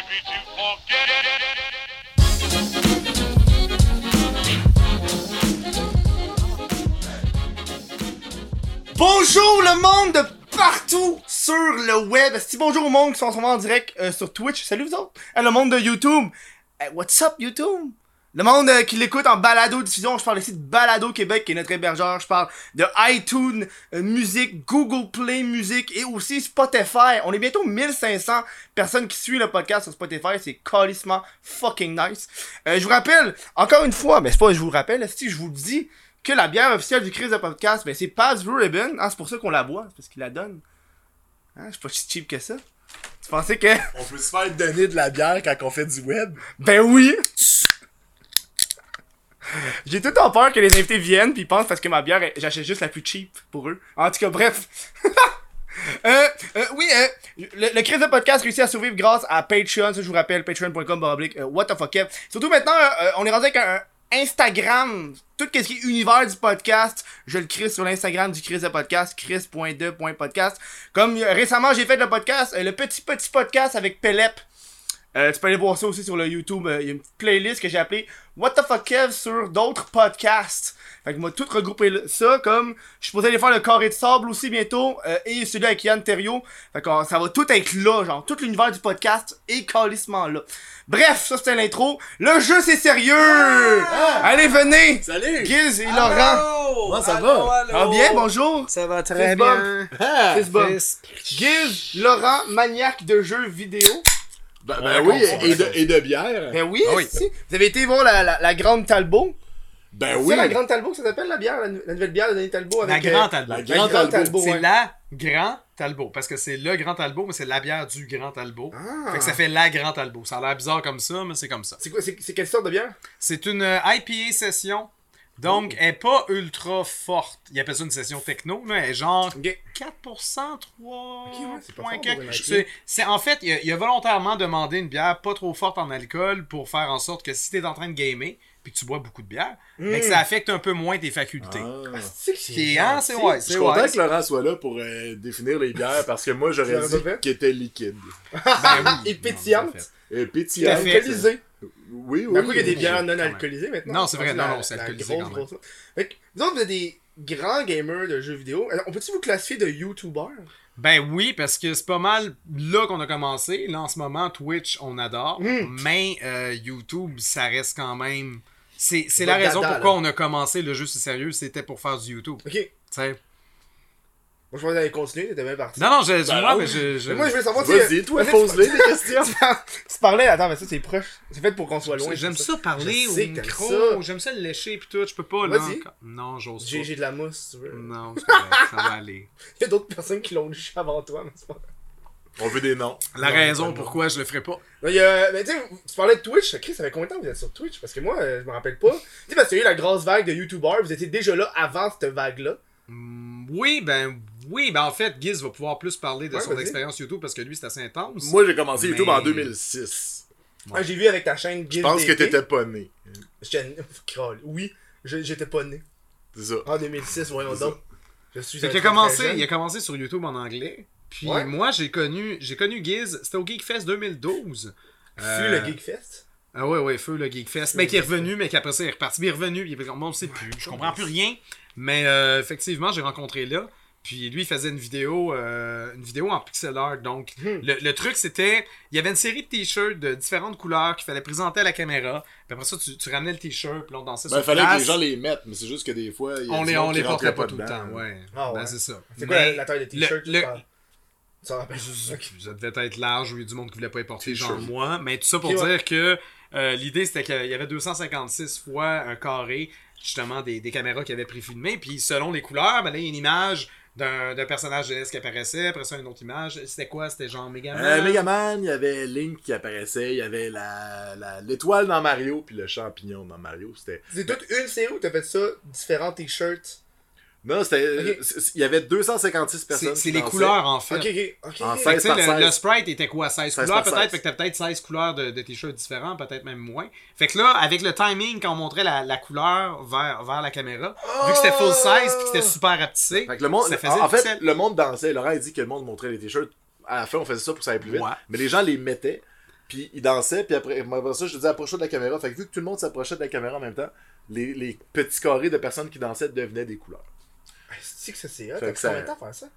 maybe to forget. Bonjour le monde de partout sur le web. C'est bonjour au monde qui sont en ce moment en direct sur Twitch. Salut vous autres. Le monde de YouTube. What's up YouTube? Le monde qui l'écoute en balado diffusion. Je parle ici de Balado Québec qui est notre hébergeur. Je parle de iTunes Music, Google Play Music et aussi Spotify. On est bientôt 1500 personnes qui suivent le podcast sur Spotify. C'est calissement fucking nice. Je vous rappelle encore une fois, mais c'est pas je vous rappelle, si je vous le dis, que la bière officielle du Chris de podcast, ben c'est Pabst Blue Ribbon. Ah, c'est pour ça qu'on la boit, c'est parce qu'il la donne. Hein, je suis pas si cheap que ça. Tu pensais que... On peut se faire donner de la bière quand on fait du web? Ben oui! J'ai tout le temps peur que les invités viennent pis ils pensent parce que ma bière, j'achète juste la plus cheap pour eux. En tout cas, bref. Le Chris de podcast réussit à survivre grâce à Patreon. Ça, je vous rappelle, patreon.com/, what the fuck. Surtout maintenant, on est rendu avec un Instagram, tout ce qui est univers du podcast, je le crée sur l'Instagram du Chris de podcast, chris.de.podcast. Comme récemment j'ai fait le podcast, le petit podcast avec Pelep. Tu peux aller voir ça aussi sur le YouTube, il y a une petite playlist que j'ai appelée What the fuck Kev sur d'autres podcasts. Fait que moi tout regroupé ça, comme je suis supposé aller faire le carré de sable aussi bientôt, et celui avec Yann Thériault. Fait que ça va tout être là, genre tout l'univers du podcast est calissement là. Bref, ça c'était l'intro. Le jeu c'est sérieux! Allez venez! Salut! Giz et Laurent. Comment ça va? Ça va bien, bonjour! Ça va très Fist bien. Ah! Fist bump. Giz, Laurent, maniaque de jeux vidéo. Ben oui, et de bière. Ben oui, Ah oui. si. Vous avez été voir la Grande Talbot. Ben C'est oui. la Grande Talbot, ça s'appelle la bière, la nouvelle bière de Denis Talbot La avec... Grand Talbot. la la Grande Grande Talbot. Talbot, C'est ouais. la Grand Talbot. Parce que c'est le Grand Talbot, mais c'est la bière du Grand Talbot. Ah. Fait que ça fait la Grand Talbot. Ça a l'air bizarre comme ça, mais c'est comme ça. C'est quoi, c'est quelle sorte de bière? C'est une IPA session. Donc, elle est pas ultra forte. Il appelle ça une session techno, là. Elle est genre Ok. 4%, 3 Ok, ouais, c'est pas points fort quelques. pour une IPA. C'est en fait, il a volontairement demandé une bière pas trop forte en alcool pour faire en sorte que si t'es en train de gamer puis que tu bois beaucoup de bière, mais que ça affecte un peu moins tes facultés. Ah. C'est Qui est, hein, c'est ouais, Je c'est suis content ouais. que Laurent soit là pour définir les bières parce que moi Tu j'aurais l'aurais dit pas fait? qu'elle était liquide. Ben oui. Et pétillante. Non, en fait. Pétillante. Tout à fait. Alcoolisée. Oui, oui. Ben quoi, il y a des oui. bières non alcoolisées maintenant? Non, c'est vrai, non, c'est la alcoolisé grosse, quand même. grosse. Fait que, vous autres, vous êtes des grands gamers de jeux vidéo. Alors, on peut-tu vous classifier de YouTubers? Ben oui, parce que c'est pas mal là qu'on a commencé. Là, en ce moment, Twitch, on adore. Mais YouTube, ça reste quand même... C'est la Votre raison dada, pourquoi là. on a commencé le jeu, c'est sérieux. C'était pour faire du YouTube. Ok. Tu sais. Moi, je pensais que t'allais continuer, t'étais bien parti. Non, non, moi, non. mais Mais moi, je voulais savoir, tu sais, Vas-y, toi, tu- pose-les des questions. tu parlais, attends, mais ça, c'est proche. C'est fait pour qu'on soit loin. J'aime c'est ça parler Je au sais que t'aimes micro. ça. J'aime ça le lécher pis tout. Je peux pas, là. Vas-y. encore. Non, j'ose J'ai pas. de la mousse, si tu veux. Non, c'est correct, ça va aller. Il y a d'autres personnes qui l'ont lu avant toi, mais c'est pas grave. On veut des noms. La Non, raison non. pourquoi je le ferai pas. Non, il y a... Mais tu sais, tu parlais de Twitch. Chris, ça fait combien de temps que vous êtes sur Twitch? Parce que moi, je me rappelle pas. Tu sais, parce qu'il y a eu la grosse vague de YouTubers. Vous étiez déjà là avant cette vague-là. Oui, ben en fait, Giz va pouvoir plus parler de Ouais, son vas-y. expérience YouTube parce que lui, c'est assez intense. Moi, j'ai commencé YouTube Mais- en 2006. Ah, j'ai vu avec ta chaîne Giz Je pense que DT. t'étais pas né. Oui, j'étais pas né. C'est ça. En 2006, voyons C'est ça. donc. Je suis Fait un qu'il a très, commencé, très jeune. il a commencé sur YouTube en anglais. Puis Ouais. moi, j'ai connu Giz, c'était au Geekfest 2012. Fut le Geekfest. Ah ouais, feu le Geekfest. Mais qui est revenu, mais qu'après ça, il est reparti. Mais il est revenu, puis il est on sait plus. Je comprends plus rien. Mais effectivement, j'ai rencontré là. Puis lui, il faisait une vidéo en pixel art. Donc, le truc, c'était... Il y avait une série de t-shirts de différentes couleurs qu'il fallait présenter à la caméra. Puis après ça, tu ramenais le t-shirt, puis on dansait Ben, sur il fallait que place. les gens les mettent, mais c'est juste que des fois, il y a On du les, monde on qui les portait rentrait pas tout le dedans. temps, ouais. Ah ouais. Ben, c'est ça. C'est quoi Mais la taille de t-shirt? le- tu parles? Tu t'en rappelles? Ça devait être large où il y a du monde qui voulait pas y porter, genre T-shirt. moi. Mais tout ça pour Ok, ouais. dire que l'idée, c'était qu'il y avait 256 fois un carré, justement, des caméras qui avaient préfilmé. Puis selon les couleurs, ben là, il y a une image d'un personnage de NES qui apparaissait. Après ça, une autre image. C'était quoi? C'était genre Megaman? Megaman, il y avait Link qui apparaissait, il y avait l'étoile dans Mario, puis le champignon dans Mario. C'était... C'est toute une série où t'as fait ça, différents t-shirts. Non, c'était... Ok. Il y avait 256 personnes C'est qui les dansaient. couleurs, en fait. Ok. En Fait que, tu sais, 16 par le 16. sprite était quoi? 16 16 couleurs par peut-être? 16. Fait que t'as peut-être 16 couleurs de t-shirts différents, peut-être même moins. Fait que là, avec le timing, quand on montrait la couleur vers la caméra, vu que c'était full size puis que c'était super rapetissé, Fait que le monde, ça faisait en le fait, pixel. le monde dansait. Laurent a dit que le monde montrait les t-shirts. À la fin, on faisait ça pour que ça aille plus vite. Ouais. Mais les gens les mettaient. Puis il dansait, puis après ça, je te dis approche-toi de la caméra. Fait que vu que tout le monde s'approchait de la caméra en même temps, les petits carrés de personnes qui dansaient devenaient des couleurs. C'est que ça, c'est hot. Fait T'as que pris ça- combien de temps à faire ça?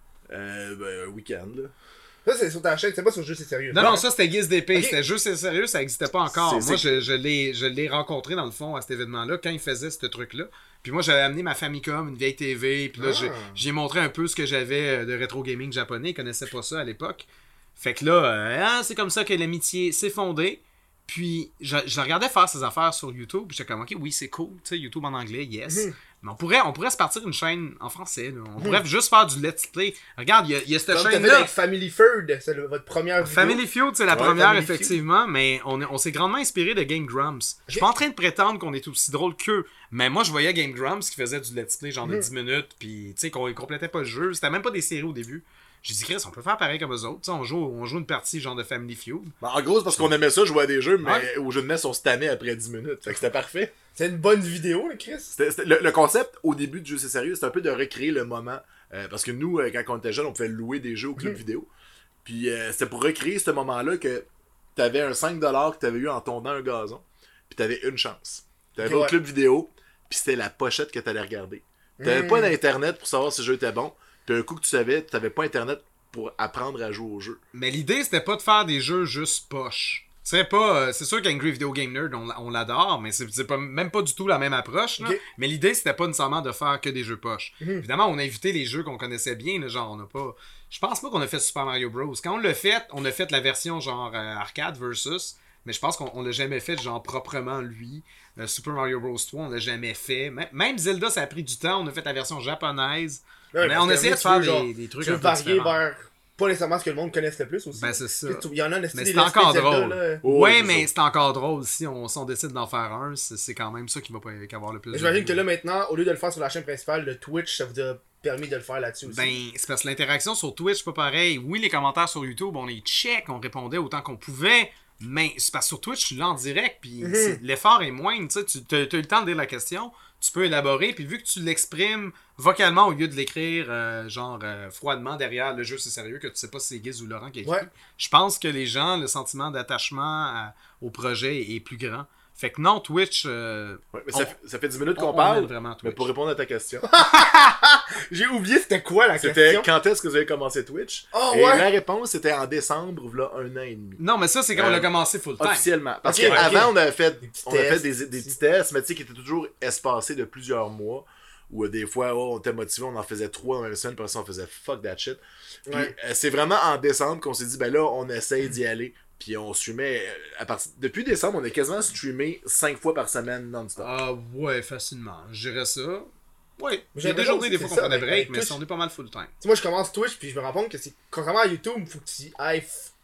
Un week-end, là. Ça, c'est sur ta chaîne, c'est pas sur Juste et Sérieux. Non, ça c'était Guise d'épée. Ok. C'était juste et sérieux, ça n'existait pas encore. C'est- Moi, je l'ai rencontré dans le fond à cet événement-là quand il faisait ce truc-là. Puis moi, j'avais amené ma Famicom, une vieille TV. Puis là, j'ai montré un peu ce que j'avais de rétro gaming japonais. Ils connaissaient pas ça à l'époque. Fait que là, c'est comme ça que l'amitié s'est fondée. Puis je regardais faire ses affaires sur YouTube. Puis j'étais comme, ok, oui, c'est cool. Tu sais, YouTube en anglais, yes. Mais on pourrait se partir une chaîne en français. Là. On pourrait juste faire du let's play. Regarde, il y a cette Comme t'as fait chaîne-là. avec Family Feud, c'est votre première vidéo. Family Feud, c'est la Ouais, première, Family Feud. effectivement, mais on s'est grandement inspiré de Game Grumps. Je suis pas en train de prétendre qu'on est aussi drôle qu'eux, mais moi, je voyais Game Grumps qui faisait du let's play genre de 10 minutes, puis tu sais, qu'on complétait pas le jeu. C'était même pas des séries au début. J'ai dit, Chris, on peut faire pareil comme eux autres. Tu sais, on joue une partie genre de Family Feud. Ben, en gros, c'est parce qu'on aimait ça, jouer à des jeux, mais Ouais. au jeu de NES, on se tannait après 10 minutes. Fait que c'était parfait. C'est une bonne vidéo, là, Chris. Le concept, au début du jeu, c'est sérieux, c'est un peu de recréer le moment. Parce que nous, quand on était jeunes, on pouvait louer des jeux au club vidéo. Puis c'était pour recréer ce moment-là que t'avais un 5$ que t'avais eu en tondant un gazon. Puis t'avais une chance. T'avais Ok, au ouais. club vidéo, puis c'était la pochette que t'allais regarder. T'avais pas d'internet pour savoir si le jeu était bon. Puis un coup que tu savais, t'avais pas internet pour apprendre à jouer au jeu. Mais l'idée, c'était pas de faire des jeux juste poche. C'est pas, c'est sûr qu'Angry Video Game Nerd, on l'adore, mais c'est pas, même pas du tout la même approche. Là. Ok. Mais l'idée, c'était pas nécessairement de faire que des jeux poches. Évidemment, on a évité les jeux qu'on connaissait bien, là, genre on a pas. Je pense pas qu'on a fait Super Mario Bros. Quand on a fait la version genre arcade versus, mais je pense qu'on l'a jamais fait genre proprement lui. Super Mario Bros 3, on l'a jamais fait. Même Zelda, ça a pris du temps. On a fait la version japonaise. Ouais, mais parce on que essayait de tu faire veux, genre, des trucs tu un veux peu varier différents. vers pas nécessairement ce que le monde connaisse le plus aussi. Ben, c'est ça. Il y en a Mais des c'est let's encore play de Zelda, drôle. là. Oh, Ouais, c'est mais ça. c'est encore drôle. Si on décide d'en faire un, c'est quand même ça qui va avoir le plus de J'imagine vues. que là maintenant, au lieu de le faire sur la chaîne principale, le Twitch, ça vous a permis de le faire là-dessus aussi. Ben, c'est parce que l'interaction sur Twitch, c'est pas pareil. Oui, les commentaires sur YouTube, on les check, on répondait autant qu'on pouvait. Mais c'est parce que sur Twitch, tu l'as en direct, puis l'effort est moindre. Tu as eu le temps de dire la question, tu peux élaborer, puis vu que tu l'exprimes vocalement au lieu de l'écrire froidement derrière le jeu, c'est sérieux, que tu sais pas si c'est Giz ou Laurent qui a écrit. Ouais. Je pense que les gens, le sentiment d'attachement au projet est plus grand. Fait que non, Twitch. Ouais, mais ça fait 10 minutes on qu'on parle. aime vraiment Mais Twitch. pour répondre à ta question, J'ai oublié c'était quoi la c'était question. quand est-ce que vous avez commencé Twitch? Oh, Et ouais. la réponse, c'était en décembre, voilà 1 an et demi. Non, mais ça, c'est quand on Euh, a commencé full time. Officiellement. Parce Ok, qu'avant, ok. on avait fait Des petits des tests. petits tests, mais tu sais, qui étaient toujours espacés de plusieurs mois. Où des fois, on était motivé, on en faisait 3 dans la semaine, puis après ça, on faisait fuck that shit. Puis Ouais. c'est vraiment en décembre qu'on s'est dit, ben là, on essaye d'y aller. Puis on streamait. Depuis décembre, on a quasiment streamé 5 fois par semaine non-stop. Ah ouais, facilement. Je dirais ça. Ouais. Il y J'ai a des déjà journées, aussi des fois fait qu'on ça, prenait mais break, mais Twitch- on est pas mal full time. Tu sais, moi je commence Twitch puis je me rends compte que c'est contrairement à YouTube, il faut que tu ailles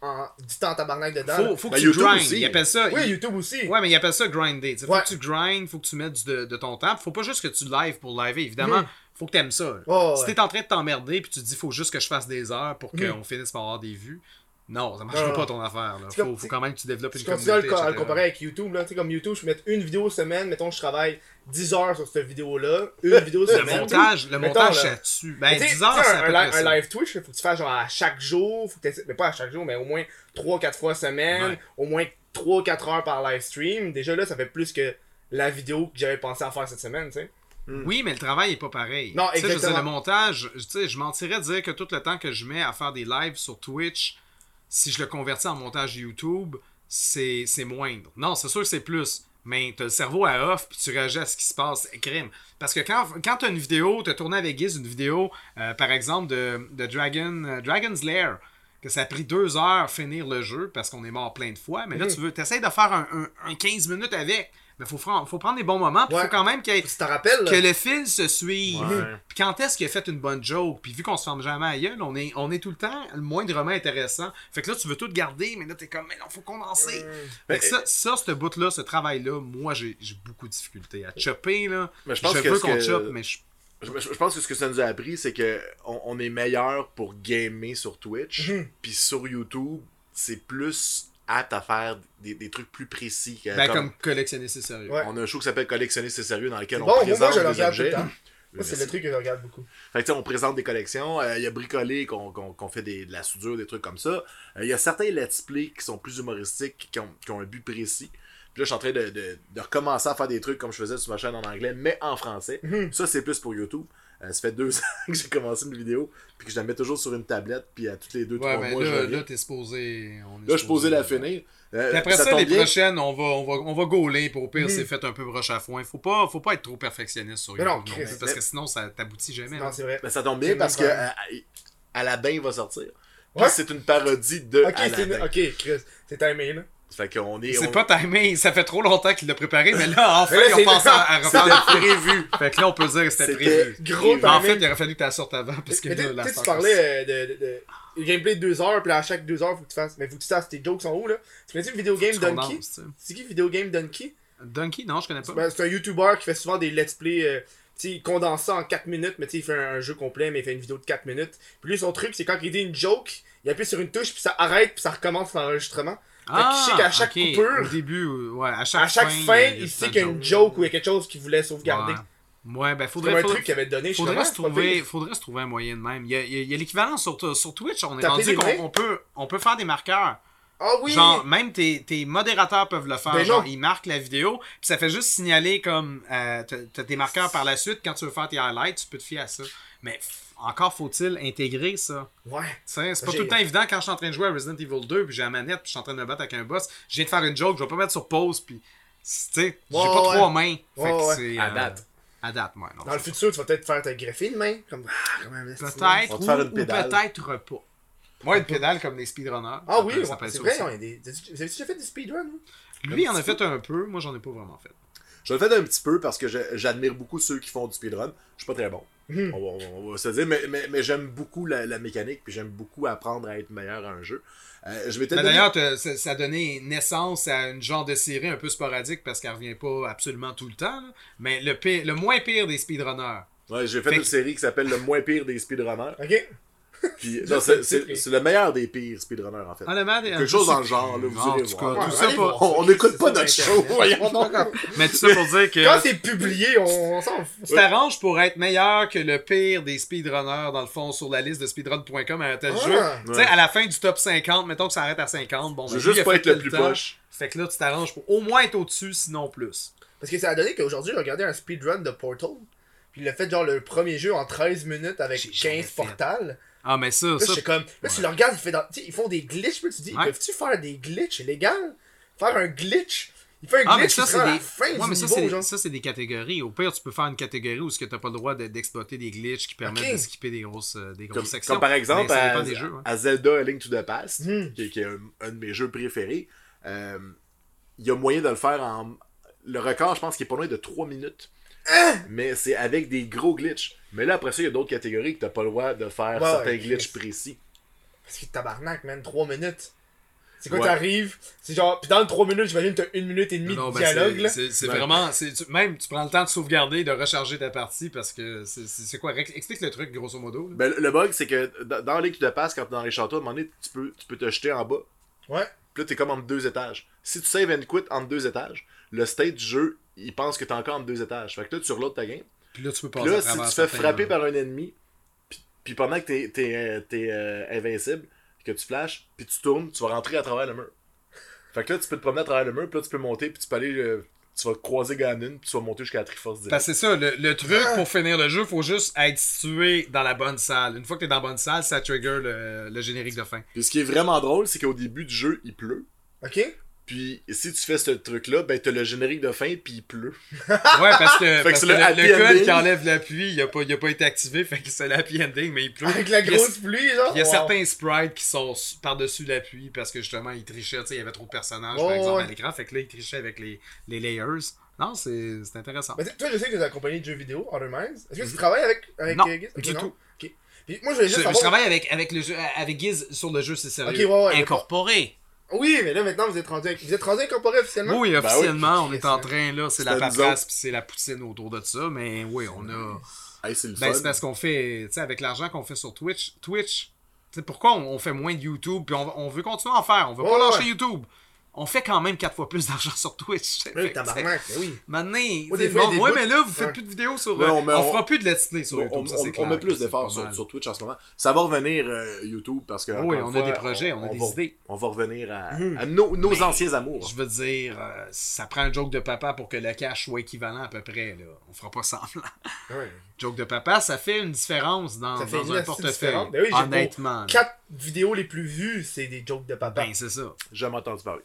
du temps en tabarnak dedans. là. Faut que Ben, tu YouTube grindes. aussi. Ils appellent ça. Oui, YouTube aussi. Ouais, mais ils appellent ça grinder. Faut Ouais. que tu grindes, faut que tu mettes de ton temps. Faut pas juste que tu live pour liver. Évidemment, faut que t'aimes ça. là. Oh, Si ouais. t'es en train de t'emmerder puis tu te dis faut juste que je fasse des heures pour qu'on finisse par avoir des vues, non, ça marchera Non. pas ton affaire. Là. C'est comme- Faut quand même que tu développes une Je continue à communauté. le etc. comparer avec YouTube. Là. Tu sais, comme YouTube, je mets une vidéo semaine. Mettons, je travaille 10 heures sur cette vidéo-là. Une vidéo Le semaine. montage, Mettons, ça là. tue. Ben, Tu sais, 10 heures, tu sais, c'est à peu près un ça. live Twitch, il faut que tu fasses genre à chaque jour. Faut que mais pas à chaque jour, mais au moins 3-4 fois semaine. Ouais. Au moins 3-4 heures par live stream. Déjà là, ça fait plus que la vidéo que j'avais pensé à faire cette semaine, tu sais. Oui, mais le travail est pas pareil. Non, Tu sais, je veux dire, exactement. le montage, tu sais, je mentirais de dire que tout le temps que je mets à faire des lives sur Twitch, si je le convertis en montage YouTube, c'est moindre. Non, c'est sûr que c'est plus. Mais t'as le cerveau à off, puis tu réagis à ce qui se passe. Crime. Parce que quand t'as une vidéo, t'as tourné avec Giz une vidéo, par exemple, de Dragon's Lair, que ça a pris 2 heures finir le jeu parce qu'on est mort plein de fois. Mais là, t'essayes de faire un 15 minutes avec. Mais faut prendre des bons moments. Puis Ouais. faut quand même qu'il y ait- Tu te rappelles, là? que le fil se suive. Ouais. Puis quand est-ce qu'il a fait une bonne joke? Puis vu qu'on se ferme jamais à la gueule, on est tout le temps le moindrement intéressant. Fait que là, tu veux tout garder, mais là, t'es comme, mais non, faut condenser. Fait que ça, ce bout-là, ce travail-là, moi, j'ai beaucoup de difficulté à chopper, là. Mais je pense que veux ce qu'on que- choppe, mais Je pense que ce que ça nous a appris, c'est que on est meilleur pour gamer sur Twitch. Puis sur YouTube, c'est plus apte à faire des trucs plus précis. ben, comme collectionner, c'est sérieux. Ouais. On a un show qui s'appelle Collectionner, c'est sérieux, dans lequel C'est on bon, moi, présente je le des regarde tout le objets. temps. Moi, c'est le truc que je regarde beaucoup. Fait que, tu sais, on présente des collections. Il y a Bricolé qu'on fait de la soudure, des trucs comme ça. Il y a certains let's play qui sont plus humoristiques, qui ont un but précis. Puis là, je suis en train de recommencer à faire des trucs comme je faisais sur ma chaîne en anglais, mais en français. Ça, c'est plus pour YouTube. Ça fait 2 ans que j'ai commencé une vidéo, puis que je la mets toujours sur une tablette, puis à toutes les 2-3 mois, je reviens. Là, t'es supposé... Là, je suis posé la finir. Puis après ça, les tombe bien. prochaines, on va gauler, pour au pire, c'est fait un peu broche à foin. Faut pas être trop perfectionniste sur Mais YouTube. non, non Chris, plus, parce que sinon, ça t'aboutit jamais. Non, là. c'est vrai. Ben, ça tombe bien C'est parce que même Aladdin va sortir. Puis Ouais. c'est une parodie de Aladdin. Ok, Chris, c'est timé, là. Fait qu'on est... C'est on- pas timé, ça fait trop longtemps qu'il l'a préparé, mais là, enfin, Mais là, ils ont c'est- pensé à refaire C'était le prévu. Fait que là, on peut dire que c'était C'était prévu. gros Mais en timing. fait, il aurait fallu que tu la sortes avant, parce que Mais là, tu la sais, tu stock- parlais de gameplay de 2 heures, puis là, à chaque 2 heures, faut que tu fasses. Mais faut que tu fasses tes jokes en haut, là. Tu connais-tu le vidéo game tu Donkey? condenses, tu sais. C'est qui Vidéo Game Donkey? Donkey, non, je connais pas. Ben, c'est un YouTuber qui fait souvent des let's play. Tu sais, il condense ça en 4 minutes, mais tu sais, il fait un jeu complet, mais il fait une vidéo de 4 minutes. Puis lui, son truc, c'est quand il dit une joke, il appuie sur une touche, puis ça arrête, puis ça recommence l'enregistrement. Fait qu'il sait qu'à chaque ok. coupure, Au début, ouais, à à chaque chaque fin, y a il sait une qu'il y a une joke ou il y a quelque chose qu'il voulait sauvegarder. Ouais, ben C'est comme faudrait, un truc qu'il avait donné. Je suis faudrait, comme, se ah, c'est pas trouver, pire. faudrait se trouver un moyen de même. Il y a l'équivalent sur Twitch, on est Taper rendu des mains? qu'on peut faire des marqueurs. Ah oui! Genre, même tes modérateurs peuvent le faire. Ben Genre, non. ils marquent la vidéo, puis ça fait juste signaler comme t'as tes marqueurs par la suite. Quand tu veux faire tes highlights, tu peux te fier à ça. Mais encore faut-il intégrer ça. Ouais. Tu sais, c'est pas J'ai- tout le temps évident quand je suis en train de jouer à Resident Evil 2 puis j'ai la manette puis je suis en train de me battre avec un boss. Je viens de faire une joke, je vais pas mettre sur pause puis tu sais, j'ai Ouais, pas ouais. 3 mains. Fait Ouais, que ouais. c'est À date. À date, ouais. Non, Dans le futur, tu vas peut-être faire ta greffée de main. Comme, comme un peut-être On va te faire une ou pédale. peut-être pas. Moi, une pédale comme des speedrunners. Ah oui, ça peut être c'est ça vrai, aussi. on a des. Vous avez déjà fait du speedrun? Vous? Lui, il en a fait un peu, moi j'en ai pas vraiment fait. Je le fais un petit peu parce que j'admire beaucoup ceux qui font du speedrun. Je suis pas très bon. On va se dire, mais j'aime beaucoup la mécanique, puis j'aime beaucoup apprendre à être meilleur à un jeu. Je m'étais Mais donné- d'ailleurs, ça a donné naissance à une genre de série un peu sporadique parce qu'elle revient pas absolument tout le temps. Là. Mais le moins pire des speedrunners. Ouais, j'ai fait Fait une que- série qui s'appelle Le moins pire des speedrunners. Ok. Puis, Juste non, le c'est titre. c'est le meilleur des pires speedrunners, en fait. Ah, le man, Quelque chose dans le genre, là, vous En irez tout voir. cas, Ouais, tout ça allez pour... voir. On n'écoute pas C'est notre sur show, Internet. voyons donc. Mais tout ça pour dire que... Quand c'est publié, on s'en fout. Tu t'arranges pour être meilleur que le pire des speedrunners, dans le fond, sur la liste de speedrun.com à un tel Ah. jeu. Ouais. Tu sais, à la fin du top 50, mettons que ça arrête à 50, bon, Je ben, veux lui, il juste a pas fait être le tout plus temps. poche. Fait que là, tu t'arranges pour au moins être au-dessus, sinon plus. Parce que ça a donné qu'aujourd'hui, j'ai regardé un speedrun de Portal. Puis il a fait genre le premier jeu en 13 minutes avec J'ai jamais 15 fait. portals. Ah, mais ça, Là, ça... j'étais comme. Là, tu le regardes, tu sais, ils font des glitches, puis tu dis, Ouais. peuvent-tu faire des glitches? C'est légal? Faire un glitch? Il fait un Ah, mais glitch ça, qui c'est sera à des... la fin Ouais, du mais ça, niveau, c'est... genre. ça, c'est des catégories. Au pire, tu peux faire une catégorie où tu n'as pas le droit d'exploiter des glitches qui permettent Ok. de skipper des grosses Comme, sections. comme par exemple, Mais ça à, dépend des jeux, hein. à Zelda A Link to the Past, Hmm. qui est un de mes jeux préférés, il y a moyen de le faire en... Le record, je pense qu'il est pas loin de 3 minutes. Mais c'est avec des gros glitches. Mais là, après ça, il y a d'autres catégories que t'as pas le droit de faire Ouais, certains ouais, glitches Chris. précis. Parce que tabarnak, man, 3 minutes. C'est quoi, Ouais. t'arrives, c'est genre, pis dans le 3 minutes, j'imagine que t'as 1 minute et demie Non, de ben, dialogue, là. c'est Ben. vraiment... Même, tu prends le temps de sauvegarder, de recharger ta partie, parce que c'est quoi? Explique le truc, grosso modo. Là. Ben, le bug, c'est que dans Link to the Past, quand t'es dans les châteaux, à un moment donné, tu peux te jeter en bas. Ouais. Puis là, t'es comme entre 2 étages. Si tu save and quit entre 2 étages, le state du jeu, il pense que t'es encore entre 2 étages. Fait que là, tu reloads ta game. Puis là, tu peux Puis passer là, à si travers tu te fais certains, frapper par un ennemi, puis pendant que t'es invincible, que tu flashes, puis tu tournes, tu vas rentrer à travers le mur. Fait que là, tu peux te promener à travers le mur, puis là, tu peux monter, puis tu peux aller... tu vas croiser Ganon, puis tu vas monter jusqu'à la Triforce direct. Parce que c'est ça, le truc pour finir le jeu, faut juste être situé dans la bonne salle. Une fois que t'es dans la bonne salle, ça trigger le générique de fin. Puis ce qui est vraiment drôle, c'est qu'au début du jeu, il pleut. Ok? Puis si tu fais ce truc-là, ben t'as le générique de fin, puis il pleut. Ouais, parce que, que c'est le happy le code ending. qui enlève la pluie, il a pas été activé, fait que c'est l'happy ending, mais il pleut. Avec la Puis il y a- grosse pluie, genre. Il y a Wow. certains sprites qui sont par-dessus la pluie parce que justement ils trichaient, tu sais, il y avait trop de personnages Oh, par exemple ouais. à l'écran, fait que là ils trichaient avec les layers. Non, c'est intéressant. Mais toi, je sais que tu es accompagné de jeux vidéo, Other Minds. Est-ce que tu travailles avec Non, Giz? Ok, du non? tout. Ok. Puis moi, je voulais Je, juste je savoir... travaille avec le jeu, avec Giz sur le jeu, c'est sérieux. Ok, ouais, ouais, mais Incorporé. Oui, mais là, maintenant, vous êtes rendu incorporé officiellement? Oui, officiellement, oui. on est en train là, c'est la C'est à nous paperasse puis c'est la poutine autour de ça, mais oui, on a. Hey, c'est le Ben, fun. c'est parce qu'on fait, tu sais, avec l'argent qu'on fait sur Twitch, tu sais, pourquoi on fait moins de YouTube, puis on veut continuer à en faire, on veut pas Ouais, lâcher ouais. YouTube. on fait quand même 4 fois plus d'argent sur Twitch. Oui, tabarnak, oui. Maintenant, des fois, il y a des bouts- mais là, vous faites Ouais. plus de vidéos sur... Ouais, on on- fera plus de let's play sur On, YouTube, ça c'est on clair. met plus C'est d'efforts pas mal. sur Twitch en ce moment. Ça va revenir YouTube parce que. Oui, encore une on a fois, des projets, on a des va, idées. On va revenir à nos anciens amours. Je veux dire, ça prend un joke de papa pour que le cash soit équivalent à peu près. Là. On fera pas semblant. Ouais. Joke de papa, ça fait une différence dans Ça fait un une astuce portefeuille. différente. Ben oui, j'ai honnêtement. là. 4 vidéos les plus vues, c'est des jokes de papa. Ben, c'est ça. J'ai jamais entendu parler.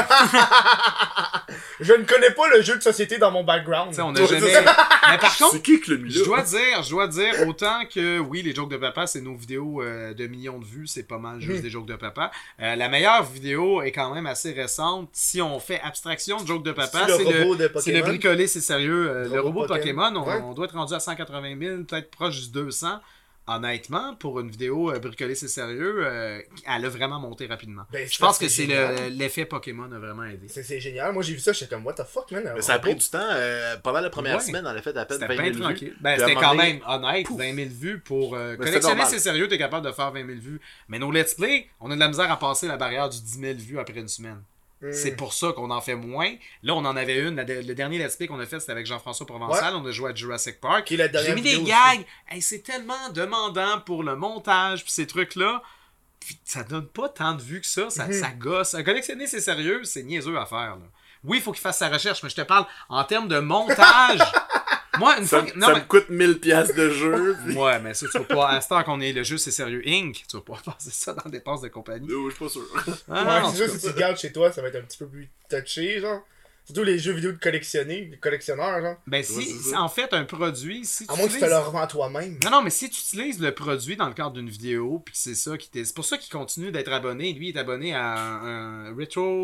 Je ne connais pas le jeu de société dans mon background. Tu sais, on a Ouais, jamais. c'est ça. Mais par contre, C'est qui que le mis je là? dois dire, autant que oui, les jokes de papa, c'est nos vidéos de millions de vues, c'est pas mal juste des jokes de papa. La meilleure vidéo est quand même assez récente. Si on fait abstraction de jokes de papa, C'est le robot de c'est Pokémon. le bricolé, c'est sérieux. Le robot robot Pokémon. Pokémon, Ouais. on doit être rendu à 180 000, peut-être proche du 200. Honnêtement, pour une vidéo bricolée, c'est sérieux, elle a vraiment monté rapidement. Ben, Je pense que c'est c'est génial. l'effet Pokémon a vraiment aidé. C'est génial. Moi, j'ai vu ça, j'étais comme, what the fuck, man. Mais ça a pris du temps. Pendant la première Ouais. semaine, on a fait à peine C'était 20 bien 000 tranquille. vues. Ben, Puis à c'était un quand moment donné, même honnête, pouf. 20 000 vues pour c'était collectionner, normal. c'est sérieux, t'es capable de faire 20 000 vues. Mais nos let's play, on a de la misère à passer la barrière du 10 000 vues après une semaine. C'est pour ça qu'on en fait moins. Là, on en avait une. Le dernier let's play qu'on a fait, c'était avec Jean-François Provençal. On a joué à Jurassic Park. Qui est la J'ai dernière mis des vidéo gags. Hey, c'est tellement demandant pour le montage puis ces trucs-là. Puis ça donne pas tant de vues que ça. Ça gosse. Collectionner, c'est sérieux. C'est niaiseux à faire. Là. Oui, il faut qu'il fasse sa recherche, mais je te parle en termes de montage. Moi, une fois Ça, que... ça me coûte 1000 piastres de jeu. puis- Ouais, mais ça, tu vas pas. À ce temps qu'on est le jeu, c'est sérieux Inc. Tu vas pas passer ça dans dépenses de compagnie. Je suis pas sûr. Ah, Ouais, non, c'est en sûr, tout si tu gardes chez toi, ça va être un petit peu plus touché, genre. Surtout les jeux vidéo de collectionner, les collectionneurs, genre. ben, si, c'est ça. si en fait, un produit, si tu À moins que tu te utilises- le revends toi-même. Non, mais si tu utilises le produit dans le cadre d'une vidéo, puis c'est ça qui t'est. C'est pour ça qu'il continue d'être abonné. Lui, il est abonné à un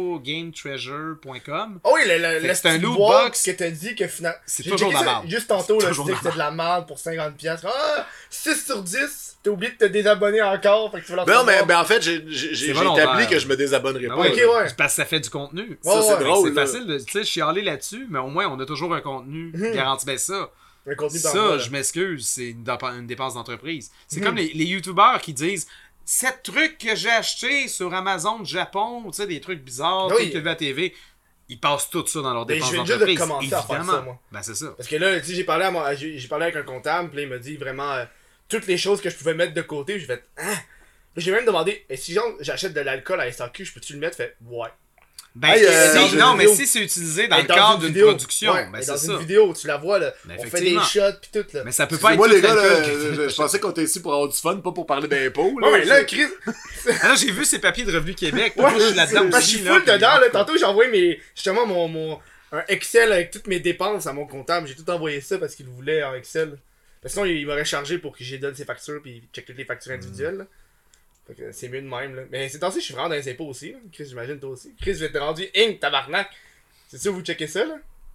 retrogametreasure.com. Oh oui, que c'est un petite loot boîte box. que t'as dit que finalement. C'est J'ai toujours checké de la ça merde. juste tantôt, là, tu Toujours disais de que c'était de la merde pour 50$. Ah! 6 sur 10, t'as oublié de te désabonner encore, fait que tu vas leur Ben non, recevoir. mais en fait, j'ai volontaire. établi que je me désabonnerais Ben pas. ouais, Ok, ouais. c'est parce que ça fait du contenu. Ça, c'est ouais. drôle. C'est là. facile de tu sais, chialer là-dessus, mais au moins, on a toujours un contenu garanti. Ben ça. Un contenu dans Ça, le bas, là. je m'excuse, c'est une dépense d'entreprise. C'est Mhm. comme les youtubeurs qui disent 7 trucs que j'ai achetés sur Amazon Japon, tu sais, des trucs bizarres, Oui. trucs que vu à TV. Ils passent tout ça dans leurs Ben, dépenses je viens juste de d'entreprise. commencer à faire évidemment. ça, moi. Ben, c'est ça. Parce que là, tu sais, j'ai parlé avec un comptable, puis là, il m'a dit vraiment toutes les choses que je pouvais mettre de côté. J'ai fait, hein? Puis j'ai même demandé, si genre, j'achète de l'alcool à SAQ, je peux-tu le mettre? Fait, ouais. Ben, Hey, dans si, une non, mais vidéo. si c'est utilisé dans Mais le cadre une d'une vidéo, production, ouais, ben mais c'est dans ça. une vidéo, tu la vois, là. Ben, On fait des effectivement. shots, puis tout, là. Mais ça peut pas être Moi, tout les gars, l'alcool là, qui- je pensais qu'on était ici pour avoir du fun, pas pour parler d'impôts. Ouais, mais là, Chris, Ah, là, j'ai vu ces papiers de Revenu Québec. ouais, Moi, je suis là-dedans parce que je aussi. suis là, full puis- dedans, là. Tantôt, j'ai envoyé justement un Excel avec toutes mes dépenses à mon comptable. J'ai tout envoyé ça parce qu'il le voulait en Excel. Parce que sinon, il m'aurait chargé pour que j'ai donne ses factures, puis il check toutes les factures individuelles, là. Fait que c'est mieux de même, là. Mais c'est temps-ci, je suis vraiment dans les impôts aussi, là. Chris, j'imagine toi aussi. Chris, je vais te rendu Inc, tabarnak. C'est sûr, vous checkez ça, là?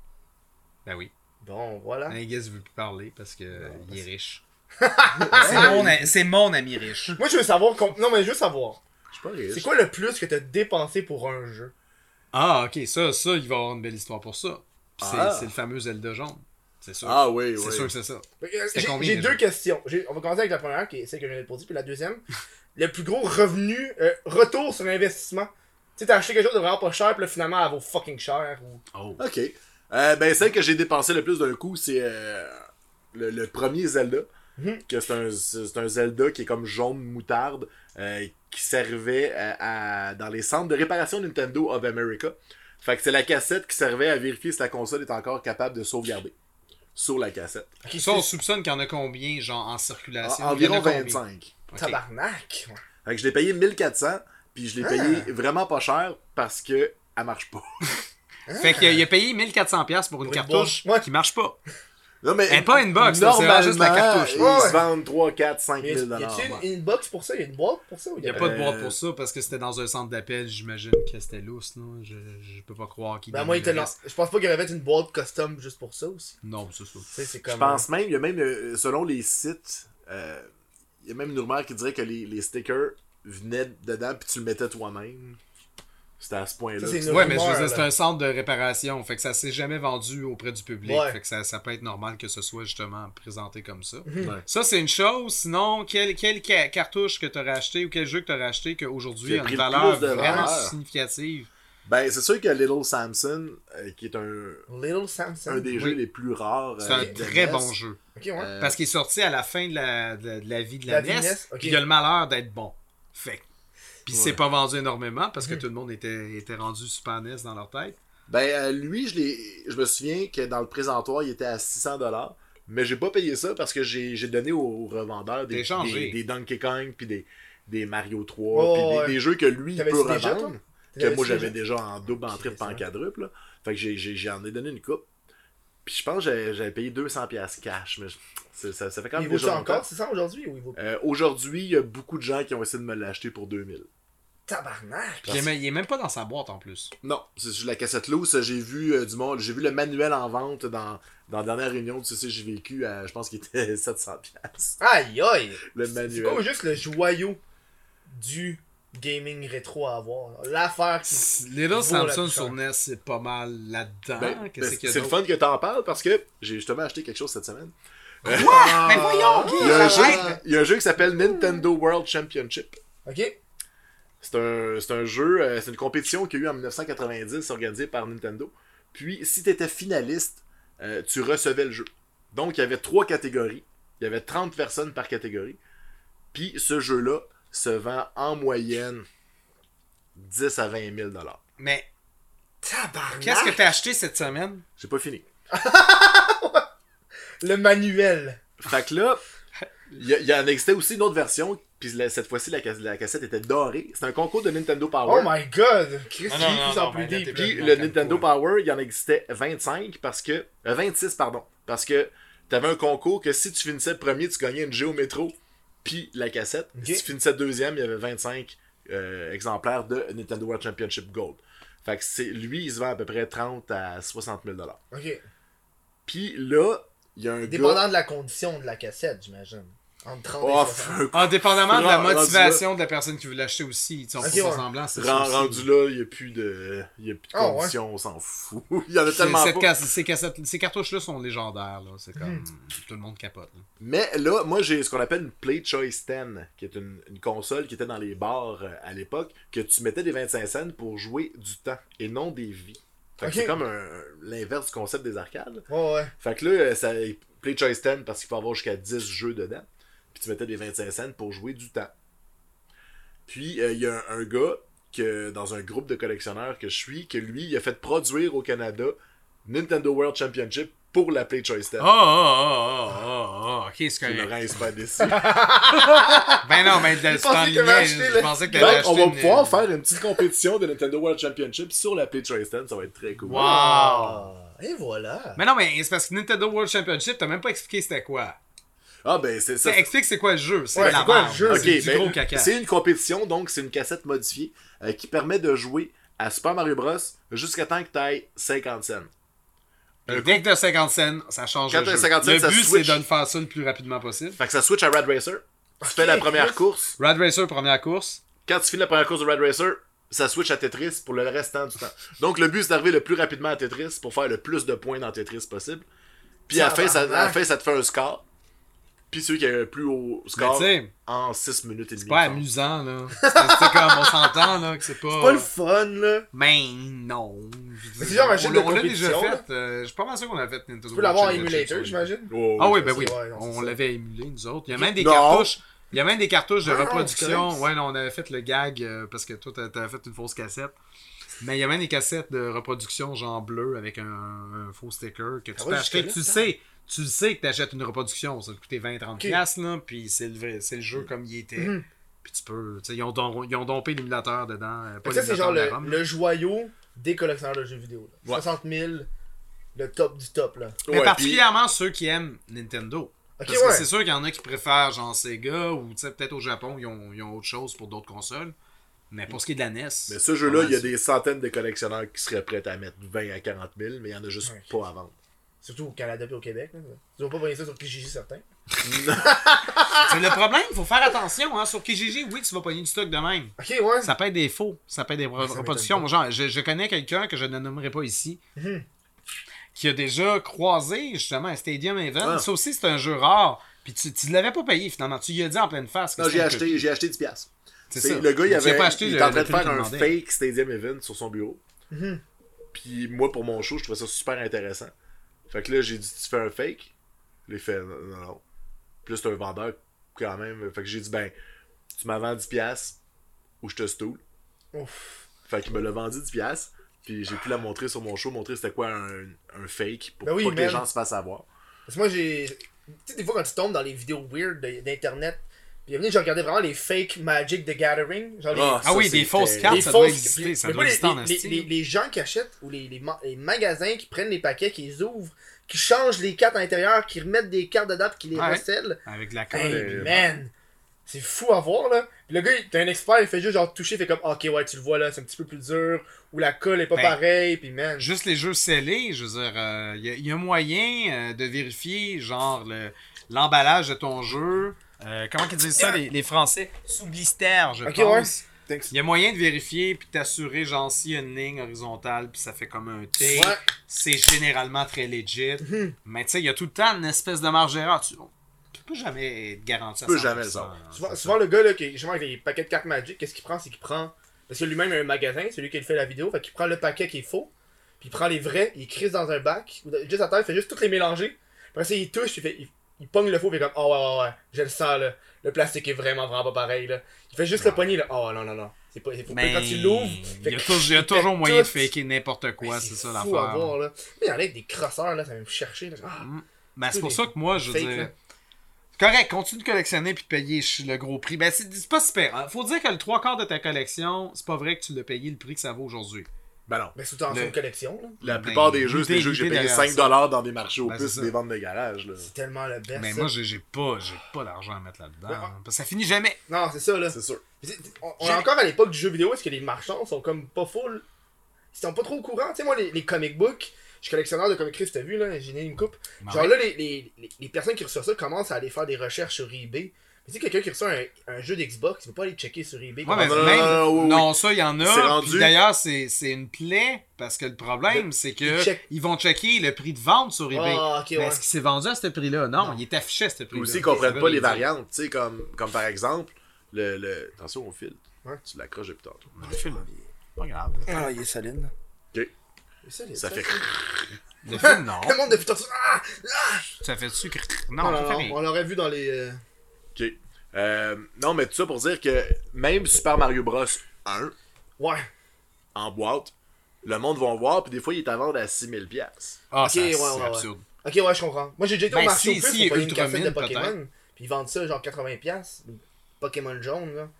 Ben oui. Bon, voilà. Un gars, je veux plus parler parce que il est riche. c'est C'est mon ami riche. Moi, je veux savoir. Non, mais je veux savoir. Je suis pas riche. C'est quoi le plus que t'as dépensé pour un jeu? Ah, ok, ça, il va y avoir une belle histoire pour ça. Puis Ah. c'est le fameux Zelda jaune. C'est sûr. Ah oui, C'est oui. sûr que c'est ça. J'ai combien, j'ai déjà? deux questions. On va commencer avec la première, qui est celle que je viens de poser, puis la deuxième. Le plus gros revenu, retour sur investissement. Tu sais, t'as acheté quelque chose de vraiment pas cher, puis là, finalement, elle vaut fucking cher. Ou... Oh. Ok. Ben, celle que j'ai dépensé le plus d'un coup, c'est le premier Zelda. Mhm. Que c'est un Zelda qui est comme jaune moutarde, qui servait dans les centres de réparation Nintendo of America. Fait que c'est la cassette qui servait à vérifier si la console est encore capable de sauvegarder sur la cassette. Ok, Ça, on c'est soupçonne qu'il y en a combien, genre, en circulation? Il y en Environ a combien? 25. Ok. tabarnak. Ouais. Fait que je l'ai payé 1400, puis je l'ai payé vraiment pas cher parce que elle marche pas. Fait qu'il a payé 1400$ pour une Pour une cartouche boîte, ouais. qui marche pas. Non, mais Elle est pas une box, là, c'est vraiment juste la cartouche. Ils Ouais. se vendent 3, 4, 5 Mais 000 y a-t-il une box pour ça? Y a une boîte pour ça? Ou Il n'y a pas de boîte Euh, pour ça parce que c'était dans un centre d'appel, j'imagine que c'était lousse. Là. Je peux pas croire qu'il Ben moi, donnait le reste. je pense pas qu'il y avait une boîte custom juste pour ça aussi. Non, c'est ça. Tu sais, c'est comme... Je pense même, il y a même, selon les sites, il y a même une rumeur qui dirait que les stickers venaient dedans puis tu le mettais toi-même. C'était à ce point-là. Ça, c'est que une Ouais, mais je veux rumeur, dire, c'est là. un centre de réparation. Fait que ça s'est jamais vendu auprès du public. Ouais. Fait que ça peut être normal que ce soit justement présenté comme ça. Mhm. Ouais. Ça, c'est une chose. Sinon, quelle cartouche que tu as racheté ou quel jeu que tu as racheté Qui qu'aujourd'hui a a pris une le valeur plus de vraiment valeur. significative? Ben, c'est sûr que Little Samson, qui est Little Samson. un des jeux les plus rares. C'est un de très NES. bon jeu. Ok, ouais. Parce qu'il est sorti à la fin de la vie de La la vie NES. NES, ok. Puis il a le malheur d'être bon. Fait. Puis Ouais. c'est pas vendu énormément parce que tout le monde était rendu Super NES dans leur tête. Ben, lui, je me souviens que dans le présentoir, il était à 600$. Mais j'ai pas payé ça parce que j'ai donné aux revendeurs T'as échangé. des Donkey Kong puis des Mario 3 Oh, puis ouais. des jeux que lui il T'avais-tu peut déjà, revendre. toi? Que T'avais-tu moi j'avais déjà? déjà en double, en triple, ça. en quadruple. Là. Fait que j'en ai donné une coupe. Puis je pense que j'avais payé 200$ cash. Mais ça fait quand Il même vaut déjà ça encore, longtemps. c'est ça aujourd'hui ou il vaut Aujourd'hui, il y a beaucoup de gens qui ont essayé de me l'acheter pour 2000. tabarnak? Puis il est même pas dans sa boîte en plus. Non, c'est sur la cassette loose. J'ai vu du monde. J'ai vu le manuel en vente dans la dernière réunion du CCJVQ à, je pense qu'il était 700$. Aïe aïe! Le C'est manuel. comme juste le joyau du gaming rétro à avoir. L'affaire qui. Little vaut Samson la sur cher. NES, c'est pas mal là-dedans. Ben, Qu'est-ce qu'il y a c'est le d'autre? fun que t'en parles parce que j'ai justement acheté quelque chose cette semaine. Mais voyons! Il y a un arrête. jeu qui s'appelle Nintendo World Championship. Ok? C'est un jeu, c'est une compétition qu'il y a eu en 1990 organisée par Nintendo. Puis, si tu étais finaliste, tu recevais le jeu. Donc, il y avait 3 catégories. Il y avait 30 personnes par catégorie. Puis, ce jeu-là se vend en moyenne 10 à 20 000 $. Mais Tabarnak! qu'est-ce que t'as acheté cette semaine? J'ai pas fini. Le manuel. Fait que là, il en existait aussi une autre version. Puis cette fois-ci, la cassette était dorée. C'est un concours de Nintendo Power. Oh my god! Chris, Ah, qui est non, plus en non, plus ben là, deep. t'es là. Puis Non, le calme-toi. Nintendo Power, il y en existait 25 parce que 26 pardon, parce que t'avais un concours que si tu finissais premier, tu gagnais une Geo Metro puis la cassette. Ok. Si tu finissais deuxième, il y avait 25 exemplaires de Nintendo World Championship Gold. Fait que lui, il se vend à peu près 30 à 60 000 $. Ok. Puis là, il y a un Dépendant gars. de la condition de la cassette, j'imagine. Entre 30 Oh, et 60. Ah, dépendamment de la Rendu motivation de la personne qui veut l'acheter aussi. Ils sont Ok, pas ouais. semblants, c'est ça aussi. rendu là, il n'y a plus de Ah, ouais. conditions, on s'en fout. Il y en a tellement pas. Ces cartouches-là sont légendaires. Là. C'est comme... Tout le monde capote. Là. Mais là, moi, j'ai ce qu'on appelle une Play Choice 10, qui est une console qui était dans les bars à l'époque, que tu mettais des 25 cents pour jouer du temps et non des vies. Fait que Ok. c'est comme l'inverse du concept des arcades. Ouais, ouais. Fait que là, ça Play Choice 10 parce qu'il faut avoir jusqu'à 10 jeux dedans. Puis tu mettais des 25 cents pour jouer du temps. Puis il y a un gars dans un groupe de collectionneurs que je suis, que lui, il a fait produire au Canada Nintendo World Championship pour la Play Choice 10. Ok, c'est C'est correct. Laurent est super déçu. Ben non, mais tu pensais t'enlignais, qu'il avait acheté, je là. pensais que Donc, t'avais acheté on va une- pouvoir faire une petite compétition de Nintendo World Championship sur la Play Choice 10, ça va être très cool. Wow. Ah, et voilà. Mais non, mais c'est parce que Nintendo World Championship, t'as même pas expliqué c'était quoi. Ah ben c'est ça. Explique c'est quoi le jeu. C'est Ouais, la c'est quoi le merde. jeu? Ok, C'est du ben, gros caca. c'est une compétition, donc c'est une cassette modifiée qui permet de jouer à Super Mario Bros jusqu'à temps que tu ailles 50 cents. Et dès que t'as 50 cents, ça change Quand le t'as jeu. 50 cents, Le ça but, c'est switch. de le faire ça le plus rapidement possible. Fait que ça switch à Rad Racer. Tu fais la première Chris. course. Rad Racer, première course. Quand tu finis la première course de Rad Racer, ça switch à Tetris pour le restant du temps. Donc le but c'est d'arriver le plus rapidement à Tetris pour faire le plus de points dans Tetris possible. Puis à la fin, ça te fait un score. Puis celui qui a le plus haut score Mais tu sais, en 6 minutes et demie. c'est pas amusant, là. C'est comme, on s'entend, là, que c'est pas... C'est pas le fun, là. Mais non. Mais c'est genre un jeu de On l'a déjà compétition, fait. Je suis pas mal sûr qu'on a fait Nintendo Tu peux l'avoir en World Championship émulateur, sur- j'imagine. Oh, Ah oui, ça, ben c'est- oui. ouais, non, c'est On ça. l'avait émulé, nous autres. Il y a même des Non. cartouches. Il y a même des cartouches de Ah, reproduction. c'est Ouais, non, on avait fait le gag parce que toi, t'avais fait une fausse cassette. Mais il y a même des cassettes de reproduction genre bleu avec un faux sticker que tu Ah peux ouais, acheter. jusque-là, Tu le sais que tu achètes une reproduction. Ça va te coûter 20-30$, piastres, là, puis c'est le jeu comme il était. Mhm. Puis tu peux. Tu sais, ils ont dompé l'émulateur dedans. Pas Fait que ça, c'est genre l'émulateur de la ROM. le joyau des collectionneurs de jeux vidéo. Là. Ouais. 60 000, le top du top, là. Mais Ouais, particulièrement ceux qui aiment Nintendo. Ok, Parce que ouais. c'est sûr qu'il y en a qui préfèrent genre Sega ou tu sais, peut-être au Japon, ils ont autre chose pour d'autres consoles. Mais pour ce qui est de la NES. Mais ce jeu-là, il y a des centaines de collectionneurs qui seraient prêts à mettre 20 à 40 000, mais il y en a juste Ouais. pas à vendre. Surtout au Canada et au Québec. Là. Tu vas pas payer ça sur Kijiji, certain. C'est le problème, il faut faire attention. Hein. Sur Kijiji, oui, tu vas pogner du stock de même. Ok, ouais. Ça peut être des faux, ça peut être des reproductions. m'étonne Genre, je connais quelqu'un que je ne nommerai pas ici, Mhm. qui a déjà croisé justement un Stadium Event. Ah. Ça aussi, c'est un jeu rare. Puis tu ne l'avais pas payé finalement. Tu lui as dit en pleine face. Que Non, c'était une copie. j'ai acheté 10$. C'est C'est- ça. Le gars, Mais tu as pas acheté il le- est en train le de prix faire qu'il un demandait. fake Stadium Event sur son bureau. Puis moi, pour mon show, je trouvais ça super intéressant. Fait que là, j'ai dit, tu fais un fake? Il fait, non. Puis là, c'est un vendeur quand même. Fait que j'ai dit, ben, tu m'as vendu 10$ ou je te stoule. Ouf. Fait qu'il me l'a vendu 10$. Puis j'ai pu la montrer sur mon show, montrer c'était quoi un fake pour Ben oui, pas que les man. gens se fassent avoir. Parce que moi, j'ai. Tu sais, des fois, quand tu tombes dans les vidéos weird d'Internet, puis j'ai regardé vraiment les fake Magic the Gathering. Genre les, Ah, Ah oui, ça, des c'est fausses terrible. cartes, les ça doit fausses- exister. Ça mais doit pas exister en les, esti. les gens qui achètent ou les magasins qui prennent les paquets, qui les ouvrent, qui changent les cartes à l'intérieur, qui remettent des cartes dedans puis qui les Ouais. recèlent. Avec la Hey, colle. man! C'est fou à voir là. Puis le gars, t'es un expert, il fait juste genre toucher, il fait comme ok, ouais, tu le vois là, c'est un petit peu plus dur, ou la colle est pas Ben, pareille, puis man. Juste les jeux scellés, je veux dire, il y a moyen de vérifier, genre, l'emballage de ton jeu. Comment ils disent ça, les Français? Sous blister, je Ok, pense. ouais. Il y a moyen de vérifier puis t'assurer, genre, s'il y a une ligne horizontale puis ça fait comme un T, Ouais. c'est généralement très legit. Mais tu sais, il y a tout le temps une espèce de marge d'erreur. Tu peux jamais être garanti à Tu peux 100%. jamais le savoir. Souvent, le gars là, qui justement avec les paquets de cartes Magic, qu'est-ce qu'il prend? C'est qu'il prend. Parce que lui-même a un magasin, celui qui fait la vidéo, fait qu'il prend le paquet qui est faux, puis il prend les vrais, il crisse dans un bac, ou juste à terre, il fait juste toutes les mélanger. Après ça, il touche, il pogne le faux, il fait comme oh ouais, je le sens là. Le plastique est vraiment pas pareil là. Il fait juste le pogner là. Oh non. C'est pas Mais quand tu l'ouvres. il y a toujours moyen de faker n'importe quoi, c'est ça fou à l'affaire. voir là. Mais il y en a avec des crosseurs là, ça va me chercher là. Ah, Ben, c'est Tous pour les ça que moi, je veux fakes, dire. là. Correct, continue de collectionner puis de payer le gros prix. Ben, c'est pas super. Hein. Faut dire que le 3/4 de ta collection, c'est pas vrai que tu l'as payé le prix que ça vaut aujourd'hui. Ben non. Mais surtout en Le- une collection là. La Ben, plupart des jeux, c'est des l'idée jeux que j'ai payé derrière 5$ dans des marchés aux Ben, puces c'est et des ça. ventes de garage. Là. C'est tellement le best. Mais ça. moi, j'ai pas d'argent à mettre là-dedans. Ouais. hein, parce que ça finit jamais. Non, c'est ça là. C'est sûr. On est encore à l'époque du jeu vidéo, est-ce que les marchands sont comme pas full. Ils sont pas trop au courant. Tu sais, moi, les comic books, je suis collectionneur de comic books, t'as vu, là, j'ai né une coupe. Ben Genre ouais. là, les personnes qui reçoivent ça commencent à aller faire des recherches sur eBay. Mais tu sais, quelqu'un qui reçoit un jeu d'Xbox, il peut pas aller checker sur eBay. Ouais, comment mais ça- oui. non, ça, il y en C'est a. rendu- Puis d'ailleurs, c'est une plaie. Parce que le problème, c'est que ils vont checker le prix de vente sur eBay. Ah, ok, Mais ouais. est-ce qu'il s'est vendu à ce prix-là? Non, il est affiché à ce Puis prix-là. aussi, ils comprennent pas les variantes. variantes. Tu sais, comme par exemple, attention au fil. Ouais. Tu l'accroches depuis tantôt. Le film, pas grave. Ah, il est solide. Ok. C'est Ça fait. Le film, non. Le monde depuis tantôt. Ah! Ça fait dessus. Non, Non, ça fait rien. on l'aurait vu dans les. Ok. Non, mais tout ça pour dire que même Super Mario Bros 1 Ouais. en boîte, le monde va en voir, puis des fois, il est à vendre à 6000$. Ah, Ok, ça, ouais, c'est ouais. absurde. Ok, ouais, je comprends. Moi, j'ai déjà été Ben, au marché si- aux puces si, pour payer une Ultra cassette de Mine, Pokémon. peut-être. Puis ils vendent ça genre 80$. Pokémon jaune, là.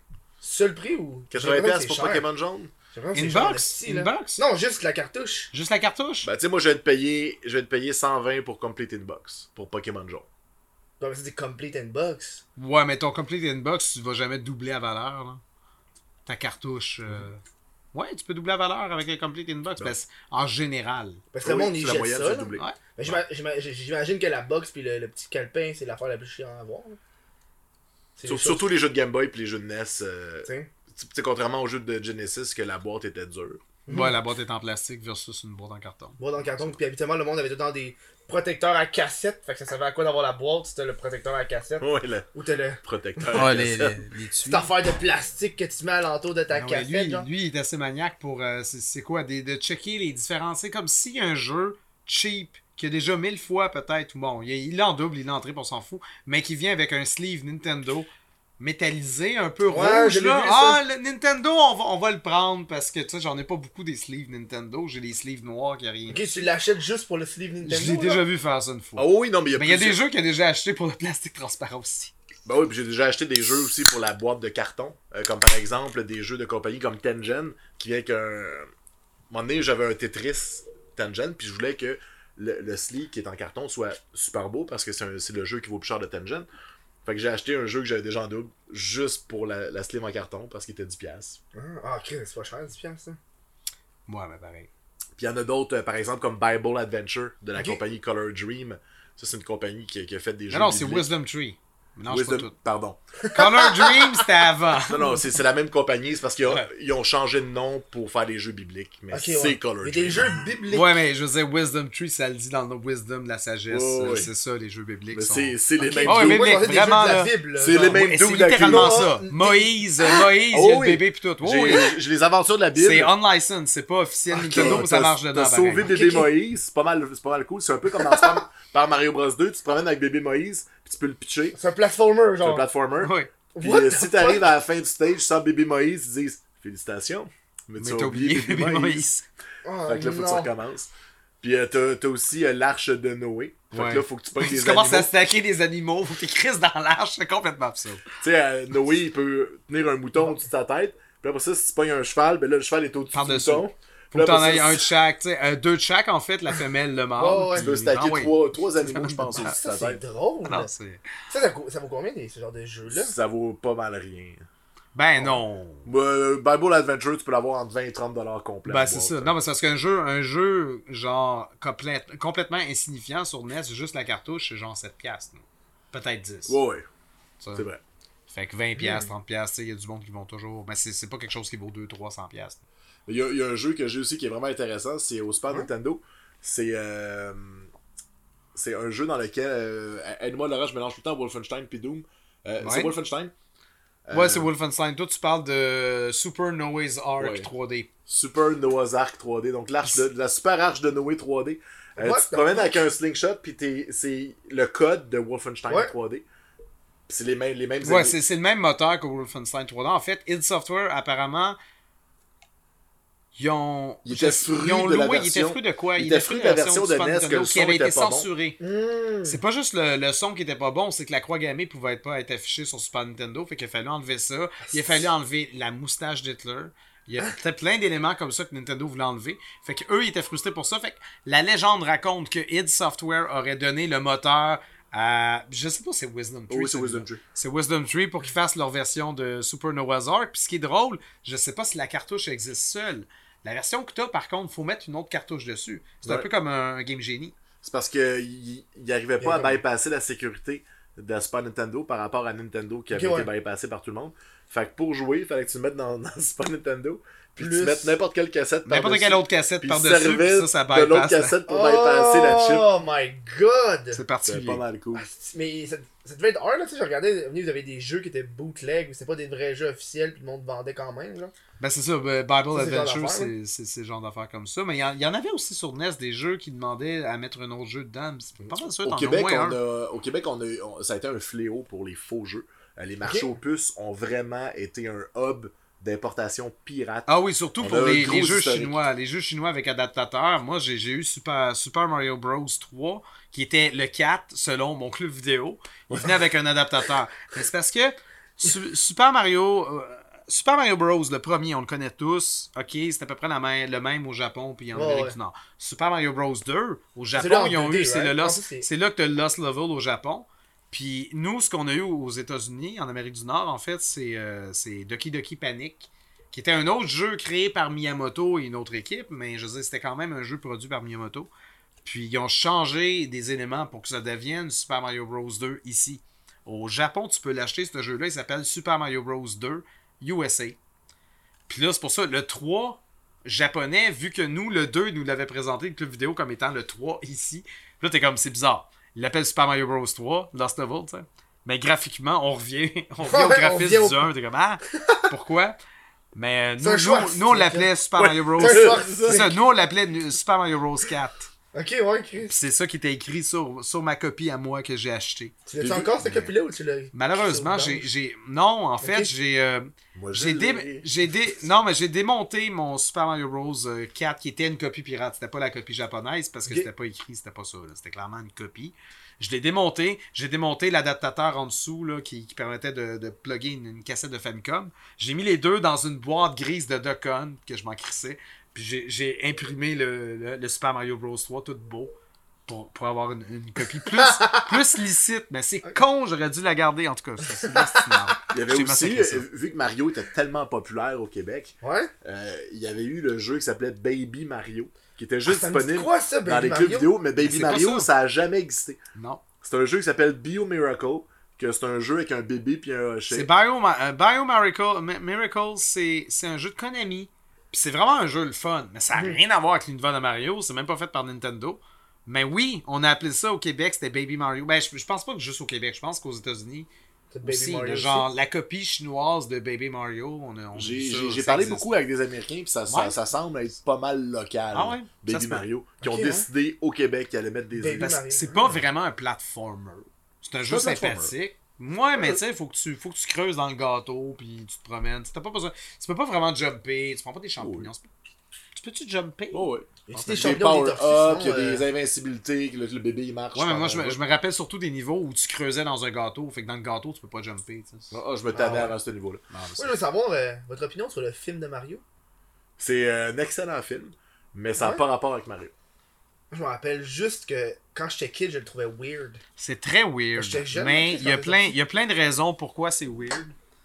Seul prix ou. 80$ c'est pour cher. Pokémon jaune? J'ai l'impression que c'est cher, Inbox? esti, là. Inbox? Non, juste la cartouche. Juste la cartouche? Ben, tu sais, moi, je vais te payer 120 pour Complete Inbox, pour Pokémon jaune. Non, mais c'est Complete Inbox. Ouais, mais ton Complete Inbox, tu vas jamais doubler la valeur. Là. Ta cartouche. Ouais, tu peux doubler la valeur avec un Complete Inbox. Ben, en général. Parce que le Oui, monde, il c'est la jette moyenne, ça. c'est là. doublé. Ouais. Mais j'imagine que la box puis le petit calepin, c'est l'affaire la plus chiante à avoir. là. C'est les choses, Surtout les jeux de Game Boy puis les jeux de NES. tu sais. Tu sais, contrairement aux jeux de Genesis, que la boîte était dure. Ouais, la boîte est en plastique versus une boîte en carton. Boîte dans le carton, puis habituellement, le monde avait tout le temps des protecteurs à cassette. Fait que ça servait à quoi d'avoir la boîte si t'as le protecteur à cassette. Ouais, le Ou t'as le. protecteur. Ouais, à les cassette. Cette affaire de plastique que tu mets alentour de ta Ah ouais, cassette, genre. lui, il est assez maniaque pour. C'est quoi de checker les différents. C'est comme s'il y a un jeu cheap qui a déjà 1000 fois peut-être. Bon, il en double, il est en triple, on s'en fout. Mais qui vient avec un sleeve Nintendo métallisé, un peu Ouais, rouge. je l'ai Là. vu, Ah, ça. le Nintendo, on va le prendre parce que tu sais, j'en ai pas beaucoup des sleeves Nintendo. J'ai des sleeves noirs qui a rien. Ok, tu l'achètes juste pour le sleeve Nintendo. Je l'ai là? déjà vu faire ça une fois. Ah oui, non, mais Mais il y a des plusieurs- jeux qu'il a déjà acheté pour le plastique transparent aussi. Ben oui, puis j'ai déjà acheté des jeux aussi pour la boîte de carton. Comme par exemple des jeux de compagnie comme Tengen, qui vient avec un. À un moment donné, j'avais un Tetris Tengen, puis je voulais que le sleeve qui est en carton soit super beau parce que c'est le jeu qui vaut plus cher de Tengen. Fait que j'ai acheté un jeu que j'avais déjà en double juste pour la sleeve en carton parce qu'il était 10$. Ah, ok, c'est pas cher, 10$, ça. Ouais, mais pareil. Puis il y en a d'autres, par exemple comme Bible Adventure de la Ok. compagnie Color Dream. Ça, c'est une compagnie qui a fait des jeux. Non, c'est bibliques. Wisdom Tree. Mélange pas tout. Pardon. Color Dream, c'était avant. Non, c'est la même compagnie. C'est parce qu'ils Ouais. ont changé de nom pour faire des jeux bibliques. Mais Ok, c'est ouais. Color Mais Dream. des jeux bibliques. Ouais, mais je veux dire, Wisdom Tree, ça le dit dans le Wisdom, la sagesse. Ouais. C'est ça, les jeux bibliques. Mais sont... c'est les Ok. mêmes Oh, dudes. mais Moi, je pensais des jeux vraiment, de la là. Bible. là, C'est genre. les mêmes Ouais, c'est dudes avec littéralement les- ça. Non, Moïse, Oh, il y a le oui. bébé pis tout. Oh, oui. J'ai les aventures de la Bible. C'est unlicensed, c'est pas officiel Nintendo, mais ça marche dedans. T'as sauvé pareil. bébé Ok, ok. Moïse, c'est pas mal cool. C'est un peu comme dans Super Mario Bros 2, tu te promènes avec bébé Moïse, puis tu peux le pitcher. C'est un platformer, C'est un genre. platformer. Oui. Puis What the si fuck? t'arrives à la fin du stage sans bébé Moïse, ils disent félicitations. Mais Mais t'as oublié bébé Moïse. Oh, Fait que là, faut que tu non. recommences. Puis t'as aussi l'arche de Noé. Fait Ouais. que là, faut que tu pognes des Tu commences à animaux. stacker des animaux, faut que tu crises dans l'arche, c'est complètement absurde. Tu sais, Noé, il peut tenir un mouton au-dessus de sa tête. Puis après ça, si tu pognes un cheval, ben là, le cheval est au-dessus du Par-dessus. mouton. Faut Puis que là, t'en après aies ça, un de chaque, tu sais, deux de chaque en fait, la femelle, le mâle. Ouais, ouais. Tu peux puis- stacker ah oui. trois animaux, je pense, au-dessus de Ça, ta c'est tête. drôle. Non, c'est... Ça vaut combien, ce genre de jeux-là? Ça vaut pas mal rien. Ben non. Bible Adventure, tu peux l'avoir entre 20 et 30 $ complet. Ben c'est ça. Non, mais c'est parce qu'un jeu genre complètement insignifiant sur NES, juste la cartouche, c'est genre 7$. non? Peut-être 10. Ouais, Ça. c'est vrai. Fait que 20$, 30$, tu sais, il y a du monde qui vont toujours. Mais c'est pas quelque chose qui vaut 200-300$. Il y a un jeu que j'ai aussi qui est vraiment intéressant, c'est au Super Nintendo. C'est un jeu dans lequel. Aide-moi, Laurent, je mélange tout le temps Wolfenstein puis Doom. C'est Wolfenstein. Ouais, c'est Wolfenstein. Toi, tu parles de Super Noah's Ark Ouais. 3D. Super Noah's Ark 3D, donc la super arche de Noé 3D. What Tu te promènes avec un slingshot, puis c'est le code de Wolfenstein Ouais. 3D. Puis c'est les mêmes Ouais, ennemis. c'est le même moteur que Wolfenstein 3D. En fait, id Software, apparemment, ils ont Ils étaient fruits de la loué, ils version- étaient fruits de quoi? ils étaient fruits de la version de Super NES que Nintendo le qui son avait était été pas bon. censuré. C'est pas juste le son qui était pas bon, c'est que la croix gammée pouvait pas être affichée sur Super Nintendo, fait qu'il a fallu enlever ça. Il a fallu enlever la moustache d'Hitler. Il y a peut-être plein d'éléments comme ça que Nintendo voulait enlever. Fait qu'eux, ils étaient frustrés pour ça. Fait que la légende raconte que id Software aurait donné le moteur à... Je sais pas si c'est Wisdom Tree. Oui, c'est celui-là. Wisdom Tree. C'est Wisdom Tree pour qu'ils fassent leur version de Super Noah's Ark. Puis ce qui est drôle, je sais pas si la cartouche existe seule. La version que tu as, par contre, faut mettre une autre cartouche dessus. C'est un Ouais. peu comme un Game Genie. C'est parce qu'il n'arrivait pas à bypasser la sécurité de la Super Nintendo par rapport à Nintendo qui avait Ok, été bypassé par tout le monde. Fait que pour jouer, il fallait que tu le mettes dans Super Nintendo. Puis Plus- tu mettes n'importe quelle cassette N'importe par-dessus. quelle autre cassette Puis par-dessus, servait puis ça de l'autre bypass. cassette pour bypasser la chip. Oh my god! C'est C'est particulier. pas mal cool. Mais ça devait être hard, là, tu sais, je regardais, vous avez des jeux qui étaient bootleg, mais c'était pas des vrais jeux officiels, puis le monde vendait quand même, là. Ben c'est ça, Bible Ça, c'est le genre Adventure, d'affaire, c'est ce genre d'affaires comme ça. Mais il y en avait aussi sur NES des jeux qui demandaient à mettre un autre jeu dedans. C'est pas mal sûr, Au t'en as Québec, moins un. au Québec, ça a été un fléau pour les faux jeux. Les marchés Ok. aux puces ont vraiment été un hub d'importation pirate. Ah oui, surtout On pour a un les gros jeux historique. chinois. Les jeux chinois avec adaptateur. Moi, j'ai eu Super Mario Bros 3, qui était le 4, selon mon club vidéo. Il venait avec un adaptateur. Mais c'est parce que Super Mario Bros, le premier, on le connaît tous. Ok, c'est à peu près le même au Japon puis en Amérique ouais. du Nord. Super Mario Bros 2, au là Japon, en ils ont 2D, eu, c'est right? le En Lost, plus, c'est- c'est là que tu as le Lost Level au Japon. Puis nous, ce qu'on a eu aux États-Unis, en Amérique du Nord, en fait, c'est Doki Doki Panic, qui était un autre jeu créé par Miyamoto et une autre équipe, mais je veux dire, c'était quand même un jeu produit par Miyamoto. Puis ils ont changé des éléments pour que ça devienne Super Mario Bros 2 ici. Au Japon, tu peux l'acheter, ce jeu-là, il s'appelle Super Mario Bros 2 USA. Puis là, c'est pour ça, le 3 japonais, vu que nous, le 2, nous l'avait présenté, le club vidéo, comme étant le 3 ici. Puis là, t'es comme, c'est bizarre. Il l'appelle Super Mario Bros 3, Lost Level, tu sais. Mais graphiquement, on revient au Ouais, on graphisme revient au- du 1. T'es comme, ah, pourquoi? Mais C'est un choix nous, on l'appelait Super Mario Bros. C'est un choix C'est ça, nous, on l'appelait Super Mario Bros 4. Ok, ouais, Chris. Puis c'est ça qui était écrit sur ma copie à moi que j'ai acheté. Tu l'as-tu encore, cette copie-là, ou tu l'as... Malheureusement, Sur non, en fait, Ok. Moi, non, mais j'ai démonté mon Super Mario Bros 4 qui était une copie pirate. C'était pas la copie japonaise parce que Ok. c'était pas écrit, c'était pas ça. Là. C'était clairement une copie. Je l'ai démonté. J'ai démonté l'adaptateur en dessous là, qui permettait de plugger une cassette de Famicom. J'ai mis les deux dans une boîte grise de Duck Hunt que je m'en crissais. Puis j'ai imprimé le Super Mario Bros 3 tout beau. Pour avoir une copie plus licite. Mais c'est con, j'aurais dû la garder en tout cas. C'est fascinant. Il y avait J'ai aussi, massacré ça. vu que Mario était tellement populaire au Québec, Ouais? il y avait eu le jeu qui s'appelait Baby Mario, qui était juste Ça me dit disponible quoi, ça, Baby dans les Mario? clubs vidéo, mais Baby c'est pas Mario, ça. ça a jamais existé. Non. C'est un jeu qui s'appelle Bio Miracle, que c'est un jeu avec un bébé puis un hochet. C'est Bio Miracle, c'est un jeu de Konami. Puis c'est vraiment un jeu le fun. Mais ça n'a rien à voir avec l'univers de Mario. C'est même pas fait par Nintendo. Mais oui, on a appelé ça au Québec, c'était Baby Mario. Ben, je pense pas que juste au Québec. Je pense qu'aux États-Unis. C'est Baby Aussi, Mario genre aussi. la copie chinoise de Baby Mario. J'ai parlé beaucoup avec des Américains, puis ça semble être pas mal local. Ah ouais? Ça Baby se peut. Mario, qui ont Ok, décidé au Québec qu'ils allaient mettre des Baby îles. Parce que Mario. c'est pas vraiment un platformer. C'est un jeu pas un platformer. sympathique. Ouais, mais tu sais, faut que tu creuses dans le gâteau, puis tu te promènes. T'as pas besoin. Tu peux pas vraiment jumper, tu prends pas des champignons. Tu peux-tu jumper? Oh ouais. Y a-tu Des des champignons, des power-up, tortues, il y a sinon, des invincibilités, que le bébé il marche. Ouais, mais moi, pendant- je me rappelle surtout des niveaux où tu creusais dans un gâteau. Fait que dans le gâteau, tu peux pas jumper. Tu sais. Je me tannais Ah ouais. avant ce niveau-là. Non, mais Moi, c'est- je veux savoir votre opinion sur le film de Mario. C'est un excellent film, mais ça n'a Ouais. pas rapport avec Mario. Je me rappelle juste que quand j'étais kid, je le trouvais weird. C'est très weird. J'étais jeune, Mais ok, il y a ça plein, fait il y a plein de raisons pourquoi c'est weird.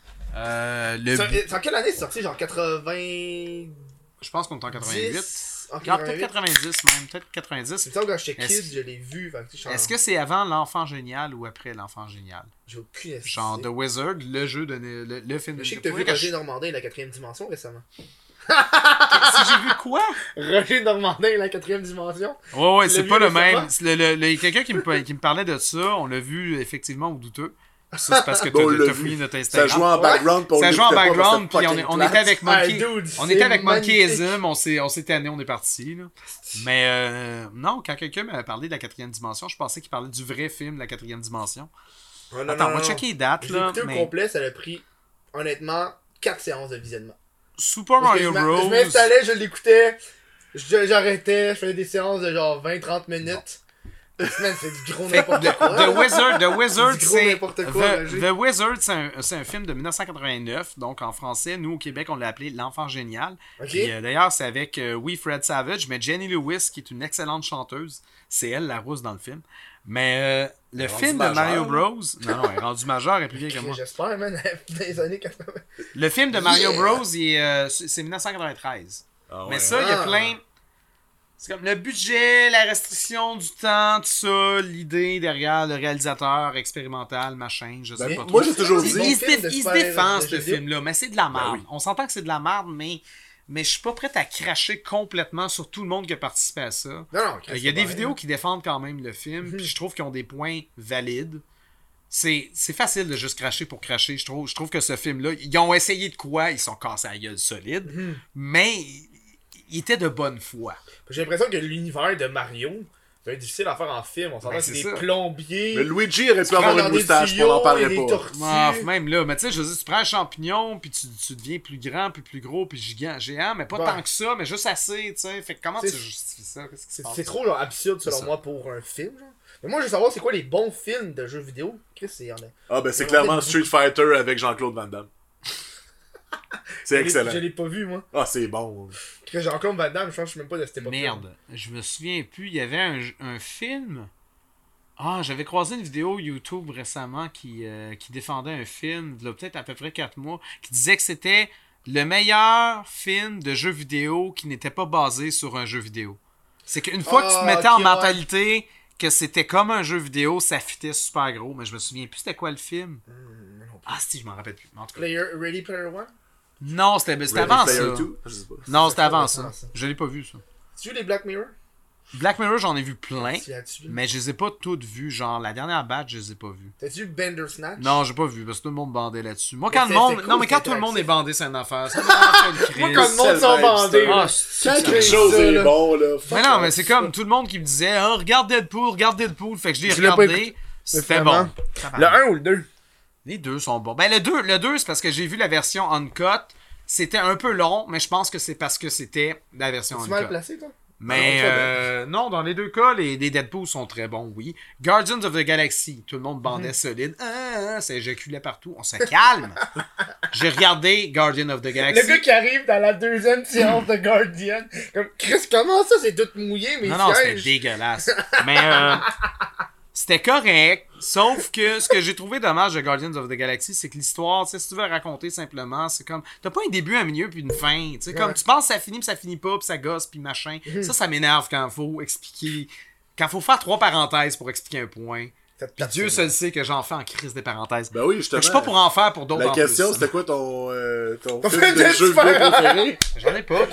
C'est en quelle année c'est sorti? Genre 80... Je pense qu'on est en 88. 10? En Peut-être 88? 90 même, peut-être 90. Il me semble que quand j'étais Est-ce- kid, je l'ai vu. Fait que, tu sais, Est-ce que c'est avant l'enfant génial ou après l'enfant génial? J'ai aucune idée. Genre The Wizard, le jeu de le film de Je sais que t'as vu Faudrait que Roger Normandin et la 4ème dimension récemment. Si j'ai vu quoi? Roger Normandin et la 4ème dimension? Ouais, Tu c'est l'as pas vu le même. récemment? Il y a quelqu'un qui me parlait de ça. On l'a vu effectivement au douteux. Ça, c'est parce que Bon, on l'a t'as vu. fouillé notre Ça Instagram. jouait en background, puis on Ça joue en l'écoutait pas parce background, que puis c'était on fucking était avec plate. Monkey. Ah, dude, On c'est était avec magnifique. Monkeyism, on s'est tanné, on est parti. Là. Mais non, quand quelqu'un m'avait parlé de la 4ème dimension, je pensais qu'il parlait du vrai film, la 4ème dimension. Ouais, non, Attends, non, on va non. checker les dates. Je l'ai Là, écouté au mais complet, ça a pris, honnêtement, 4 séances de visionnement. Super Parce que Mario je Bros. m'installais, je l'écoutais, j'arrêtais, je faisais des séances de genre 20-30 minutes. Man, c'est du gros Fait que n'importe quoi. The Wizard, Du gros c'est. n'importe quoi, Roger. The Wizard, c'est un film de 1989. Donc en français, nous au Québec, on l'a appelé L'Enfant Génial. Ok. Puis, d'ailleurs, c'est avec, oui, Fred Savage, mais Jenny Lewis, qui est une excellente chanteuse. C'est elle, la rousse, dans le film. Mais le est film de rendue Mario majeure. Bros. Non, elle est rendue majeure, elle est plus vieille que moi. J'espère, man, dans les années 80. Le film de Mario Yeah. Bros, c'est 1993. Ah ouais. Mais ça, il y a Ah. plein. C'est comme le budget, la restriction du temps, tout ça, l'idée derrière le réalisateur expérimental, machin, je sais Ben, pas trop. moi, j'ai toujours C'est dit. bon Il film de se super- défend, de ce jeux vidéo. film-là, mais c'est de la merde. oui. On s'entend que c'est de la merde, mais je suis pas prêt à cracher complètement sur tout le monde qui a participé à ça. Non, non, Il y a des vidéos qui défendent quand même le film, puis je trouve qu'ils ont des points valides. C'est facile de juste cracher pour cracher, je trouve. Je trouve que ce film-là, ils ont essayé de quoi, ils sont cassés à la gueule solide, mais il était de bonne foi. J'ai l'impression que l'univers de Mario va être difficile à faire en film. On s'entend Ben, que c'est c'est des ça. plombiers. Mais Luigi aurait pu Tu avoir rentres une dans des moustache, tuyaux, on n'en et parlerait des pas. tortues. Ah, même là, mais tu sais, je veux dire, tu prends un champignon, puis tu deviens plus grand, puis plus gros, puis géant, mais pas Ouais. tant que ça, mais juste assez, tu sais. Fait que comment tu C'est- justifies ça? Qu'est-ce qui se passe? C'est trop genre, absurde selon C'est ça. moi pour un film. Genre. Mais moi, je veux savoir c'est quoi les bons films de jeux vidéo. Chris, il y en a. Ah, ben c'est On clairement en fait Street Fighter avec Jean-Claude Van Damme. C'est excellent. Je l'ai pas vu, moi. Ah, c'est bon. Chris, Jean-Claude Van Damme, je pense que je suis même pas de cette époque. Merde, je me souviens plus. Il y avait un film. Ah, j'avais croisé une vidéo YouTube récemment qui défendait un film, il y a peut-être à peu près 4 mois, qui disait que c'était le meilleur film de jeu vidéo qui n'était pas basé sur un jeu vidéo. C'est qu'une fois que tu te mettais en ok, ouais. mentalité que c'était comme un jeu vidéo, ça fitait super gros, mais je me souviens plus c'était quoi le film. Ah, si, je m'en rappelle plus. En tout cas. Ready Player One? Non, c'était Ready avant Player ça. 2? Je sais pas. Non, c'était avant C'est ça. ça. Je l'ai pas vu, ça. Tu veux les Black Mirror? Black Mirror, j'en ai vu plein, Tu l'as-tu vu? mais je les ai pas toutes vues. Genre, la dernière batch, je les ai pas vues. T'as-tu vu Bender Snatch? Non, j'ai pas vu, parce que tout le monde bandait là-dessus. Moi, Mais quand le c'est monde. cool, Non, mais quand c'est tout le monde est interactif. bandé, c'est une affaire. Ça me fait le crise. Moi, quand le monde C'est sont le bandés, hipster. là. Ah, Quand Quelque ça, chose est là. bon, là. Mais non, mais c'est comme tout le monde qui me disait oh, regarde Deadpool. Fait que je l'ai Tu l'as pas regardé. écouté? C'était vraiment. bon. Le 1 ou le 2? Les deux sont bons. Ben, le 2 c'est parce que j'ai vu la version uncut. C'était un peu long, mais je pense que c'est parce que c'était la version Tu mal uncut. placé, toi? Mais non, dans les deux cas, les Deadpool sont très bons, oui. Guardians of the Galaxy, tout le monde bandait solide. Ça éjaculait partout. On se calme. J'ai regardé Guardian of the Galaxy. Le gars qui arrive dans la deuxième séance de Guardian. Comme, Chris, comment ça, c'est tout mouillé, mais Non, c'était dégueulasse. Mais c'était correct. Sauf que ce que j'ai trouvé dommage de Guardians of the Galaxy, c'est que l'histoire, tu sais, si tu veux la raconter simplement, c'est comme. T'as pas un début, un milieu, puis une fin. Tu sais, comme Ouais. tu penses que ça finit, puis ça finit pas, puis ça gosse, puis machin. Ça m'énerve quand faut expliquer. Quand faut faire 3 parenthèses pour expliquer un point. Ça te Puis tape Dieu sur seul le- sait que j'en fais en crise des parenthèses. Ben oui, Fait justement. que je suis pas pour en faire pour d'autres La en question, plus. c'était quoi ton Ton film film de de jeu vidéo super- préféré? J'en ai pas,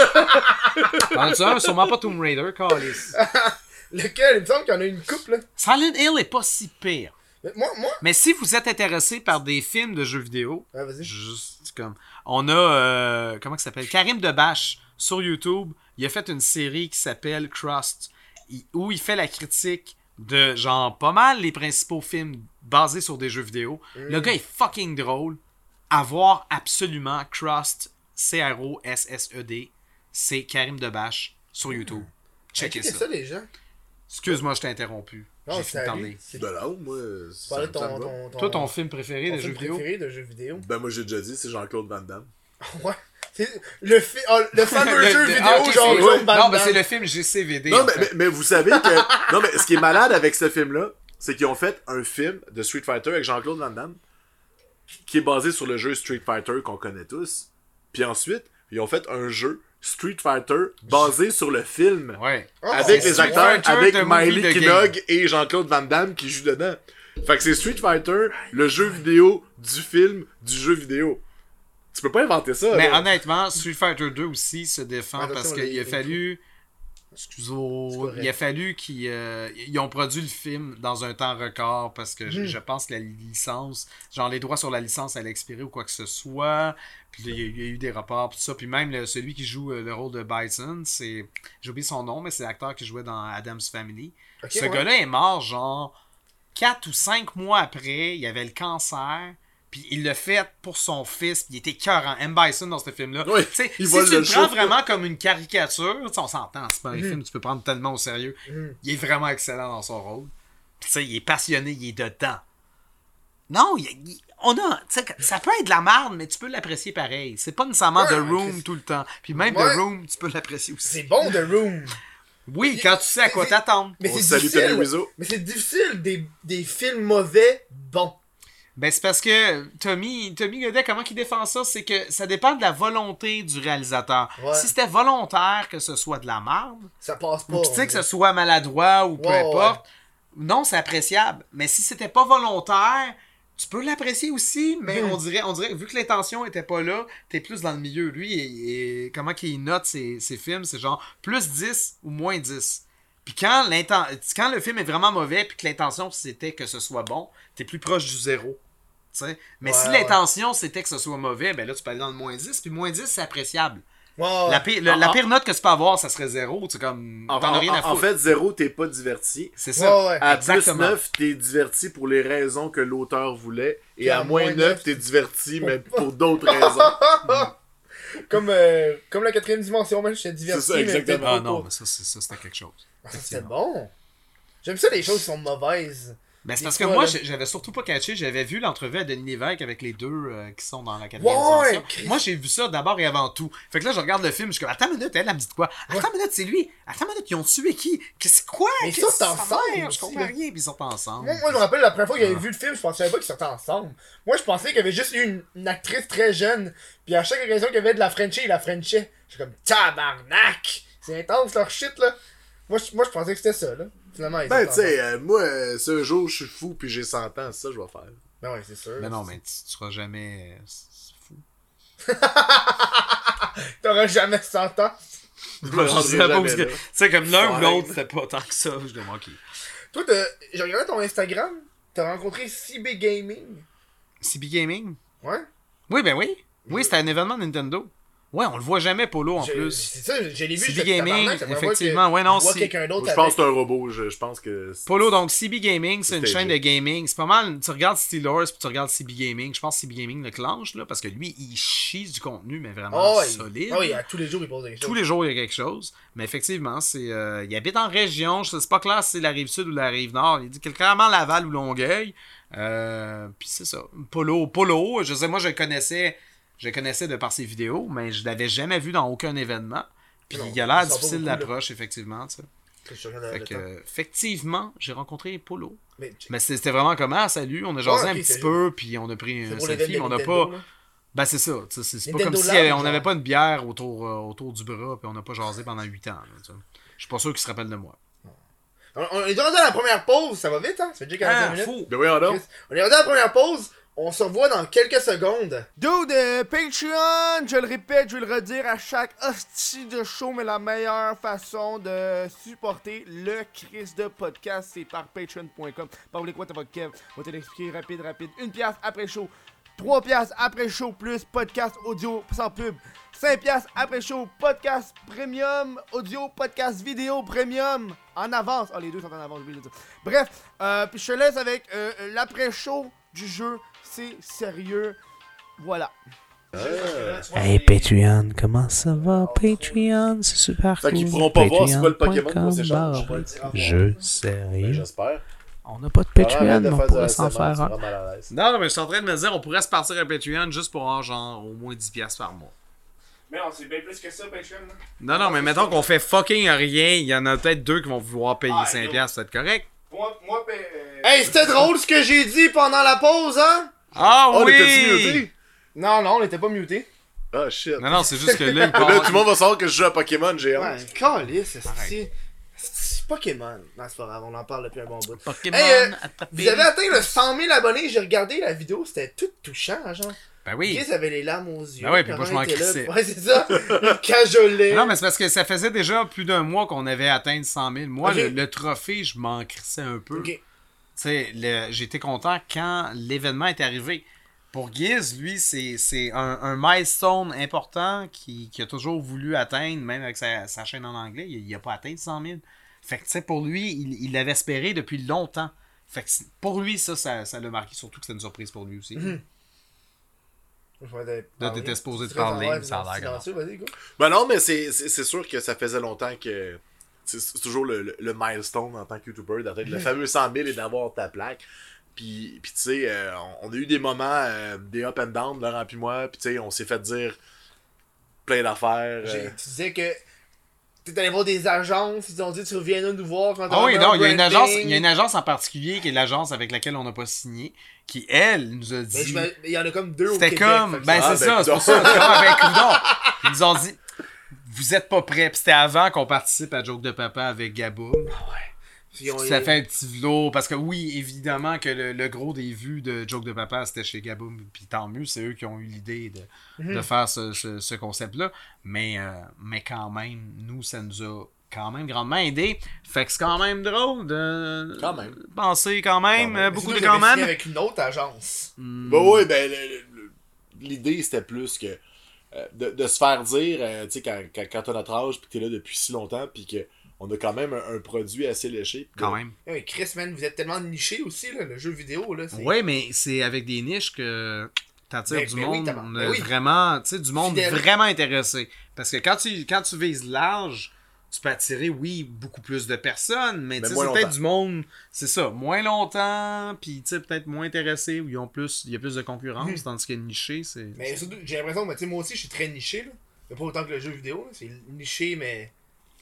toi. T'en as-tu un? Sûrement pas Tomb Raider, câlisse. Lequel? Il me semble qu'il y en a une couple, là. Silent Hill est pas si pire. Mais moi... Mais si vous êtes intéressé par des films de jeux vidéo, Ah, vas-y. juste comme... On a, comment ça s'appelle? Karim Debache, sur YouTube, il a fait une série qui s'appelle Crust, où il fait la critique de, genre, pas mal les principaux films basés sur des jeux vidéo. Le gars est fucking drôle. À voir absolument Crust, C-R-O-S-S-E-D, c'est Karim Debache, sur YouTube. Checkez C'est ça. ça, les gens. Excuse-moi, je t'ai interrompu. Non, J'ai fini de salut. parler. C'est Ben là, moi, parler de ça me va. Toi, ton film préféré ton de film jeux vidéo? préféré de jeux vidéo. Ben moi, j'ai déjà dit, c'est Jean-Claude Van Damme. Ouais. C'est le fameux jeu vidéo, Ah, ok, genre c'est- Jean-Claude Van Non, mais Damme. c'est le film GCVD. Non, en fait. mais vous savez que... Non, mais ce qui est malade avec ce film-là, c'est qu'ils ont fait un film de Street Fighter avec Jean-Claude Van Damme qui est basé sur le jeu Street Fighter qu'on connaît tous. Puis ensuite, ils ont fait un jeu Street Fighter basé sur le film. Ouais. Avec c'est les Street acteurs, Fighter, avec the movie, Miley the Kinnock et Jean-Claude Van Damme qui jouent dedans. Fait que c'est Street Fighter, le jeu vidéo du film du jeu vidéo. Tu peux pas inventer ça. Mais là. honnêtement, Street Fighter 2 aussi se défend Attention, parce les- qu'il a les fallu. C'est Excusez-moi. correct. Il a fallu qu'ils ils ont produit le film dans un temps record parce que je pense que la licence, genre les droits sur la licence allaient expirer ou quoi que ce soit. Puis là, il y a eu des reports, puis tout ça. Puis même celui qui joue le rôle de Bison, c'est. J'ai oublié son nom, mais c'est l'acteur qui jouait dans Addams Family. Ok, Ce ouais. gars-là est mort, genre, 4 ou 5 mois après. Il avait le cancer. Puis il l'a fait pour son fils. Puis il était écœurant. M. Bison dans ce film-là. Oui, Tu sais, il si vole tu le le prends show. vraiment comme une caricature, tu sais, on s'entend, c'est pas un film que tu peux prendre tellement au sérieux. Il est vraiment excellent dans son rôle. Puis tu sais, il est passionné, il est dedans. Non, on a, tu sais, ça peut être de la merde, mais tu peux l'apprécier pareil. C'est pas nécessairement Ouais, The mais Room c'est- tout le temps. Puis même Ouais. The Room, tu peux l'apprécier aussi. C'est bon, The Room. Oui, quand tu sais à quoi c'est- t'attendre. Mais On c'est salue difficile. Tony Wiseau. Mais c'est difficile des films mauvais, bons. Ben, c'est parce que Tommy Godet, comment il défend ça? C'est que ça dépend de la volonté du réalisateur. Ouais. Si c'était volontaire que ce soit de la merde, Ça passe pas. ou que tu sais on que ce dirait. soit maladroit ou peu Ouais, importe, non, c'est appréciable. Mais si c'était pas volontaire, tu peux l'apprécier aussi, mais on dirait, vu que l'intention était pas là, t'es plus dans le milieu. Lui, et comment qu'il note ses films, c'est genre plus 10 ou moins 10. Puis quand le film est vraiment mauvais, puis que l'intention c'était que ce soit bon, t'es plus proche du zéro. T'sais. Mais Ouais, si ouais. l'intention c'était que ce soit mauvais, ben là tu peux aller dans le moins 10, puis moins 10 c'est appréciable. Ouais, ouais. La pire note que tu peux avoir, ça serait 0, tu sais, comme t'en as rien à En foutre. fait, 0, t'es pas diverti. C'est ça. Ouais, ouais. À Exactement. plus 9, t'es diverti pour les raisons que l'auteur voulait. Et Puis à moins 9, t'es diverti, mais pour d'autres raisons. Comme la quatrième dimension, même, j'étais diverti. C'est ça, mais exactement. peut-être Ah pas non, pour- mais ça c'était quelque chose. Ah, ça, c'était bon. J'aime ça, les choses qui sont mauvaises. Ben, c'est Des parce que fois, moi, là. j'avais surtout pas catché. J'avais vu l'entrevue à Denis Lévesque avec les deux qui sont dans la quatrième Ouais, dimension. Chris. Moi, j'ai vu ça d'abord et avant tout. Fait que là, je regarde le film, je suis comme, attends une minute, elle me dit de quoi? Attends une minute, c'est lui. Attends une minute, ils ont tué qui? C'est quoi? Mais ils Qu'est-ce que sortent ça ensemble veut dire? Je aussi, comprends là. rien, puis ils sortent ensemble. Moi, je me rappelle la première fois que j'avais vu le film, je pensais pas qu'ils sortaient ensemble. Moi, je pensais qu'il y avait juste eu une actrice très jeune, puis à chaque occasion qu'il y avait de la Frenchie, il la Frenchait. J'étais comme, tabarnak! C'est intense leur shit, là. Moi, je pensais que c'était ça, là. Finalement, ils Ben, sortent tu sais, ensemble. moi, si un jour je suis fou puis j'ai 100 ans, c'est ça que je vais faire. Ben ouais, c'est sûr. Mais non, mais tu seras jamais. C'est fou. T'auras jamais 100 ans. Je me Je rendrai sais pas jamais parce que. là. Tu sais, comme l'un ou Fine. l'autre, c'était pas tant que ça. Je me ok. Toi, j'ai regardé ton Instagram, t'as rencontré CB Gaming. CB Gaming? Ouais? Oui, ben oui. Oui, c'était un événement Nintendo. Ouais, on le voit jamais, Polo, en plus. C'est ça, j'ai les vu. CB j'étais Gaming, tabarnak, c'est la première fois effectivement, que ouais, non, je vois c'est- quelqu'un d'autre Moi, je pense avec. que c'est un robot. Je pense que. Polo, donc CB Gaming, c'est une C'était chaîne de juste. gaming. C'est pas mal. Tu regardes Steelers puis tu regardes CB Gaming. Je pense que CB Gaming le clenche, là, parce que lui, il chie du contenu, mais vraiment Oh, solide. oui, tous les jours, il pose des choses. Tous les jours, il y a quelque chose. Mais effectivement, c'est il habite en région. Je sais pas clair si c'est la rive sud ou la rive nord. Il dit que clairement Laval ou Longueuil. Puis c'est ça. Polo, je sais, moi, je le connaissais de par ses vidéos, mais je l'avais jamais vu dans aucun événement. Puis Non, il a l'air il sort pas difficile beaucoup, là. d'approche, effectivement. Tu sais. Je regarde Fait le que, temps. effectivement, j'ai rencontré Polo. Mais Mais c'était vraiment comment, salut, on a jasé Ouais, un ok, petit c'est peu, puis on a pris c'est un pour selfie, l'événement mais on n'a Nintendo, pas... là. Ben c'est ça, tu sais, c'est pas Nintendo comme si Lounge, on n'avait genre. pas une bière autour du bras, puis on n'a pas jasé pendant 8 ans. Là, tu sais. Je suis pas sûr qu'il se rappelle de moi. On est rendu à la première pause, ça va vite, hein? Ça fait déjà 45 minutes. Fou. Ben oui, on Chris, on est rendu à la première pause. On se revoit dans quelques secondes. Dude, Patreon, je le répète, je vais le redire à chaque hostie de show, mais la meilleure façon de supporter le Chris de podcast, c'est par patreon.com. Par what the fuck, Kev, on va te l'expliquer rapide. 1 piastre après show, 3 piastres après show, plus podcast audio sans pub. 5 piastres après show, podcast premium, audio, podcast vidéo premium. En avance. Ah, les deux sont en avance, je vais le dire. Bref, puis je te laisse avec l'après-show du jeu. C'est sérieux. Voilà. Hey Patreon, comment ça va Patreon? C'est super Fait cool. qu'ils pourront pas voir c'est quoi le Pokémon qu'on s'échange. Jeu Ben, sérieux. j'espère. On n'a pas de Patreon, mais on pourrait s'en faire un. Non, mais je suis en train de me dire, on pourrait se partir un Patreon juste pour avoir genre au moins 10$ par mois. Mais non, c'est bien plus que ça, Patreon. Là. Non, mais mettons qu'on fait fucking rien, il y en a peut-être 2 qui vont vouloir payer 5$, c'est correct? Hey, c'était drôle ce que j'ai dit pendant la pause, hein? Ah Oh, oui! était-tu muté? Non, on n'était pas muté. Ah, shit. Non, c'est juste que là, il Là, part... tout le monde va savoir que je joue à Pokémon, j'ai Ouais, honte. calice, c'est Pokémon. Non, c'est pas grave, on en parle depuis un bon bout. Pokémon, Hey, attrapé. Vous avez atteint le 100 000 abonnés, j'ai regardé la vidéo, c'était tout touchant, genre. Ben oui. Chris avait les larmes aux yeux. Ben oui, puis quand moi, je on m'en était là. crissais. Ouais, c'est ça. Il cajolait. Non, mais c'est parce que ça faisait déjà plus d'un mois qu'on avait atteint 100 000. Moi, Ok. le trophée, je m'en crissais un peu. Ok. Tu sais, j'étais content quand l'événement est arrivé. Pour Giz, lui, c'est un milestone important qu'il a toujours voulu atteindre, même avec sa chaîne en anglais. Il n'a pas atteint 100 000. Fait que, tu sais, pour lui, il l'avait espéré depuis longtemps. Fait que pour lui, ça l'a marqué. Surtout que c'était une surprise pour lui aussi. Là, t'étais supposé te parler, mais ça a l'air que non. Vas-y, go. Ben non, mais c'est sûr que ça faisait longtemps que. C'est toujours le milestone en tant que YouTuber d'atteindre le fameux 100 000 et d'avoir ta plaque. Puis tu sais, on a eu des moments, des up and down, Laurent puis moi, puis tu sais, on s'est fait dire plein d'affaires. Tu disais que t'es allé voir des agences, ils ont dit tu reviens nous voir quand Ah oui, non, il y a branding. une agence en particulier qui est l'agence avec laquelle on n'a pas signé, qui, elle, nous a dit... Il y en a comme 2 au C'était Québec. comme... fait que Ben, ça- c'est ça, c'est pour ça. C'est comme avec Coudon. Ils nous ont dit, vous êtes pas prêts. Puis c'était avant qu'on participe à Joke de Papa avec Gaboum. Puis on- Ça fait un petit vlog, parce que oui, évidemment que le gros des vues de Joke de Papa, c'était chez Gaboum, puis tant mieux, c'est eux qui ont eu l'idée de faire ce concept-là. Mais quand même, nous, ça nous a quand même grandement aidé. Fait que c'est quand même drôle de Quand même. penser quand même, Mais beaucoup sinon, de j'avais quand même. signé avec une autre agence. Ben oui, ben l'idée c'était plus que de se faire dire, tu sais, quand t'as notre âge, puis t'es là depuis si longtemps, puis que on a quand même un produit assez léché. Quand même. Eh oui, Chris, man, vous êtes tellement niché aussi, là, le jeu vidéo, là. c'est- Ouais, mais c'est avec des niches que t'attires Ben- du ben oui, monde tabarnak. Ben oui. vraiment, tu sais, du monde Fidèle. vraiment intéressé. Parce que quand tu vises large, tu peux attirer, oui, beaucoup plus de personnes, mais tu sais, moins c'est peut-être longtemps. du monde, c'est ça, moins longtemps, puis tu sais, peut-être moins intéressé, où il y a plus de concurrence, tandis que niché, c'est... Mais surtout, j'ai l'impression, mais tu sais, moi aussi, je suis très niché, là. Mais pas autant que le jeu vidéo, là. C'est niché, mais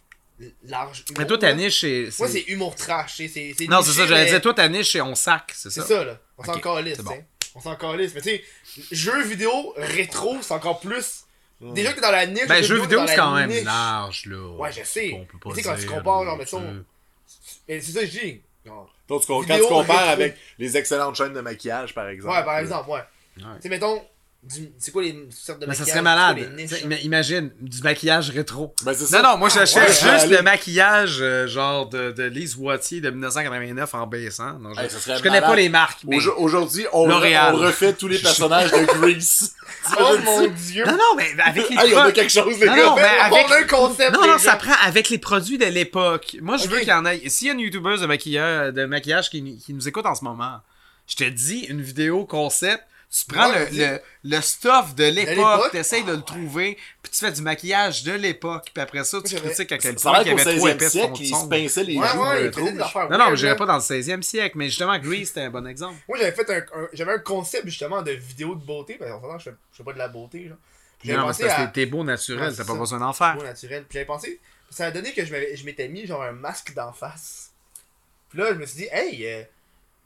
large. Mais humour, toi, ta là. niche, Moi, c'est humour trash, tu sais. C'est Non, c'est niché, ça, j'allais mais- dire, toi, ta niche, c'est on sac, c'est C'est ça? ça, là. On s'en Ok, calisse, c'est tu bon. sais. On s'en calisse. Mais tu sais, jeux vidéo rétro, c'est encore plus. Déjà que t'es dans la niche. Ben, jeu vidéo, t'es dans c'est la quand même niche. large, là. Ouais, je sais. On peut pas Mais tu sais, quand tu dire, compares, genre, là, mettons. tu sais. Mais c'est ça que je dis. Genre, Donc, quand Vidéo tu compares rétro. avec les excellentes chaînes de maquillage, par exemple. Ouais, par exemple, ouais. Ouais. Tu sais, mettons, c'est quoi les sortes de Mais ça maquillage, serait malade. c'est quoi les niches, T'sais, là? imagine, du maquillage rétro. Ben, c'est ça. Non, moi j'achète ouais, juste allez. le maquillage genre de Lise Wattier de 1989 en baissant. Non, Hey, ça serait je connais malade. pas les marques. Mais... Aujourd'hui, on L'Oréal. refait tous les personnages de Grease. Oh mon dieu! Non, mais avec les Hey, on a pro- quelque chose, les Non, gars. non, mais avec- On a un concept! Non, les non, gars. ça prend avec les produits de l'époque. Moi, je veux Ok. qu'il y en ait. S'il y a une youtubeuse de maquillage qui nous écoute en ce moment, je te dis, une vidéo concept, tu prends Ouais, le stuff de l'époque, l'époque? tu essaies de le trouver, puis tu fais du maquillage de l'époque, puis après ça, tu j'avais- critiques à quel Ça point a il y l'air qu'au avait trop 16e épais de siècle, fond de ils se son. pinçaient les Ouais, joues. ouais, ils trop. faisaient des affaires Non, mais weird, j'irais là. pas dans le 16e siècle, mais justement, Grease, c'était un bon exemple. Moi, j'avais fait j'avais un concept justement de vidéo de beauté, parce qu'en ce moment, je fais pas de la beauté, genre. Puis j'avais Non, mais pensé c'est parce à que t'es beau naturel, Ouais, t'as c'est pas ça. besoin d'en faire. beau naturel. Puis j'avais pensé, ça a donné que je m'étais mis genre un masque d'en face. Puis là, je me suis dit, hey,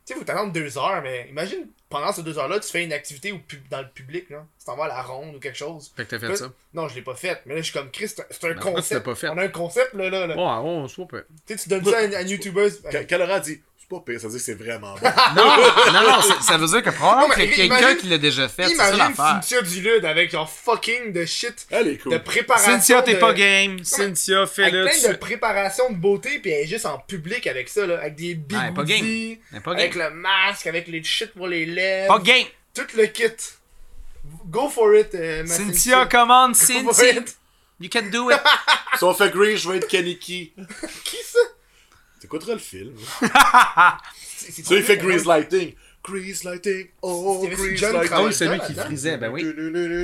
sais, faut t'attendre 2 heures, mais imagine, pendant ces 2 heures-là, tu fais une activité dans le public, là. Tu t'en vas à la ronde ou quelque chose. Fait que t'as fait Là, ça. Non, je l'ai pas fait. Mais là, je suis comme Chris, c'est un pourquoi tu concept. l'as pas fait? On a un concept, là. Ouais, on se voit pas. Tu sais, tu donnes ça à un YouTuber. Quand Laurent dit, c'est pas pire, ça veut dire que c'est vraiment bon. Non, ça veut dire que probablement Non, mais qu'il y a quelqu'un imagine- qui l'a déjà fait, c'est ça Imagine l'affaire. Cynthia Dulude avec genre fucking de shit Elle est cool. de préparation. Cynthia, t'es de- pas game. Cynthia, Avec fais-le. plein de préparation de beauté, puis elle est juste en public avec ça, là. Avec des Ah, elle est pas game. bigoudis, Elle est pas avec game. le masque, avec les shit pour les lèvres. Pas game. Tout le kit. Go for it, ma Cynthia, commande, Go for Cynthia. it. You can do it. Si on fait Grease, je vais être Kaneki. Qui ça? T'écouteras le film. C'est Ça, il fait Grease Lighting. Grease Lighting. Oh, Il y avait Grease John Lighting. Ah oui, Travolta celui qui là-dedans. frisait, ben oui.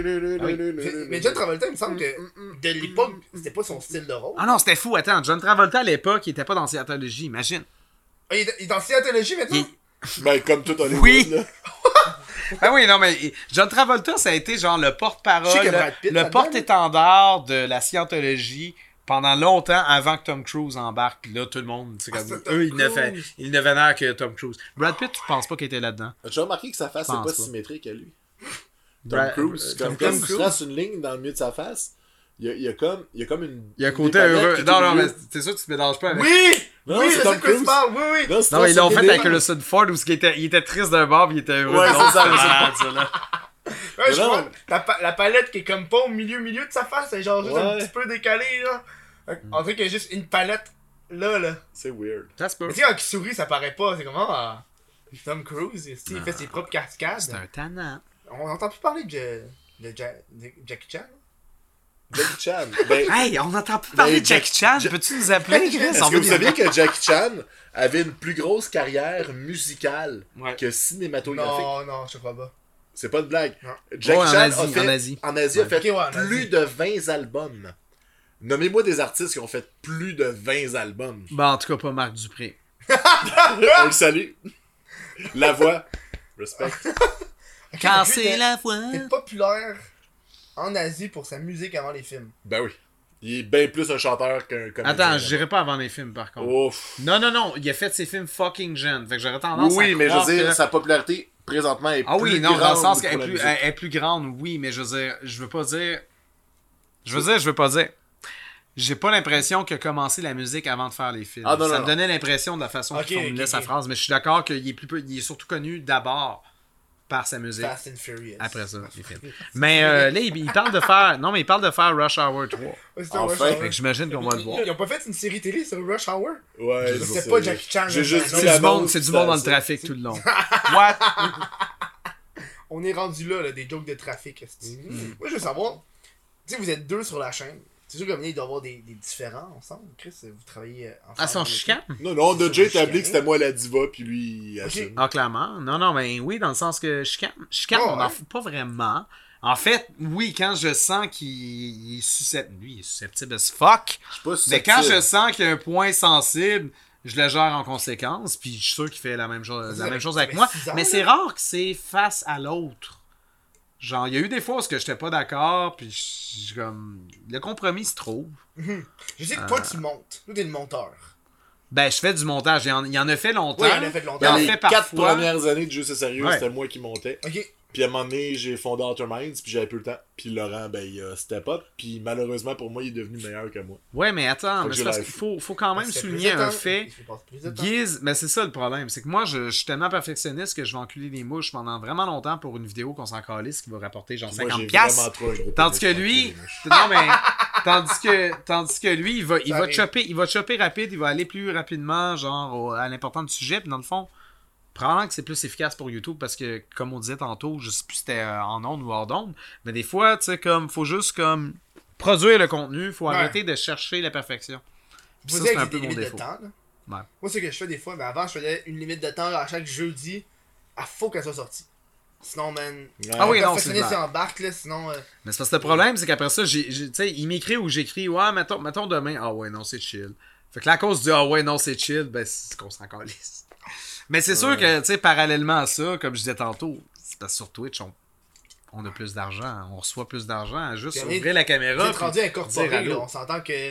Mais John Travolta, il me semble que de l'époque, c'était pas son style de rôle. Ah non, c'était fou. Attends, John Travolta à l'époque, il était pas dans Scientologie, imagine. Ah, il est dans Scientologie maintenant? Ben, comme tout Hollywood, Oui. là. Ben oui, non, mais John Travolta, ça a été genre le Je sais porte-parole, que Brad Pitt le là-dedans, porte-étendard de la Scientologie pendant longtemps avant que Tom Cruise embarque. Puis là, tout le monde, c'est comme c'est Tom eux, ils ne Cruise. vénèrent que Tom Cruise. Brad Pitt, je pense pas qu'il était là-dedans. As-tu remarqué que sa face Je n'est pense pas pas. symétrique à lui? Brad- Tom Cruise. Tom Comme Cruise. tu traces une ligne dans le milieu de sa face, il y a comme une. Il y a un une côté palette heureux. qui est Non, au non, mais milieu. c'est sûr que tu te mélanges pas avec. Oui! Non, oui, c'est je Tom sais de quoi tu Cruise. parles, oui, oui. Non, c'est Non, pas ils l'ont ça, fait c'est avec des- Harrison Ford où il était triste d'un bord puis il était heureux Ouais, de l'autre. c'est ça, C'était c'est malade, ça, là. Ouais, je non. crois. La palette qui est comme pas au milieu de sa face, c'est genre juste un Ouais. petit peu décalé, là. On dirait qu'il y a juste une palette là. C'est weird. Ça se peut. Mais tu sais, quand il sourit, ça paraît pas. C'est comment Tom Cruise, il fait ses propres cascades. C'est un tannant. On n'entend plus parler de Jackie Chan. Jackie Chan. Ben, Hey, on n'entend plus parler Mais de Jackie Chan. Peux-tu nous appeler, Chris? est-ce On que veut vous des- saviez que Jackie Chan avait une plus grosse carrière musicale Ouais. que cinématographique? Non, je crois pas. C'est pas une blague. Non. Jackie Ouais, en Chan Asie, a fait, en Asie. a fait Ok, ouais, en plus Asie. de 20 albums. Nommez-moi des artistes qui ont fait plus de 20 albums. Ben, en tout cas, pas Marc Dupré. On le salue. La voix. Respect. Quand fait que lui, c'est la voix. Il est populaire en Asie pour sa musique avant les films. Ben oui. Il est bien plus un chanteur qu'un comédien. Attends, je dirais pas avant les films, par contre. Ouf. Non, il a fait ses films fucking jeunes. Fait que j'aurais tendance à Oui, mais je croire veux dire, que- sa popularité présentement est Ah plus oui, non, dans le grande sens qu'elle pour est la plus, musique. elle est plus grande, oui, mais je veux dire, je veux pas dire. J'ai pas l'impression qu'il a commencé la musique avant de faire les films. Ah, non, Ça non, me donnait l'impression de la façon Ok, qu'il formulait ok, sa ok. phrase, mais je suis d'accord qu'il est surtout connu d'abord par sa musique. Fast and Furious. Après ça, les films. Mais là, il parle de faire. Non, mais il parle de faire Rush Hour 3. Ouais, c'était Enfin. Rush Hour. Fait que j'imagine qu'on va le voir. Ils ont pas fait une série télé sur Rush Hour? Ouais, C'est je sais. pas Jackie Chan, J'ai là, juste c'est vu C'est la du monde, bande, c'est du monde dans le ça. trafic tout le long. What? On est rendu là, des jokes de trafic. esti. Moi, je veux savoir, tu sais, vous êtes deux sur la chaîne. C'est sûr qu'il doit y avoir des différends ensemble. Chris, vous travaillez ensemble. Ah, son dans les chicane? Non, non, on a déjà Chicane. établi que c'était moi la diva, puis lui, il assume. Ah, clairement. Non, mais oui, dans le sens que chicane, Oh, on n'en ouais. fout pas vraiment. En fait, oui, quand je sens qu'il est susceptible. Lui, il est susceptible as fuck. Je suis pas Mais quand susceptible. je sens qu'il y a un point sensible, je le gère en conséquence. Puis je suis sûr qu'il fait la même chose, avec moi. 6 ans, Mais là. c'est rare que c'est face à l'autre. Genre, il y a eu des fois où j'étais pas d'accord. Puis je comme. Le compromis se trouve. Je sais que toi, tu montes. Toi, t'es le monteur. Ben, je fais du montage. Il en a fait longtemps. Oui, il en a fait longtemps. Il en Dans les fait 4 parfois. premières années de Jeu c'est sérieux, Ouais. c'était moi qui montais. Ok. Puis à un moment donné, j'ai fondé Outer Minds, puis j'avais plus le temps. Puis Laurent, ben, il a step up, puis malheureusement pour moi, il est devenu meilleur que moi. Ouais, mais attends, Faut mais que c'est je parce la- qu'il faut quand même Ça fait souligner plus de un temps. fait. Il passe plus de temps. Guise, mais c'est ça le problème, c'est que moi je suis tellement perfectionniste que je vais enculer des mouches pendant vraiment longtemps pour une vidéo qu'on s'en calisse qui va rapporter genre Puis moi, 50 j'ai piastres. vraiment trop un gros Tandis que pénis lui, pour enculer non mais tandis que lui, Ça il va arrive. chopper rapide, il va aller plus rapidement genre à l'important du sujet, puis dans le fond, probablement que c'est plus efficace pour YouTube parce que comme on disait tantôt, je sais plus si c'était en ondes ou hors d'onde, mais des fois, tu sais comme faut juste comme produire le contenu, faut Ouais. arrêter de chercher la perfection. Puis Vous ça, avez c'est un des peu mon limites de défaut. temps, là. Ouais. Moi, c'est ce que je fais des fois, mais avant, je faisais une limite de temps à chaque jeudi. Ah, faut qu'elle soit sortie. Sinon, man. Ah oui, le non, c'est perfectionniste clair. embarque, là, sinon. Mais c'est parce que le problème, c'est qu'après ça, tu sais, il m'écrit ou j'écris, ouais, mettons demain, ah ouais, non, c'est chill. Fait que là, à cause du ah ouais, non, c'est chill, ben, c'est qu'on s'en calisse. Mais c'est sûr que, tu sais, parallèlement à ça, comme je disais tantôt, c'est parce que sur Twitch, on a plus d'argent, on reçoit plus d'argent à juste Puis, ouvrir la Vous caméra. êtes rendu puis incorporé, dire allô. là. On s'entend que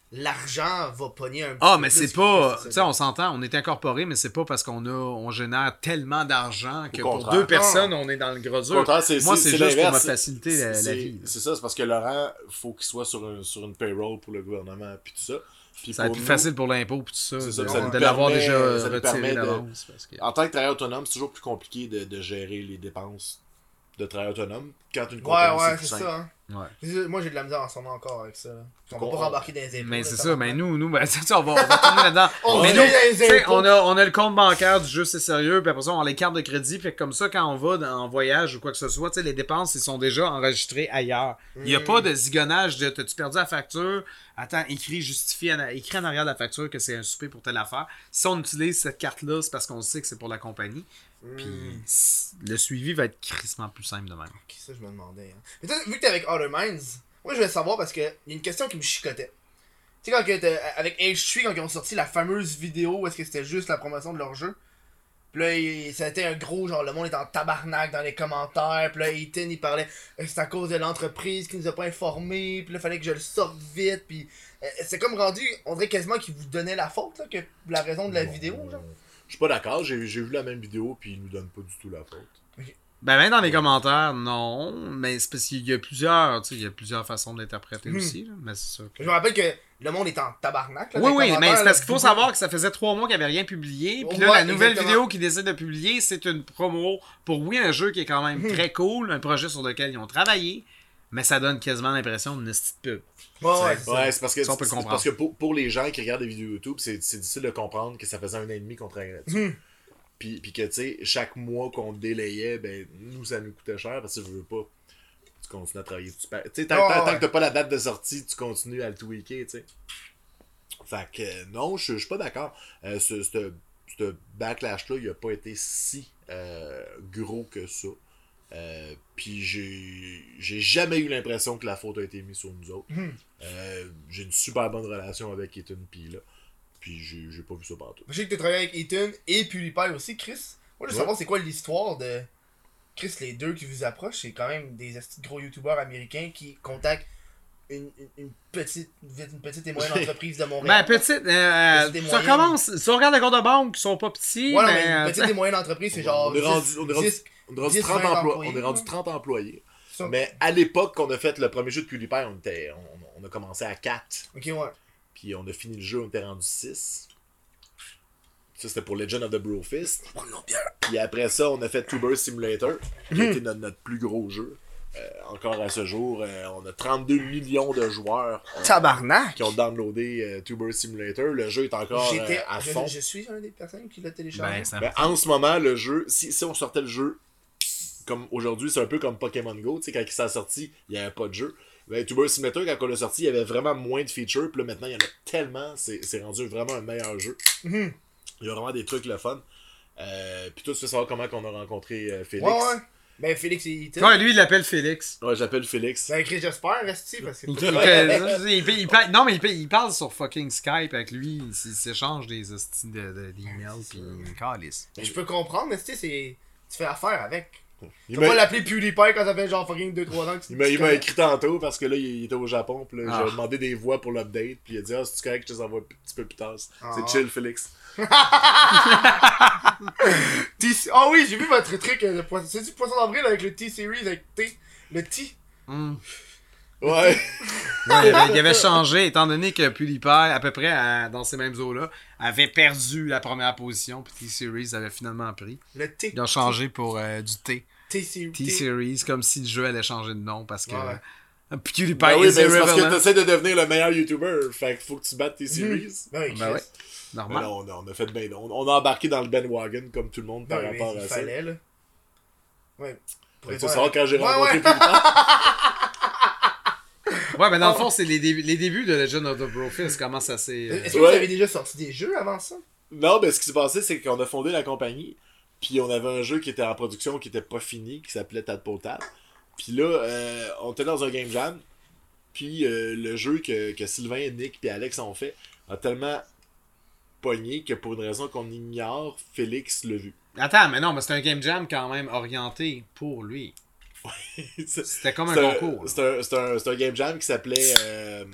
l'argent va pogner un petit Ah, peu mais plus c'est que pas. ça. Tu sais, on s'entend, on est incorporé, mais c'est pas parce on génère tellement d'argent que Au pour contraire. 2 personnes, on est dans le gros Au dur. contraire, Moi, c'est juste pour me l'inverse. faciliter la C'est- vie. là. C'est ça, c'est parce que Laurent, faut qu'il soit sur une payroll pour le gouvernement, puis tout ça. Puis Ça va être pour plus nous, facile pour l'impôt puis tout ça, C'est ça, de, ça nous de l'avoir permet- déjà ça nous retiré permet de- d'avance. parce que- En tant que travailleur autonome, c'est toujours plus compliqué de gérer les dépenses de travailleur autonome quand une Ouais, compagnie, ouais, plus c'est simple. ça. Hein. Ouais. Moi, j'ai de la misère en ce moment encore avec ça. Là. On va Bon, pas rembarquer dans les impôts. Mais là, c'est ça ça, va mais faire. nous ben, c'est ça, on va tourner là-dedans. On mais vit nous, dans les tu sais, impôts. on a le compte bancaire du jeu, c'est sérieux, puis après ça, on a les cartes de crédit, fait que comme ça, quand on va en voyage ou quoi que ce soit, tu sais, les dépenses, ils sont déjà enregistrées ailleurs. Il n'y a pas de zigonnage de t'as-tu perdu la facture, attends, écris en arrière de la facture que c'est un souper pour telle affaire. Si on utilise cette carte-là, c'est parce qu'on sait que c'est pour la compagnie. Puis le suivi va être crissement plus simple de même. Ok, ça, je me demandais. Hein. Mais toi, vu que t'es avec Outer Minds, moi, je voulais savoir parce que y a une question qui me chicotait. Tu sais, quand avec H3, quand ils ont sorti la fameuse vidéo où est-ce que c'était juste la promotion de leur jeu, pis là, ça a été un gros, genre, le monde est en tabarnak dans les commentaires, pis là, Ethan, il parlait, c'est à cause de l'entreprise qui nous a pas informés, pis là, fallait que je le sorte vite, pis c'est comme rendu, on dirait quasiment qu'il vous donnait la faute, là, que la raison de la vidéo, genre. Je suis pas d'accord, j'ai vu la même vidéo, puis ils nous donnent pas du tout la faute. Ben, même dans les commentaires, non, mais c'est parce qu'il y a plusieurs, tu sais, il y a plusieurs façons de l'interpréter aussi, là, mais c'est ça. Que... Je me rappelle que le monde est en tabarnak, là, Oui, dans oui, les mais commentaires, c'est parce là, qu'il faut savoir que ça faisait 3 mois qu'il n'y avait rien publié. Puis là, Ouais, la nouvelle exactement. vidéo qu'ils décident de publier, c'est une promo pour, oui, un jeu qui est quand même très cool, un projet sur lequel ils ont travaillé, mais ça donne quasiment l'impression d'une petite pub. Ouais, c'est ça. Ouais, c'est parce que, Ça, on peut le c'est comprendre. parce que pour les gens qui regardent des vidéos YouTube, c'est difficile de comprendre que ça faisait 1 an et demi qu'on travaillait là-dessus. Puis que, tu sais, chaque mois qu'on délayait, ben, nous, ça nous coûtait cher parce que je veux pas. Tu continues à travailler. Tu sais, tant que t'as pas la date de sortie, tu continues à le tweaker, tu sais. Fait que, non, je suis pas d'accord. Ce backlash-là, il a pas été si gros que ça. Puis j'ai jamais eu l'impression que la faute a été mise sur nous autres. J'ai une super bonne relation avec Ethan P. là. Puis j'ai pas vu ça partout. Je sais que tu travailles avec Ethan et PewDiePie aussi, Chris. Moi, je veux savoir c'est quoi l'histoire de Chris, les deux qui vous approchent. C'est quand même des esti de gros youtubeurs américains qui contactent une petite et moyenne entreprise de Ben, Montréal. petite, Petite et ça moyenne. commence. Si on regarde les comptes de banque, ils sont pas petits, Ouais, non, mais. mais une tu petite et moyenne entreprise, c'est genre On est rendu- 10, on est rendu- 10, On est rendu 10, 30 20 employés. employés, On est rendu là. 30 employés. ça. Mais à l'époque qu'on a fait le premier jeu de PewDiePie, on a commencé à 4. Ok, ouais. Puis on a fini le jeu, on était rendu 6. Ça, c'était pour Legend of the Brofist. Puis après ça, on a fait Tuber Simulator, qui a été notre plus gros jeu. Encore à ce jour, on a 32 millions de joueurs Tabarnak! qui ont downloadé Tuber Simulator. Le jeu est encore à fond. Je suis une des personnes qui l'a téléchargé. Ben, ça Ben, en ce moment, le jeu, si on sortait le jeu, comme aujourd'hui, c'est un peu comme Pokémon Go, tu sais, quand il s'est sorti, il n'y avait pas de jeu. Ben, Tuber Simulator, quand on l'a sorti, il y avait vraiment moins de features, puis là, maintenant, il y en a tellement, c'est rendu vraiment un meilleur jeu. Il y a vraiment des trucs le fun. Puis toi, tu veux savoir comment on a rencontré Félix? Ouais. Ben, Félix et Ethan. Ouais, lui, il l'appelle Félix. Ouais, j'appelle Félix. Ben, Chris, j'espère, reste-tu, parce que... Non, mais il parle sur fucking Skype avec lui. Il s'échange des hosties d'emails pis il calisse. Je peux comprendre, mais tu sais, tu fais affaire avec. Il Tu vas pas m'a l'appeler PewDiePie quand ça fait genre fucking 2-3 ans que tu il m'a connais. écrit tantôt parce que là, il était au Japon. Puis là, Ah. j'ai demandé des voix pour l'update. Puis il a dit, ah, c'est correct, je te les envoie un petit peu plus tard. Ah. C'est chill, Félix. Ah oui, j'ai vu votre truc de poisson. C'est du poisson d'avril avec le T-Series, avec T. Le T. Hmm. Ouais. Ouais, il avait changé, étant donné que PewDiePie, à peu près dans ces mêmes eaux-là, avait perdu la première position, puis T-Series avait finalement pris. Le T. Ils ont changé pour du T. T-Series. T-Series, comme si le jeu allait changer de nom, parce que Ouais. PewDiePie Ben oui, is mais c'est parce que irrelevant. t'essaies de devenir le meilleur YouTuber. Fait qu'il faut que tu battes tes series. Ben oui, Ben Chris. ouais, Mais normal. là, on a fait ben, on a embarqué dans le bandwagon comme tout le monde par Ben oui, rapport il à ça. fallait, là. Ouais. Fait que tu sais, quand j'ai Ouais, rencontré ouais. PewDiePie, Ouais, mais dans le fond, c'est les débuts de Legend of the Brofist, comment ça s'est... Est-ce que vous Ouais. avez déjà sorti des jeux avant ça? non, ben ce qui s'est passé, c'est qu'on a fondé la compagnie, puis on avait un jeu qui était en production, qui était pas fini, qui s'appelait Tadpole Tab. Puis là, on était dans un game jam, puis le jeu que Sylvain, Nick et Alex ont fait a tellement pogné que pour une raison qu'on ignore, Félix l'a vu. Attends, mais non, mais c'est un game jam quand même orienté pour lui. C'était comme un C'est concours. là. C'est un game jam qui s'appelait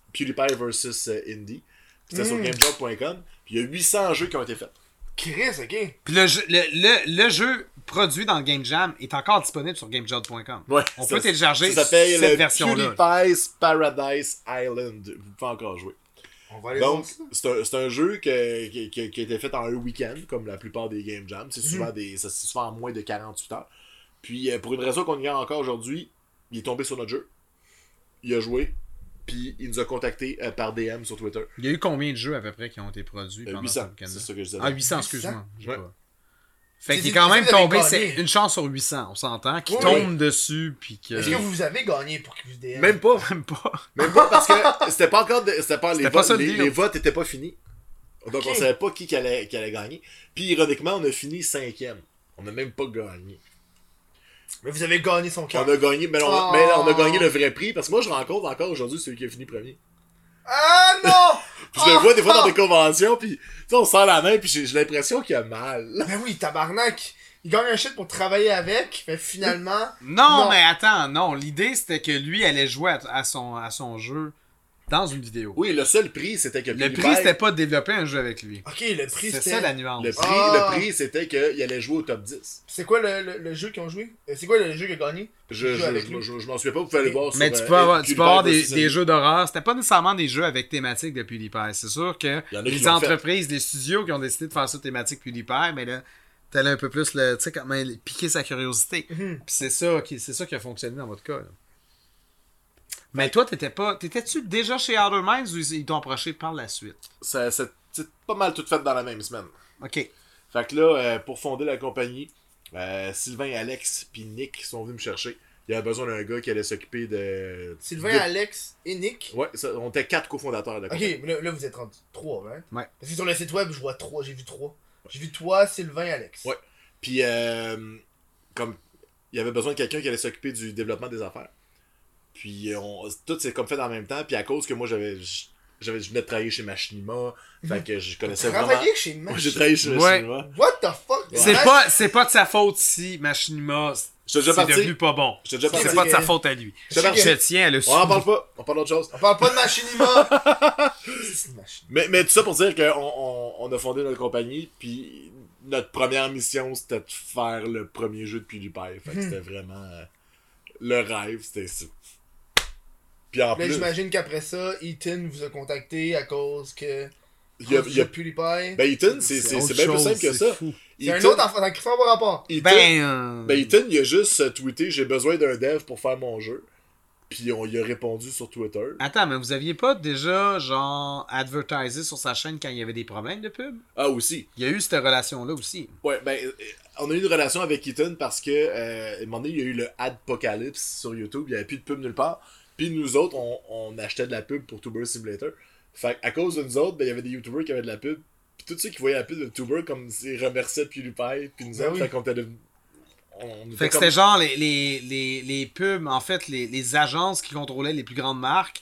PewDiePie versus Indie. C'était sur GameJob.com. Puis il y a 800 jeux qui ont été faits. Chris, ok. Puis le jeu produit dans le Game Jam est encore disponible sur GameJob.com. Ouais, On peut télécharger ça s'appelle cette version-là. PewDiePie's Paradise Island. Vous pouvez encore jouer. On va aller Donc, voir ça. c'est un jeu qui a été fait en un week-end, comme la plupart des Game Jam. C'est souvent, c'est souvent en moins de 48 heures. Puis, pour une raison qu'on ignore encore aujourd'hui, il est tombé sur notre jeu. Il a joué. Puis, il nous a contacté par DM sur Twitter. Il y a eu combien de jeux à peu près qui ont été produits pendant 800, ce week-end-là? c'est ça que je disais. Ah, 800, excuse-moi. Ouais. Fait C'est qu'il est des- quand même vous avez tombé, gagné. c'est une chance sur 800, on s'entend, qui Oui, tombe dessus, puis que... Est-ce que vous avez gagné pour que vous DM? Même pas. Même pas. Même pas parce que c'était pas encore. C'était pas, les, C'était pas votes, ça le les, deal. les votes étaient pas finis. Donc, Ok. on savait pas qui allait gagner. Puis, ironiquement, on a fini 5e. On n'a même pas gagné. Mais vous avez gagné son cœur. On a gagné, mais Oh. mais on a gagné le vrai prix parce que moi, je rencontre encore aujourd'hui celui qui a fini premier. Ah non! Puis je le vois des fois dans des conventions, puis tu sais, on sort la main, puis j'ai l'impression qu'il a mal. Ben oui, tabarnak. Il gagne un shit pour travailler avec, mais finalement... Non, Non. mais attends, non. L'idée, c'était que lui allait jouer à son jeu dans une vidéo. Oui, le seul prix, c'était que Le PewDiePie- prix, c'était pas de développer un jeu avec lui. Ok, le prix C'est c'était... ça la nuance. le prix, c'était qu'il allait jouer au top 10. C'est quoi le jeu qu'ils ont joué? C'est quoi le jeu qui a gagné? Je Joue avec lui. m'en souviens pas, vous pouvez aller voir Mais sur... tu peux avoir, PewDiePie versus des jeux d'horreur. C'était pas nécessairement des jeux avec thématique de PewDiePie. C'est sûr que Il y en a qui les l'ont fait. entreprises, les studios qui ont décidé de faire ça thématique PewDiePie, mais là, t'allais un peu plus tu sais, comment piquer sa curiosité. Mhm. Puis c'est ça qui a fonctionné dans votre cas. Là. Mais toi, t'étais-tu déjà chez Outer Minds ou ils t'ont approché par la suite? C'est pas mal tout fait dans la même semaine. Ok. Fait que là, pour fonder la compagnie, Sylvain, Alex puis Nick sont venus me chercher. Il y avait besoin d'un gars qui allait s'occuper de... Sylvain, de- Alex et Nick. Ouais, on était 4 cofondateurs de la compagnie. Ok, mais là vous êtes rendu 3, hein? Ouais. Parce que sur le site web, je vois 3, j'ai vu 3. J'ai vu toi, Sylvain, Alex. Ouais. Puis, comme il y avait besoin de quelqu'un qui allait s'occuper du développement des affaires. Puis, tout s'est comme fait en même temps. Puis, à cause que moi, je venais de travailler chez Machinima. Fait que je connaissais vraiment... Travailler chez Moi, Mach. j'ai travaillé chez Ouais. Machinima. What the fuck? C'est pas de sa faute si Machinima J'étais déjà c'est parti. devenu pas bon. J'étais déjà C'est C'est parti. pas de sa que- faute à lui. J'étais parti. Je tiens à le On en parle pas. On parle d'autre chose. On parle pas de Machinima. C'est une machine. Mais tout ça pour dire qu'on a fondé notre compagnie. Puis, notre première mission, c'était de faire le premier jeu de PewDiePie. Fait que c'était vraiment le rêve. C'était ça. Puis en Là, plus, j'imagine qu'après ça, Ethan vous a contacté à cause que... il y a PewDiePie. ben Ethan, c'est autre bien plus chose, simple que c'est ça. fou. C'est un Ethan- autre enfant, qui fait un bon rapport. Ethan, ben, Ethan, il a juste tweeté « J'ai besoin d'un dev pour faire mon jeu ». Puis on y a répondu sur Twitter. Attends, mais vous aviez pas déjà, genre, advertisé sur sa chaîne quand il y avait des problèmes de pub? Ah, aussi. Il y a eu cette relation-là aussi. Ouais, ben, on a eu une relation avec Ethan parce que, à un moment donné, il y a eu le Adpocalypse sur YouTube. Il n'y avait plus de pub nulle part. Puis nous autres, on achetait de la pub pour Tuber Simulator. Fait à cause de nous autres, ben, il y avait des YouTubers qui avaient de la pub. Puis tous ceux qui voyaient la pub de Tuber, comme ils remerciaient PewDiePie. Puis nous Ben autres, oui. fait qu'on était devenus... on était Fait que comme- c'était genre les pubs, en fait, les agences qui contrôlaient les plus grandes marques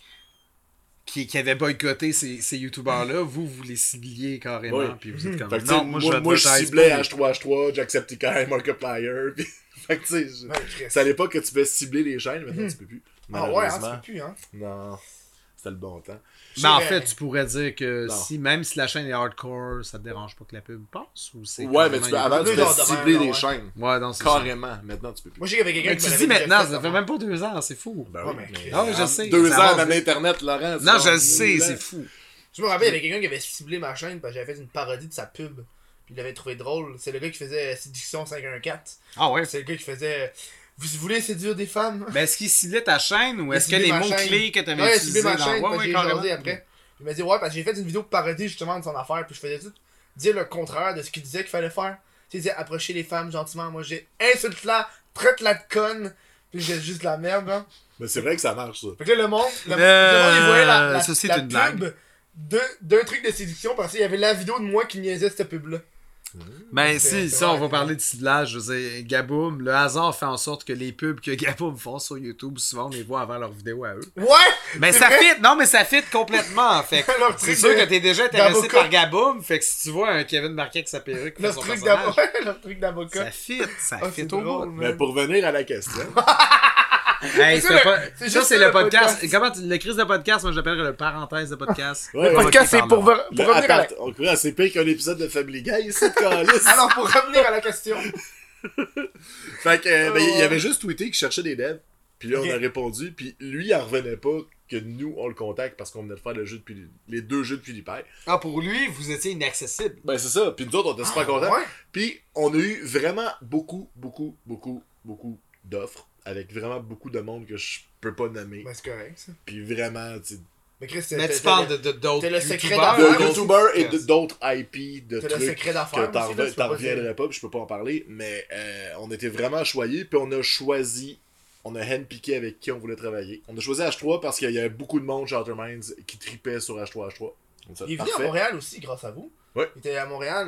qui avaient boycotté ces youtubeurs-là, vous les cibliez carrément, Oui. puis vous êtes comme Fait que, tu sais, non, moi, je je advertise ciblais pas. H3H3, Jacksepticeye, Markiplier. Puis... fait que, tu sais, Ouais, Chris. c'est à l'époque que tu pouvais cibler les chaînes, maintenant tu peux plus. Ah ouais, hein, Malheureusement. tu peux plus, hein. Non, c'était le bon temps. Mais en Je fait, dirais- tu pourrais dire que Non. même si la chaîne est hardcore, ça te dérange pas que la pub passe ou c'est Ouais, mais carrément- tu peux, avant, tu deux pouvais genres de cibler même, les ouais. chaînes. Ouais, non, c'est ça. Carrément. Maintenant, tu peux plus. Moi, j'ai avec quelqu'un Mais qui tu me dis l'avait maintenant, déjà ça fait hein. même pas 2 ans, c'est fou. Ben Ouais, oui, mais mais- Chris. Ah oui, je sais. 2 ça ans avance dans vite. Internet, Laurent. Non, je le c'est sais, bon. c'est fou. Je me rappelle, il y avait quelqu'un qui avait ciblé ma chaîne parce que j'avais fait une parodie de sa pub. Puis il l'avait trouvé drôle. C'est le gars qui faisait Séduction 514. Ah ouais. C'est le gars qui faisait Vous voulez séduire des femmes? Mais est-ce qu'il ciblait ta chaîne ou Il a est-ce que ciblé les ma mots-clés chaîne. que tu avais Ouais, il a utilisés ciblé ma dans... chaîne, Ouais, parce que ouais, j'ai carrément. jasé après. Il m'a dit, ouais, parce que j'ai fait une vidéo parodie justement de son affaire, puis je faisais tout dire le contraire de ce qu'il disait qu'il fallait faire. Tu sais, il disait approcher les femmes gentiment. Moi, j'ai insulte-la, traite-la de conne, puis j'ai juste de la merde, hein. Mais c'est vrai que ça marche, ça. Fait que là, le monde, il voyait la ça, c'est la une pub blague. d'un truc de séduction, parce qu'il y avait la vidéo de moi qui niaisait cette pub-là. Ben C'est- si, c'est ça, on vrai, va c'est parler vrai. de ciblage. Je veux dire, Gaboom, le hasard fait en sorte que les pubs que Gaboom font sur YouTube, souvent on les voit avant leur vidéo à eux. Ouais! Mais c'est ça vrai. fit, non mais ça fit complètement. Fait que Leur c'est truc sûr de- que t'es déjà intéressé d'avocat. par Gaboom. Fait que si tu vois un Kevin Marquet avec sa perruque, qui fait Leur son truc personnage, d'avocat. Leur truc d'avocat. ça fit Ah, fit c'est au drôle, bout. man. Mais pour revenir à la question, Hey, C'est ça, juste c'est le podcast. Comment le crise de podcast, moi j'appellerais le parenthèse de podcast. Ouais, Le podcast, c'est pour Le revenir à la... attends, c'est pire qu'un épisode de Family Guy ici, de calice. Alors, pour revenir à la question. Fait que, ben, il avait juste tweeté qu'il cherchait des devs. Puis là, Ok. on a répondu. Puis lui, il en revenait pas que nous, on le contacte parce qu'on venait de faire les 2 jeux de PewDiePie. Ah, pour lui, vous étiez inaccessible. Ben, c'est ça. Puis nous autres, on était super contents. Ouais. Puis on a eu vraiment beaucoup d'offres avec vraiment beaucoup de monde que je peux pas nommer. Ben, c'est correct, ça. Puis vraiment, tu sais, Mais Chris, Mais tu parles d'autres t'as le secret youtubeurs. d'affaires. de Ah, youtubeurs et d'autres IP, de T'as le trucs secret que d'affaires. t'en aussi, là, tu peux pas reviendrais dire. pas, puis je peux pas en parler, mais on était vraiment choyés, puis on a choisi, on a handpické avec qui on voulait travailler. On a choisi H3 parce qu'il y avait beaucoup de monde chez Outer Minds qui tripait sur H3. Donc, ça, Il est venu à parfait. Montréal aussi, grâce à vous. Ouais. Il était à Montréal.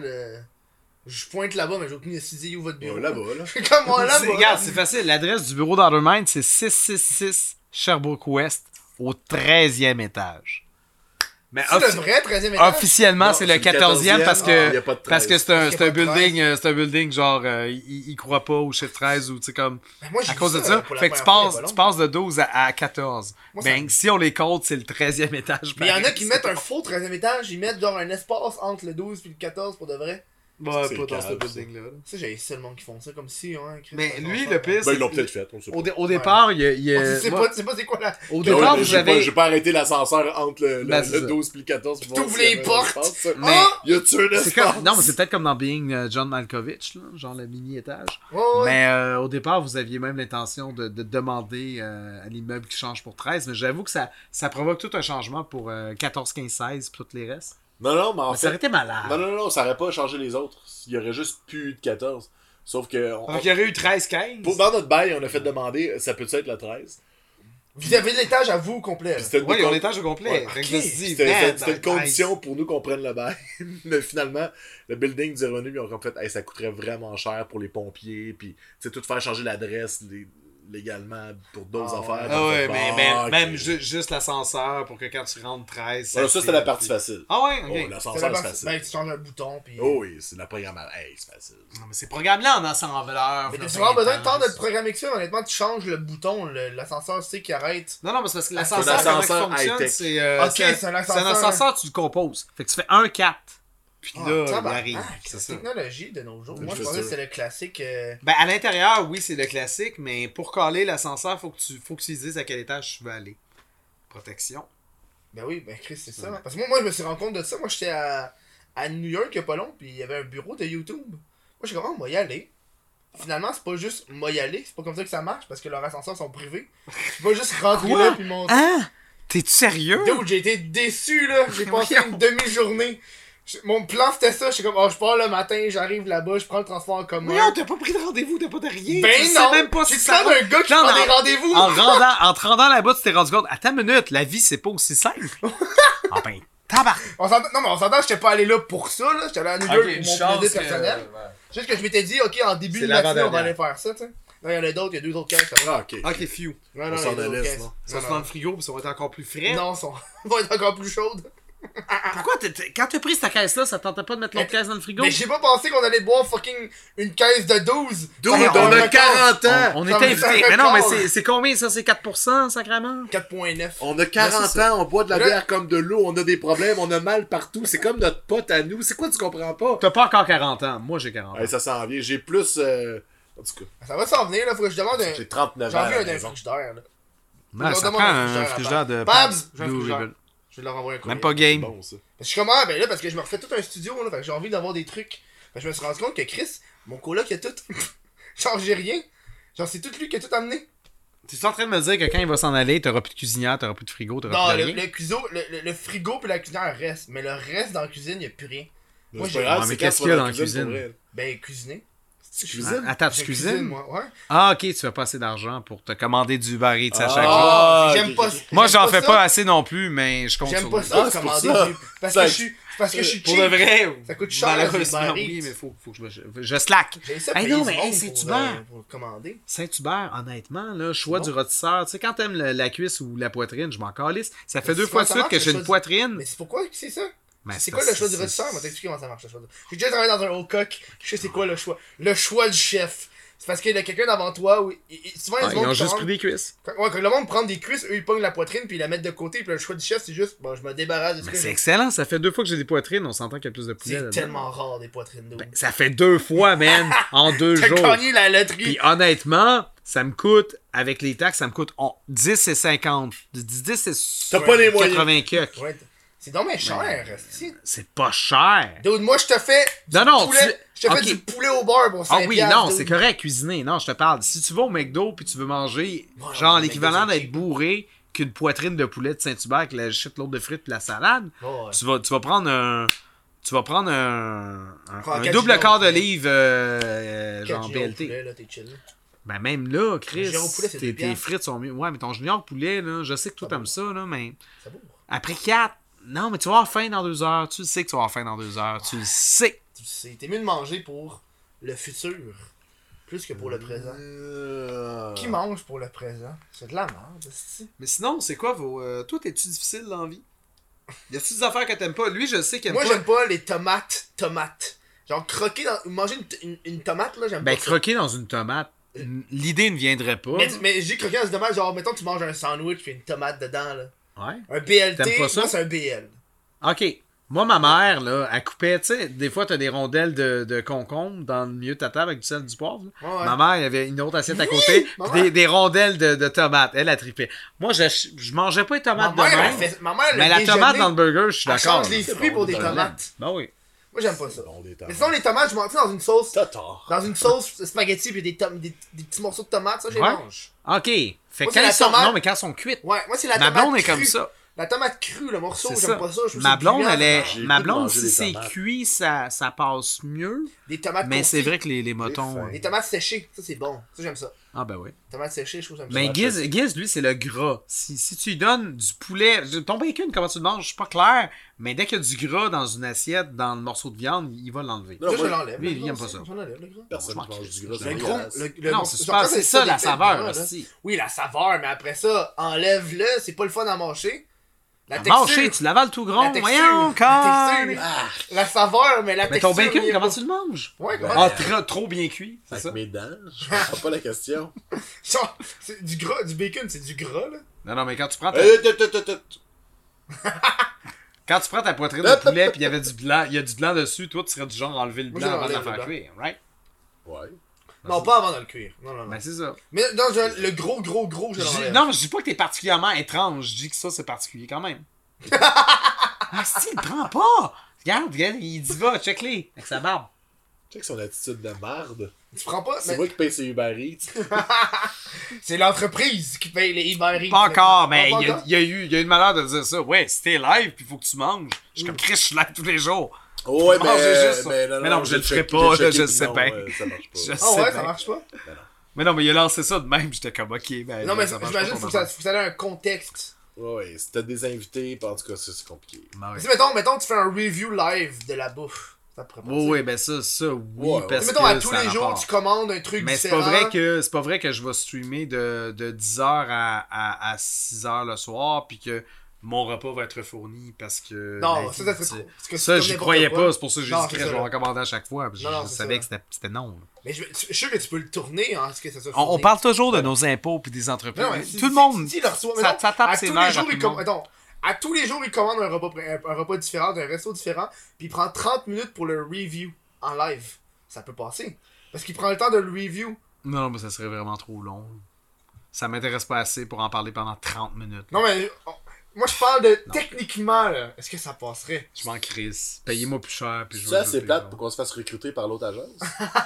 Je pointe là-bas, mais j'ai aucune idée où votre bureau. Là-bas, là. Je suis comme moi là-bas. Regarde, c'est facile. L'adresse du bureau d'Outermind, c'est 666 Sherbrooke West, au 13e étage. Mais C'est le vrai 13e étage. officiellement, Non, c'est le c'est le 14e parce 14e. Il y que a pas de 13. parce que c'est un Parce qu'il y a pas de building c'est un building genre il croit pas au chiffre 13 ou tu sais comme Ben, moi, j'ai à vu cause de ça. pour la Fait que tu première fois, il y a passes pas tu passes de 12 à 14. Moi, ça Ben me- si on les compte, c'est le 13e étage. Mais il y en a pareil. qui mettent un faux 13e étage, ils mettent genre un espace entre le 12 et le 14 pour de vrai. Ouais, C'est pas dans ce calme, building là. Ça, j'ai le monde qui font ça comme si, hein. Chris, Mais ça lui, s'en le sort. pire, Ben, ils l'ont peut-être fait, on sait pas. Au départ, il y a Tu sais moi, pas, c'est quoi là. au Ouais, départ, mais vous avez j'ai pas arrêté l'ascenseur entre Ben, c'est le ça. 12 et le 14. pour voir T'ouvres s'il y les avait un portes. espace. Mais- Ah! Y a-tu un c'est espace? comme non, mais c'est peut-être comme dans Being John Malkovich là, genre le mini étage. Ouais, ouais. Mais au départ, vous aviez même l'intention de demander à l'immeuble qui change pour 13. Mais j'avoue que ça provoque tout un changement pour 14, 15, 16 puis tous les restes. Non, mais en Mais ça fait... aurait été malade. Non, ça aurait pas changé les autres. Il y aurait juste plus de 14. Sauf que... Donc il y aurait eu 13, 15. Dans notre bail, on a fait demander, ça peut être le 13. Vous avez l'étage à vous au complet. Puis là. c'était une Ouais, ils ont con- l'étage au complet. Ouais, Fait que ok. je me suis dit, C'était man, c'était une nice. condition pour nous qu'on prenne le bail. Mais finalement, le building nous est revenu, puis on a comme fait, hey, ça coûterait vraiment cher pour les pompiers, puis tu sais, tout faire changer l'adresse légalement pour d'autres Ah affaires. ouais. Puis on Ah ouais, fait, mais bon, ok. même juste l'ascenseur pour que quand tu rentres 13. Voilà, ça, c'était la partie facile. Ah ouais, ok. Oh, C'est l'ascenseur, la c'est partie- facile. Ben, tu changes un bouton, puis... Oh oui, c'est la programmation. Hey, c'est facile. Non, mais c'est programmé en assembleur. Mais t'as vraiment besoin de temps de le programmer que ça, honnêtement, tu changes le bouton, l'ascenseur sait qu'il arrête. Non, mais c'est parce que c'est un l'ascenseur, comment il ascenseur fonctionne, high-tech. c'est Ok, c'est c'est un un ascenseur. ascenseur, tu le composes. Fait que tu fais un 4. Puis Ah, là, il tabarnak, arrive. c'est C'est ça. la technologie de nos jours. Moi, Je je fais pensais que ça. c'était le classique. Ben, à l'intérieur, oui, c'est le classique, mais pour caler l'ascenseur, faut que tu dises à quel étage tu veux aller. Protection. Ben oui, ben Chris, c'est ça. Parce que moi, je me suis rendu compte de ça. Moi, j'étais à New York il y a pas long, puis il y avait un bureau de YouTube. Moi, je suis comme, oh, moi y aller. Finalement, c'est pas juste moi y aller, c'est pas comme ça que ça marche, parce que leurs ascenseurs sont privés. C'est pas juste rentrer Quoi? là, puis monter. Hein? T'es-tu sérieux? Dude, j'ai été déçu, là. J'ai passé une demi-journée. Mon plan, c'était ça. J'étais comme, oh, je pars le matin, j'arrive là-bas, je prends le transport en commun. Non, t'as pas pris de rendez-vous, t'as pas de rien. Ben tu sais non! même pas J'ai si le temps d'un gars qui Non, prend non. des rendez-vous! En te rendant là-bas, tu t'es rendu compte, attends une minute, la vie, c'est pas aussi simple. Ah ben, tabac. Non, mais on s'entend, j'étais pas allé là pour ça, là. J'étais allé à New York pour mon plaisir personnel. Juste que je m'étais dit, ok, en début C'est de matinée, on va l'avant-dernière. aller faire ça, tu sais. Là, il y en a d'autres, il y a 2 autres caisses. ça va. Ah, ok. Ok, few. Non, On non, s'en il y a d'autres allait, caisses. sinon. Ça se dans le frigo, puis ça va être encore plus frais. Non, sont... vont être encore plus chaudes. Pourquoi, quand t'as pris cette caisse-là, ça tentait pas de mettre l'autre caisse dans le frigo? Mais j'ai pas pensé qu'on allait boire fucking une caisse de 12. Dude, Hey, on on a a 40 ans! On Ça était me fait invités. un Mais non, mais record. c'est combien ça? C'est 4%, sacrément? 4.9. On a 40 c'est ans, on boit de la Là- bière comme de l'eau, on a des problèmes, on a mal partout. C'est comme notre pote à nous. C'est quoi, tu comprends pas? T'as pas encore 40 ans. Moi, j'ai 40 ans. Hey, ça s'en vient. J'ai plus. En tout cas, Ça va s'en venir, là. Faut que je demande un. j'ai 39 J'ai ans. à envie la d'un maison. frigidaire, là. Ouais, ça demande prend un un frigidaire à frigidaire de Babs, Pabst j'ai un Blue frigidaire. Ribbon. Je vais leur envoyer un courrier. Même pas game. Bon, ça. Je suis comment? Ben là, parce que je me refais tout un studio, là. Fait que j'ai envie d'avoir des trucs. Fait que je me suis rendu compte que Chris, mon coloc, il a tout. Genre, j'ai rien. Genre, c'est tout lui qui a tout amené. Tu es en train de me dire que quand il va s'en aller, t'auras plus de cuisinière, t'auras plus de frigo, t'auras Non, plus de le rien? cuiseau, le frigo puis la cuisinière reste. Mais le reste dans la cuisine, il n'y a plus rien. Mais Moi, c'est j'ai- pas grave, Ouais, mais c'est qu'est-ce quand qu'il y a tu vas dans la cuisine? pour vrai. Ben, cuisiner. Tu cuisines? Attends, tu Je cuisines? moi, ouais. Ah, ok, tu fais pas assez d'argent pour te commander du Uber Eats à chaque jour. Ah, J'aime ok, pas ok. ça. Moi, J'aime j'en fais ça. pas assez non plus, mais je compte J'aime sur pas vous. ça, Ah, c'est pour commander ça. du... Parce Ça- que je suis Pour cheap. de vrai, Ça coûte cher, malheureusement, Uber oui, Eats. mais faut que je slack. J'ai ça Hey, payer non, du mais monde hey, c'est pour, Hubert. pour commander. Saint-Hubert, honnêtement, là, choix Bon. du rôtisseur. Tu sais, quand t'aimes la cuisse ou la poitrine, je m'en calisse. Ça fait Mais 2 c'est fois comment de ça suite marche, que le j'ai choix une du- poitrine. Mais c'est pourquoi que c'est ça? Mais C'est quoi le choix du rôtisseur? On va t'expliquer comment ça marche le choix du... J'ai déjà travaillé dans un haut coq. Je sais c'est quoi le choix. Le choix du chef. C'est parce qu'il y a quelqu'un devant toi où. Souvent, Ils ont juste pris des cuisses. Quand le monde prend des cuisses, eux ils pognent la poitrine puis ils la mettent de côté. Puis le choix du chef, c'est juste, bon, je me débarrasse de ce Mais que c'est j'ai. excellent, ça fait 2 fois que j'ai des poitrines, on s'entend qu'il y a plus de poulet C'est là-dedans. tellement rare des poitrines d'eau. Ben, ça fait 2 fois, man, en 2 T'as jours. gagné la loterie. Puis honnêtement, ça me coûte, avec les taxes, ça me coûte 10 et 50. 10 et T'as pas les moyens. 80 cucks. Ouais, c'est donc bien cher, esti. C'est pas cher. Dude, moi, je te fais du Non, poulet. Je te fais Ok. du poulet au beurre pour 5 Ah oui, piastres, non, dude. c'est correct, cuisiner. Non, je te parle. Si tu vas au McDo puis tu veux manger, Ouais, genre ouais, l'équivalent McDo, c'est d'être cheap. bourré qu'une poitrine de poulet de Saint-Hubert avec la shitload de frites puis la salade, Ouais. tu vas prendre un... Tu vas prendre Prends un quatre double gigots quart de poulet. d'olive genre 4 gigots au BLT. poulet, là, t'es chill. Ben même là, Chris, junior au poulet, c'est tes 2 piastres. frites sont mieux. Ouais, mais ton junior poulet, là, je sais que toi Ça t'aimes ça, là, mais Ça bourre. après 4, non, mais tu vas avoir faim dans 2 heures. Tu le sais que tu vas avoir faim dans 2 heures. Tu le sais. Tu sais, t'es mieux de manger pour le futur. Plus que pour le présent. Qui mange pour le présent? C'est de la merde, esti. Mais sinon, c'est quoi vos... toi, t'es-tu difficile dans la vie? Y a-tu des affaires que t'aimes pas? Lui, je sais qu'il aime Moi, pas... j'aime pas les tomates. Genre, croquer dans. Manger une tomate, là, j'aime Ben, pas ça. croquer dans une tomate, l'idée ne viendrait pas. Mais j'ai croqué dans une tomate, genre, mettons, tu manges un sandwich puis une tomate dedans, là. Ouais. Un BLT, T'aimes pas ça? moi, c'est un BL. OK. Moi, ma mère, là, elle coupait, tu sais, des fois, t'as des rondelles de concombre dans le milieu de ta table avec du sel du poivre. Là. Ouais. Ma mère, il y avait une autre assiette à côté, ma puis mère. des rondelles de tomates. Elle a trippé. Moi, je mangeais pas les tomates de même, Ma mère, mais la tomate dans le burger, je suis elle d'accord. change les C'est fruits bon, pour des dans tomates. Ben oui. Moi, j'aime pas ça. Bon, des Mais tomates. sinon, les tomates, je mange dans une sauce. T'as tort. Dans une sauce spaghetti puis des petits morceaux de tomates, ça, je les Ouais. mange. OK. Fait Moi, quand c'est la ils sont... tomate. Non, mais quand ils sont cuites. Ouais, moi, c'est la Ma tomate blonde est crue. comme ça. La tomate crue, le morceau, C'est j'aime ça. pas ça. Je trouve Ma que c'est blonde, gluant, elle est... J'ai le Ma goût de blonde, manger si des c'est tomates. cuit, ça passe mieux. Des tomates Mais c'est confitées. vrai que les motons... faim. Les tomates séchées, ça, c'est bon. Ça, j'aime ça. Ah ben oui. Tomates séchées, je trouve que j'aime Mais ça. Giz, lui, c'est le gras. Si tu lui donnes du poulet... Ton bacon, comment tu le manges, je suis pas clair. Mais dès qu'il y a du gras dans une assiette, dans le morceau de viande, il va l'enlever. Non, Ça, je moi, l'enlève. lui, Le il gras aime pas aussi, ça. j'en enlève, le gras. Personne Je ne mange du gras. Le c'est gros, dégueulasse. Non, morceau- c'est genre, super, quand c'est ça, la fait saveur, gras, là. aussi. Oui, la saveur, mais après ça, enlève-le, c'est pas le fun à manger. La Manger, tu l'avales tout La gros, texture, voyons, la quand texture. La saveur, mais la Mais texture. ton bacon, il est comment pas- tu le manges? Ouais, comment Ah, trop bien cuit, c'est Avec ça? mes dents, je comprends pas la question. Genre, c'est du gras, du bacon, c'est du gras, là. Non, mais quand tu prends ta, quand tu prends ta poitrine de poulet puis il y avait du blanc, il y a du blanc dessus, toi, tu serais du genre à enlever le Moi, blanc avant de la j'enlève le faire blanc. cuire, right? Ouais. Non, pas avant de le cuire. Non. Ben, c'est ça. Mais non, le gros, je l'enlève. Non, mais je dis pas que t'es particulièrement étrange, je dis que ça, c'est particulier quand même. Ah, si, il le prend pas! Regarde, il y va, check-les, avec sa barbe. Check son attitude de merde. Tu prends pas, C'est mais moi qui paye ses Uber Eats. c'est l'entreprise qui paye les Uber Eats. Pas encore, mais Pas il y a encore? eu une malheur de dire ça. Ouais, si t'es live, puis faut que tu manges. Je suis comme Chris, je suis live tous les jours. Oh, ouais, Manger juste ça. mais Mais non, je le j'ai ferai checké- pas, j'ai là, checké, je sais non, bien. ça marche pas. Je Ah sais ouais, bien. ça marche pas? Mais non, mais il a lancé ça de même, j'étais comme ok. Ben, Non, mais ça marche j'imagine pas, qu'il faut que ça ait un contexte. Ouais, si t'as des invités, en tout cas, ça, c'est compliqué. Ben ouais. Si, mettons, tu fais un review live de la bouffe. Ça pourrait pas Oui, oui, ben ça, oui, Ouais, parce mettons, que à tous ça a les jours, rapport. tu commandes un truc Mais c'est différent. pas vrai que je vais streamer de 10h à 6h le soir, puis que mon repas va être fourni parce que. Non, la ça vie, serait tu sais. trop. Parce que c'est Ça, comme j'y n'importe croyais quoi. pas, c'est pour ça que j'ai Non, dit c'est que ça, je vais là. en commander à chaque fois. Puis Non, non, je c'est savais ça. que c'était non. là. Mais je suis sûr que tu peux le tourner, hein, ce que ça soit On fourni. parle toujours de nos impôts puis des entreprises. Non, mais si- tout le si- monde. si il le reçoit, ça- mettons, ça tape à ses tous nerfs les jours, à tout il le monde. attends, à tous les jours, il commande un repas différent, d'un resto différent, puis il prend 30 minutes pour le review en live. Ça peut passer. Parce qu'il prend le temps de le review. Non, mais ça serait vraiment trop long. Ça m'intéresse pas assez pour en parler pendant 30 minutes. Non, mais moi, je parle de techniquement, là. Est-ce que ça passerait? Je m'en crisse. Payez-moi plus cher. Puis je Ça, vais c'est le plate payer. pour qu'on se fasse recruter par l'autre agence.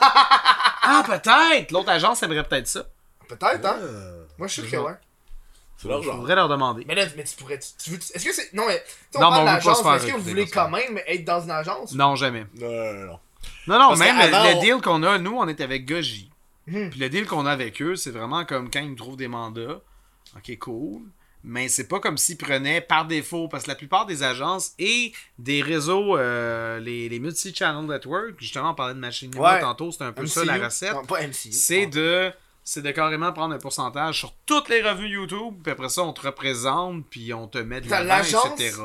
Ah, peut-être! L'autre agence aimerait peut-être ça. Peut-être, hein? Ah, Moi, je suis sûr que ouais. c'est leur Je genre. voudrais leur demander. Mais là, mais tu pourrais. Est-ce que c'est. Non, mais. Tu sais, Non, on parle mais on veut pas se d'agence, faire mais est-ce que vous recruter voulez comme ça. quand même être dans une agence? Non, jamais. Non. Non, non, Parce même qu'avant, le on- deal qu'on a, nous, on est avec Goji. Mhm. Puis le deal qu'on a avec eux, c'est vraiment comme quand ils nous trouvent des mandats. Ok, cool. Mais c'est pas comme s'ils prenaient par défaut, parce que la plupart des agences et des réseaux, les multi-channel network, justement, on parlait de Machine Ouais. tantôt, c'est un peu ça la MCU. recette. Non, pas MCU. C'est de carrément prendre un pourcentage sur toutes les revues YouTube, puis après ça, on te représente, puis on te met de T'as l'avant, l'agence, etc.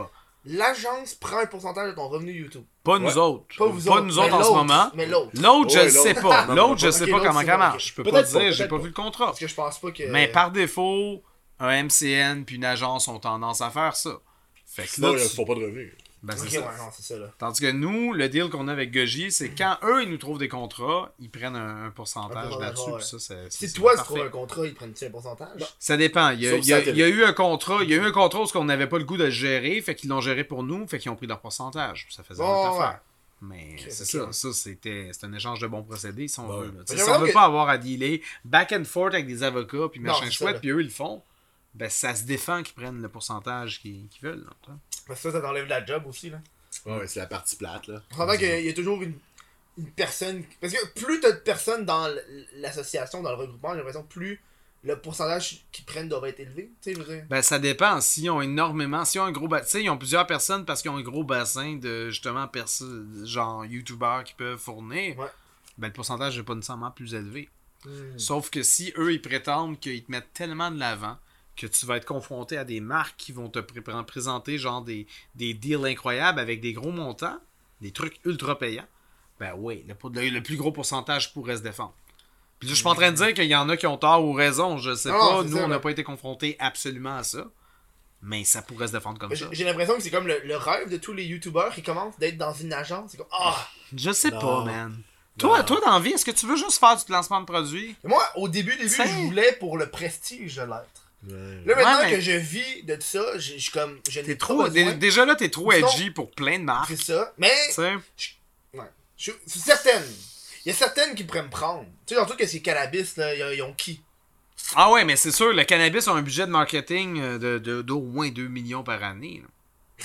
l'agence prend un pourcentage de ton revenu YouTube. Pas nous autres. Pas vous Pas autres, nous mais autres en ce l'autre, moment. Mais l'autre. L'autre, je Ouais, le sais l'autre. pas. Non, L'autre, je ok, sais pas l'autre, comment c'est ça bon, marche. ok. Je peux pas Peut-être te pas, dire, j'ai peut-être pas pas. vu le contrat. Parce que je pense pas que... Mais par défaut, un MCN puis une agence ont tendance à faire ça. Fait que Sinon, là, ils ne tu- font pas de revenus. ben, c'est Ok, ça. ouais, non, c'est ça, là. Tandis que nous, le deal qu'on a avec Goji, c'est quand eux, ils nous trouvent des contrats, ils prennent un pourcentage Un pourcentage, là-dessus. ouais. Puis ça, Si c'est toi, tu parfait. trouves un contrat, ils prennent-tu un pourcentage? Ça dépend. Il y a, Sauf il y a- ça, il y a eu un contrat. Il y a eu un contrat où on n'avait pas le goût de le gérer. Fait qu'ils l'ont géré pour nous. Fait qu'ils ont pris leur pourcentage. Ça faisait Bon, notre ouais. affaire. Mais Ok, c'est ok. ça. C'est un échange de bons procédés, si on Ouais. veut. là. Tu sais, Mais Si on j'aimerais veut que- pas avoir à dealer back and forth avec des avocats, puis Non, machin c'est ça, chouette, là. puis eux, ils le font, ben ça se défend qu'ils prennent le pourcentage qu'ils veulent. là, tu vois. Parce que ça t'enlève la job aussi, là. Ouais, c'est la partie plate, là. On s'entend qu'il y a toujours une personne... Parce que plus t'as de personnes dans l'association, dans le regroupement, j'ai l'impression que plus le pourcentage qu'ils prennent doit être élevé. Tu sais, je veux dire... Ben, ça dépend. S'ils ont énormément, s'ils ont un gros bassin, tu sais, ils ont plusieurs personnes parce qu'ils ont un gros bassin de, justement, genre, youtubeurs qui peuvent fournir, Ouais. ben, le pourcentage n'est pas nécessairement plus élevé. Hmm. Sauf que si eux, ils prétendent qu'ils te mettent tellement de l'avant que tu vas être confronté à des marques qui vont te présenter, genre, des deals incroyables avec des gros montants, des trucs ultra payants, ben oui, le plus gros pourcentage pourrait se défendre. Puis là, je suis pas en train de dire qu'il y en a qui ont tort ou raison, je sais Non, pas. c'est Nous, ça, on n'a là. pas été confrontés absolument à ça. Mais ça pourrait se défendre comme ça. J'ai l'impression que c'est comme le rêve de tous les youtubeurs qui commencent d'être dans une agence. C'est comme, ah! Je sais Non. pas, man. Toi, dans la vie, est-ce que tu veux juste faire du lancement de produits? Moi, au début, T'sais. je voulais pour le prestige de l'être. Ouais. Là, maintenant mais- que je vis de ça, je suis comme, je n'ai T'es pas trop, besoin. déjà là, t'es trop Sinon- edgy pour plein de marques. C'est ça. Mais, Tu sais? ouais. C'est certaines. Il y a certaines qui pourraient me prendre. Tu sais, genre, tout que c'est cannabis, là, ils ont qui? Ah ouais, mais c'est sûr, le cannabis a un budget de marketing d'au moins 2 millions par année. là.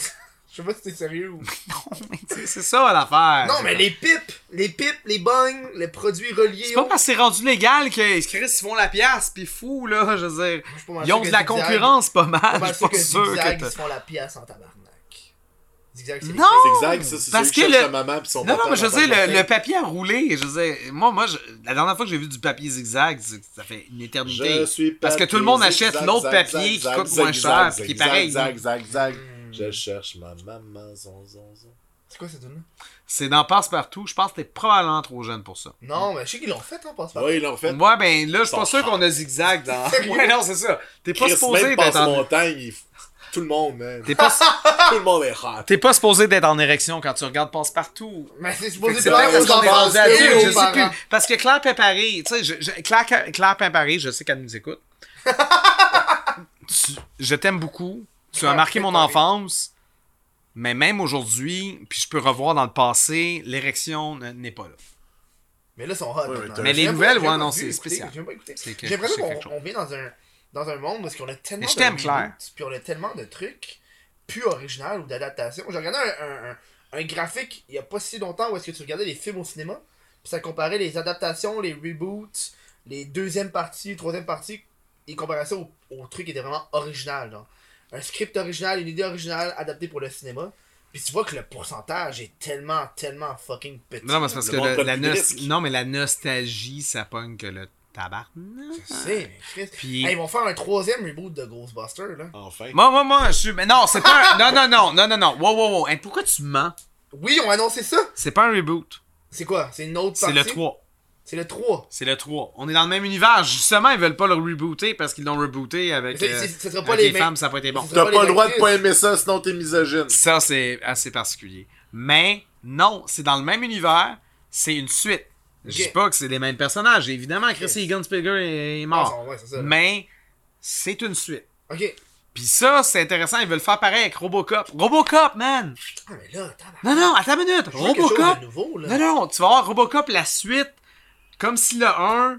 Je sais pas si t'es sérieux ou... Non, mais tu sais, c'est ça l'affaire. Non, mais les pipes, les bongs, les produits reliés... C'est pas parce que c'est rendu légal que Chris, ils font la pièce, pis fou, là, je veux dire. Je suis pas mal Ils ont sûr de que la Zigzag- concurrence pas mal, pas mal je suis pas sûr Zigzag, que ils se font la pièce en tabarnak. Zigzag, c'est les Non! Zigzag, ça, c'est Parce ceux qui que cherchent le- sa maman pis son Non, papa non, mais je dans veux dire, la le papier à rouler, je veux dire, la dernière fois que j'ai vu du papier zigzag, ça fait une éternité. Je suis Parce que papier, tout le monde achète zigzag, l'autre zag, papier qui zag, coûte zag, moins zag, cher, zag, qui est zag, pareil. Zag, zag, zag. Je cherche ma maman, zon, zon, zon. C'est quoi cette tune-là? C'est dans Passe-Partout, je pense que t'es probablement trop jeune pour ça. Non, mais je sais qu'ils l'ont fait, hein, passe pas. Ouais, ils l'ont fait. Ouais, ben là, je suis pas Son sûr qu'on a zigzag dans. Sérieux? Ouais, non, c'est ça. T'es pas Chris, supposé même d'être en. Passe-Montagne, tout le monde, man. T'es pas... Tout le monde est hot. T'es pas supposé d'être en érection quand tu regardes Passe-Partout. Mais c'est Fait supposé que c'est plaire peut-être aux parce qu'on est enfants rendu adulte, et je aux sais parents. plus. Parce que Claire Péparé, tu sais, Claire Péparé, je sais qu'elle nous écoute. Je t'aime beaucoup. Tu as Claire marqué mon Péparé. enfance. Mais même aujourd'hui, puis je peux revoir dans le passé, l'érection n'est pas là. Mais là, ils sont hot. Ouais, maintenant. ouais, mais les J'ai nouvelles, pas ouais, non, vu, c'est écouter, spécial. j'ai pas écouté. C'est que- J'ai l'impression c'est quelque qu'on vit dans un monde parce qu'on a tellement Mais je de t'aime, reboots, Claire. puis on a tellement de trucs plus originaux ou d'adaptations. J'ai regardé un graphique il y a pas si longtemps où est-ce que tu regardais les films au cinéma, puis ça comparait les adaptations, les reboots, les deuxièmes parties, troisième parties, et comparait ça au truc qui était vraiment original. Genre. Un script original, une idée originale adaptée pour le cinéma. Puis tu vois que le pourcentage est tellement fucking petit. Non, mais c'est parce Le que monde prend plus de risques. non, mais la nostalgie, ça pogne que le tabarnak. Je sais, mais Chris. Puis- Hey, ils vont faire un troisième reboot de Ghostbusters, là. Enfin. Moi, je suis. Mais non, c'est pas un. Non. Wow. Hey, pourquoi tu mens? Oui, on a annoncé ça. C'est pas un reboot. C'est quoi? C'est une autre C'est partie? le 3. C'est le 3. C'est le 3. On est dans le même univers. Justement, ils veulent pas le rebooter parce qu'ils l'ont rebooté avec, Ce sera pas avec les les femmes, ça n'a pas été bon. Ce T'as pas pas les le droit de actrices. pas aimer ça, sinon t'es misogyne. Ça, c'est assez particulier. Mais non, c'est dans le même univers. C'est une suite. Je dis Ok. pas que c'est les mêmes personnages. Évidemment, Chris Egan Spielberg est mort. Ouais, c'est ça. là. Mais c'est une suite. Ok. Puis ça, c'est intéressant. Ils veulent faire pareil avec Robocop. Robocop, man! Ah, mais là, tabarnak. Non, attends une minute. Je veux quelque chose Robocop. de nouveau, là. Non, tu vas avoir Robocop la suite. Comme si le 1,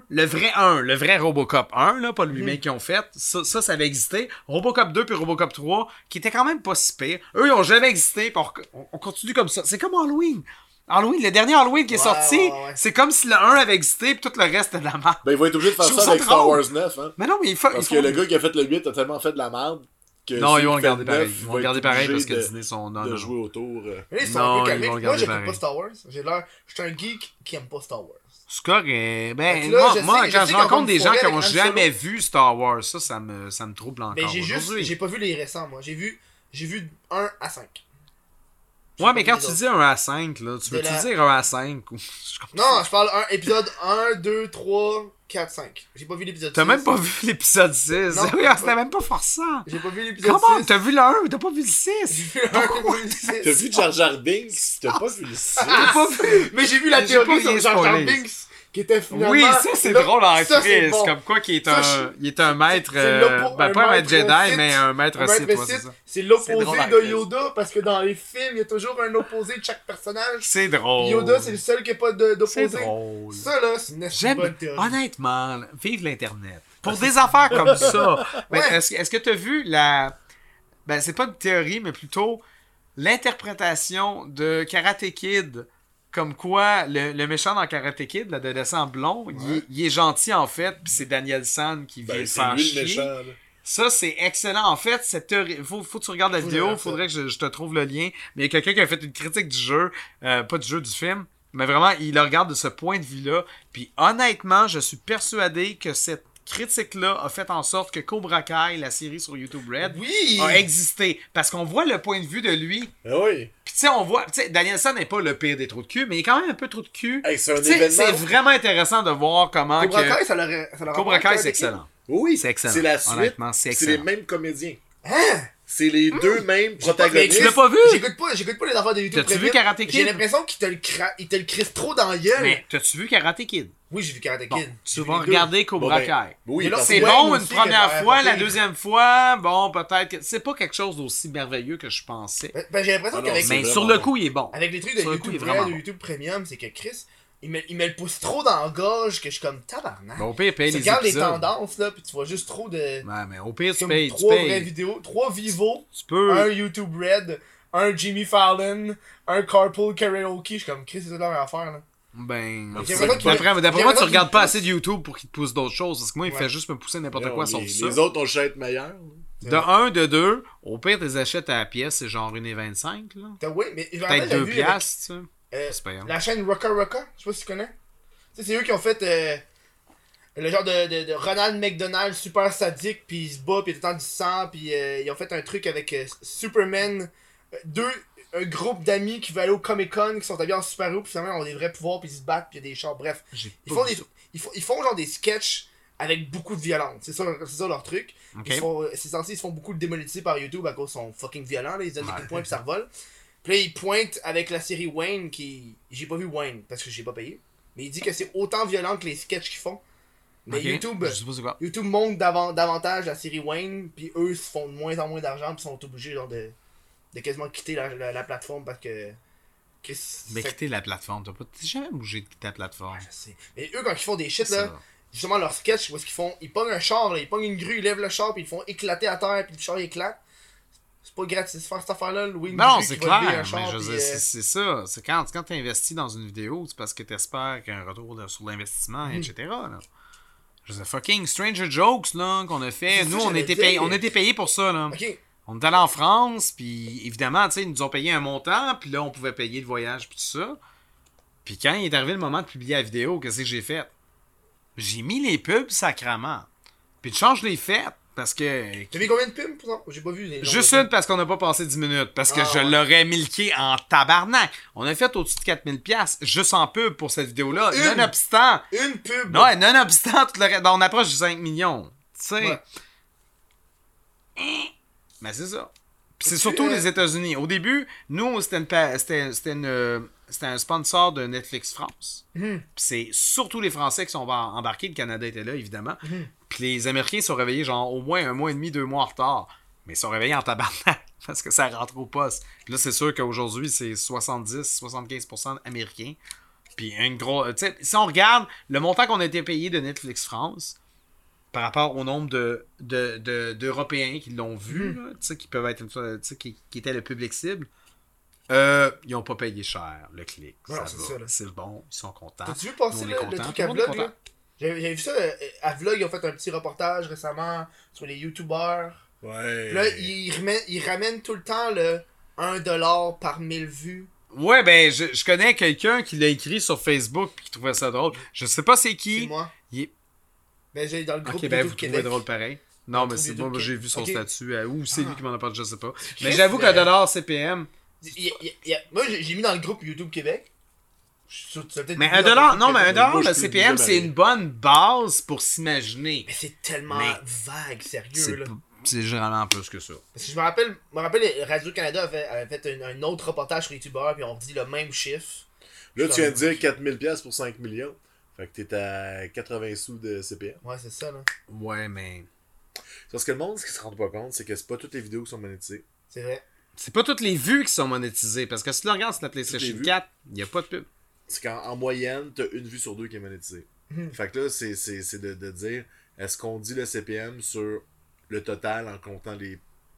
le vrai Robocop 1, là, pas le remake qu'ils ont fait, ça avait existé. Robocop 2 puis Robocop 3, qui était quand même pas si pire. Eux, ils ont jamais existé, puis on continue comme ça. C'est comme Halloween. Halloween, le dernier Halloween qui est Ouais, sorti, ouais. c'est comme si le 1 avait existé, puis tout le reste était de la merde. Ben, ils vont être obligés de faire Je trouve ça avec ça Star drôle. Wars 9, hein. Mais non, mais Parce que le gars qui a fait le 8 a tellement fait de la merde que. Non, s'il ils vont le fait garder le pareil. 9, Ils vont va le garder être pareil parce obligé que de- Disney sont... de jouer autour. Mais là, ils sont Non, un peu ils vont calmés. le Moi, garder j'écoute pareil. pas Star Wars. J'ai l'air. Je suis un geek qui aime pas Star Wars. C'est correct. Fait Ben, que là, je moi, sais quand je qu'on va rencontre me des gens fourrer qui avec ont Han jamais Solo. vu Star Wars, ça me trouble encore Mais j'ai aujourd'hui. pas vu les récents, moi. J'ai vu 1 à 5. Ouais, mais quand tu dis 1 à 5, là, tu veux-tu dire 1 à 5 ou... Non, je parle épisode 1, 2, 3, 4, 5. J'ai pas vu l'épisode 6. T'as même pas vu l'épisode 6. Non, Oui, pas. c'était même pas forçant. J'ai pas vu l'épisode 6. Comment? T'as vu le 1 ou t'as pas vu le 6? J'ai vu le 1, j'ai pas vu le 6. T'as vu Jar Jar Binks? T'as pas vu le 6? J'ai pas vu. Mais j'ai vu la J'ai pas théorie sur bien Jar Jar spoilé. Binks. Qui était finalement... Oui, ça c'est là, drôle en ça, c'est crise. bon. Comme quoi qu'il est Ça, il est un maître. c'est l'oppo- Ben, pas un maître Jedi, Sith. mais un maître Un Sith, maître ouais, c'est Sith, ça. c'est C'est l'opposé drôle en de crise. Yoda parce que dans les films, il y a toujours un opposé de chaque personnage. C'est Puis drôle. Yoda, c'est le seul qui n'a pas d'opposé. C'est drôle. Ça, là, c'est une J'aime, bonne théorie. honnêtement, là, vive l'Internet. Pour des affaires comme ça. Ben, Ouais. est-ce que tu as vu la. Ben, c'est pas une théorie, mais plutôt l'interprétation de Karate Kid. Comme quoi, le méchant dans Karate Kid, l'adolescent blond, il est gentil en fait, puis c'est Daniel San qui vient Ben, le c'est faire lui le chier. méchant, là. Ça, c'est excellent. En fait, cette théorie... Faut que tu regardes la Faut que je vidéo. regarde ça. Faudrait que je te trouve le lien. Mais il y a quelqu'un qui a fait une critique du jeu. Pas du jeu, du film. Mais vraiment, il le regarde de ce point de vue-là. Puis honnêtement, je suis persuadé que cette critique-là a fait en sorte que Cobra Kai, la série sur YouTube Red, Oui! a existé. Parce qu'on voit le point de vue de lui. Ah oui. Puis tu sais, on voit... Tu sais, Danielson n'est pas le pire des trous de cul, mais il est quand même un peu trou de cul. Hey, c'est un Tu sais, événement. c'est vraiment intéressant de voir comment... Cobra que... Kai, ça l'aurait... Cobra Kai, c'est excellent. Oui, C'est excellent. C'est la suite. Honnêtement, c'est C'est les excellent. mêmes comédiens. Hein? C'est les deux mêmes Mais protagonistes. Tu l'as pas vu? J'écoute pas les affaires de YouTube. T'as-tu très vu vite. Karate Kid? J'ai l'impression qu'il te le crisse trop dans la gueule. Mais t'as-tu vu Karate Kid? Oui, j'ai vu Karate Bon, Kid. tu J'ai vas vu les regarder Cobra Bon, ben, Kai. Oui, Mais là, parce C'est que- Ouais, bon moi une aussi, première mais fois, pas la pire. deuxième fois, bon, peut-être que c'est pas quelque chose d'aussi merveilleux que je pensais. Ben, j'ai l'impression Ah non, qu'avec c'est Mais vraiment sur le bon. coup, il est bon. avec les trucs de Sur le coup, YouTube il est vraiment Red ou bon. YouTube Premium, c'est que Chris, il me le pousse trop dans la gorge que je suis comme tabarnak. Bon, au pire, paye Tu les regardes les épisodes. tendances, là, puis tu vois juste trop de... Ouais, mais au pire, tu Comme payes. Tu 3 vraies payes. vidéos, 3 Vivo, Tu peux. un YouTube Red, un Jimmy Fallon, un Carpool Karaoke. Je suis comme, Chris, c'est ça leur affaire, là. Ben. J'ai l'impression qu'il- D'après j'ai moi, tu l'impression qu'il regardes pas pousse. assez de YouTube pour qu'il te pousse d'autres choses. Parce que moi, il Ouais. fait juste me pousser n'importe Non, quoi sur les, ça. les autres ont juste à être meilleurs. De 1, de 2, au pire, tu les achètes à la pièce, c'est genre 1,25 là. Oui, mais je me rappelle, Peut-être j'avais 2 vu avec, piastres, tu sais. euh, C'est payant. la chaîne Roca Roca, je sais pas si tu connais. Tu sais, c'est eux qui ont fait le genre de Ronald McDonald super sadique, puis il se bat, puis il y a tout le temps du sang, puis ils ont fait un truc avec Superman, un groupe d'amis qui veulent aller au Comic Con, qui sont habillés en super-héros, puis finalement ils ont des vrais pouvoirs, puis ils se battent, puis il y a des chars, bref. J'ai Ils pas font, vu des, ça. ils font genre des sketchs avec beaucoup de violence, c'est ça leur truc. Ok. C'est censé, ils se font beaucoup de démonétiser par YouTube à cause qu'ils sont fucking violents, là, ils donnent des coups de poing puis ça revole. Puis là, ils pointent avec la série Wayne qui... J'ai pas vu Wayne parce que j'ai pas payé. Mais il dit que c'est autant violent que les sketchs qu'ils font. Mais Ok. YouTube, Je sais pas c'est quoi. YouTube monte davantage la série Wayne, puis eux se font de moins en moins d'argent, puis sont obligés genre de quasiment quitter la plateforme parce que... Mais quitter la plateforme, t'as jamais bougé de quitter la plateforme. Je sais. Mais eux, quand ils font des shit, Ça. là, justement, leur sketch, où est-ce qu'ils font... Ils pognent un char, là, ils pognent une grue, ils lèvent le char, puis ils le font éclater à terre, puis le char il éclate. C'est pas gratis de faire cette affaire-là, louer une Non, grue c'est qui va lever clair, un char, mais je veux puis, dire, c'est ça. C'est quand tu investis dans une vidéo, c'est parce que tu espères qu'il y a un retour sur l'investissement, etc. Là. Je veux dire, fucking Stranger Jokes là, qu'on a fait. C'est Nous, ça, on j'allais était, dire. on était payés pour ça. Là. Ok. On est allé en France, puis évidemment, tu sais, ils nous ont payé un montant, puis là, on pouvait payer le voyage, puis tout ça. Puis quand il est arrivé le moment de publier la vidéo, qu'est-ce que j'ai fait? J'ai mis les pubs sacrament. Puis de change les faites, parce que... T'as vu combien de pubs pour ça? J'ai pas vu. Juste une parce qu'on n'a pas passé 10 minutes. Parce que Ah, je ouais. l'aurais milqué en tabarnak. On a fait au-dessus de 4000$ juste en pub pour cette vidéo-là. Une? Nonobstant. Une pub! Non, nonobstant, tout le reste, on approche du 5 millions. Tu sais. Ouais. Mais c'est ça. Puis c'est Tu, surtout les États-Unis. Au début, nous, c'était un sponsor de Netflix France. Mhm. Puis c'est surtout les Français qui sont embarqués. Le Canada était là, évidemment. Mhm. Puis les Américains sont réveillés genre au moins 1 mois et demi, 2 mois en retard. Mais ils sont réveillés en tabarnak parce que ça rentre au poste. Puis là, c'est sûr qu'aujourd'hui, c'est 70-75% américains. Puis une grosse... Tu sais, si on regarde le montant qu'on a été payé de Netflix France par rapport au nombre d'Européens qui l'ont vu, là, tu sais, qui peuvent être, tu sais, qui étaient le public cible, ils n'ont pas payé cher le clic. Voilà, Ça c'est va, ça, là. c'est bon, ils sont contents. T'as-tu vu passer Nous, on est le contents, truc tout le à monde est Vlog, là? content. J'avais vu ça, à Vlog, ils ont fait un petit reportage récemment sur les YouTubers. Ouais. Puis là, ils ramènent tout le temps le 1$ par 1000 vues. Ouais, ben, je connais quelqu'un qui l'a écrit sur Facebook et qui trouvait ça drôle. Je sais pas c'est C'est qui. moi. Il est- Ben, j'ai dans le groupe Ok, ben, YouTube vous trouvez Québec. drôle pareil. Non, On mais trouve c'est YouTube moi, j'ai Québec. vu son Ok. statut. Ou c'est lui qui m'en a parlé, je sais pas. Mais Chris, j'avoue que mais- $CPM, Moi, j'ai mis dans le groupe YouTube Québec. Je suis sûr que tu vas peut-être Mais mis dans $1, ton non, groupe mais Québec. $1, Moi, je le peux CPM, jamais c'est aller. une bonne base pour s'imaginer. Mais c'est tellement Mais- vague, sérieux, C'est là. c'est généralement plus que ça. Parce que je me rappelle Radio-Canada avait fait un autre reportage sur les youtubeurs, puis on dit le même chiffre. Là, tu viens de dire 4000$ pour 5 millions. Fait que t'es à 80 sous de CPM. Ouais, c'est ça, là. Ouais, mais... Parce que le monde, ce qui se rend pas compte, c'est que c'est pas toutes les vidéos qui sont monétisées. C'est vrai. C'est pas toutes les vues qui sont monétisées, parce que si tu le regardes sur la Toutes les PlayStation vues. 4, il n'y a pas de pub. C'est qu'en moyenne, t'as une vue sur deux qui est monétisée. Fait que là, c'est de dire, est-ce qu'on dit le CPM sur le total en comptant les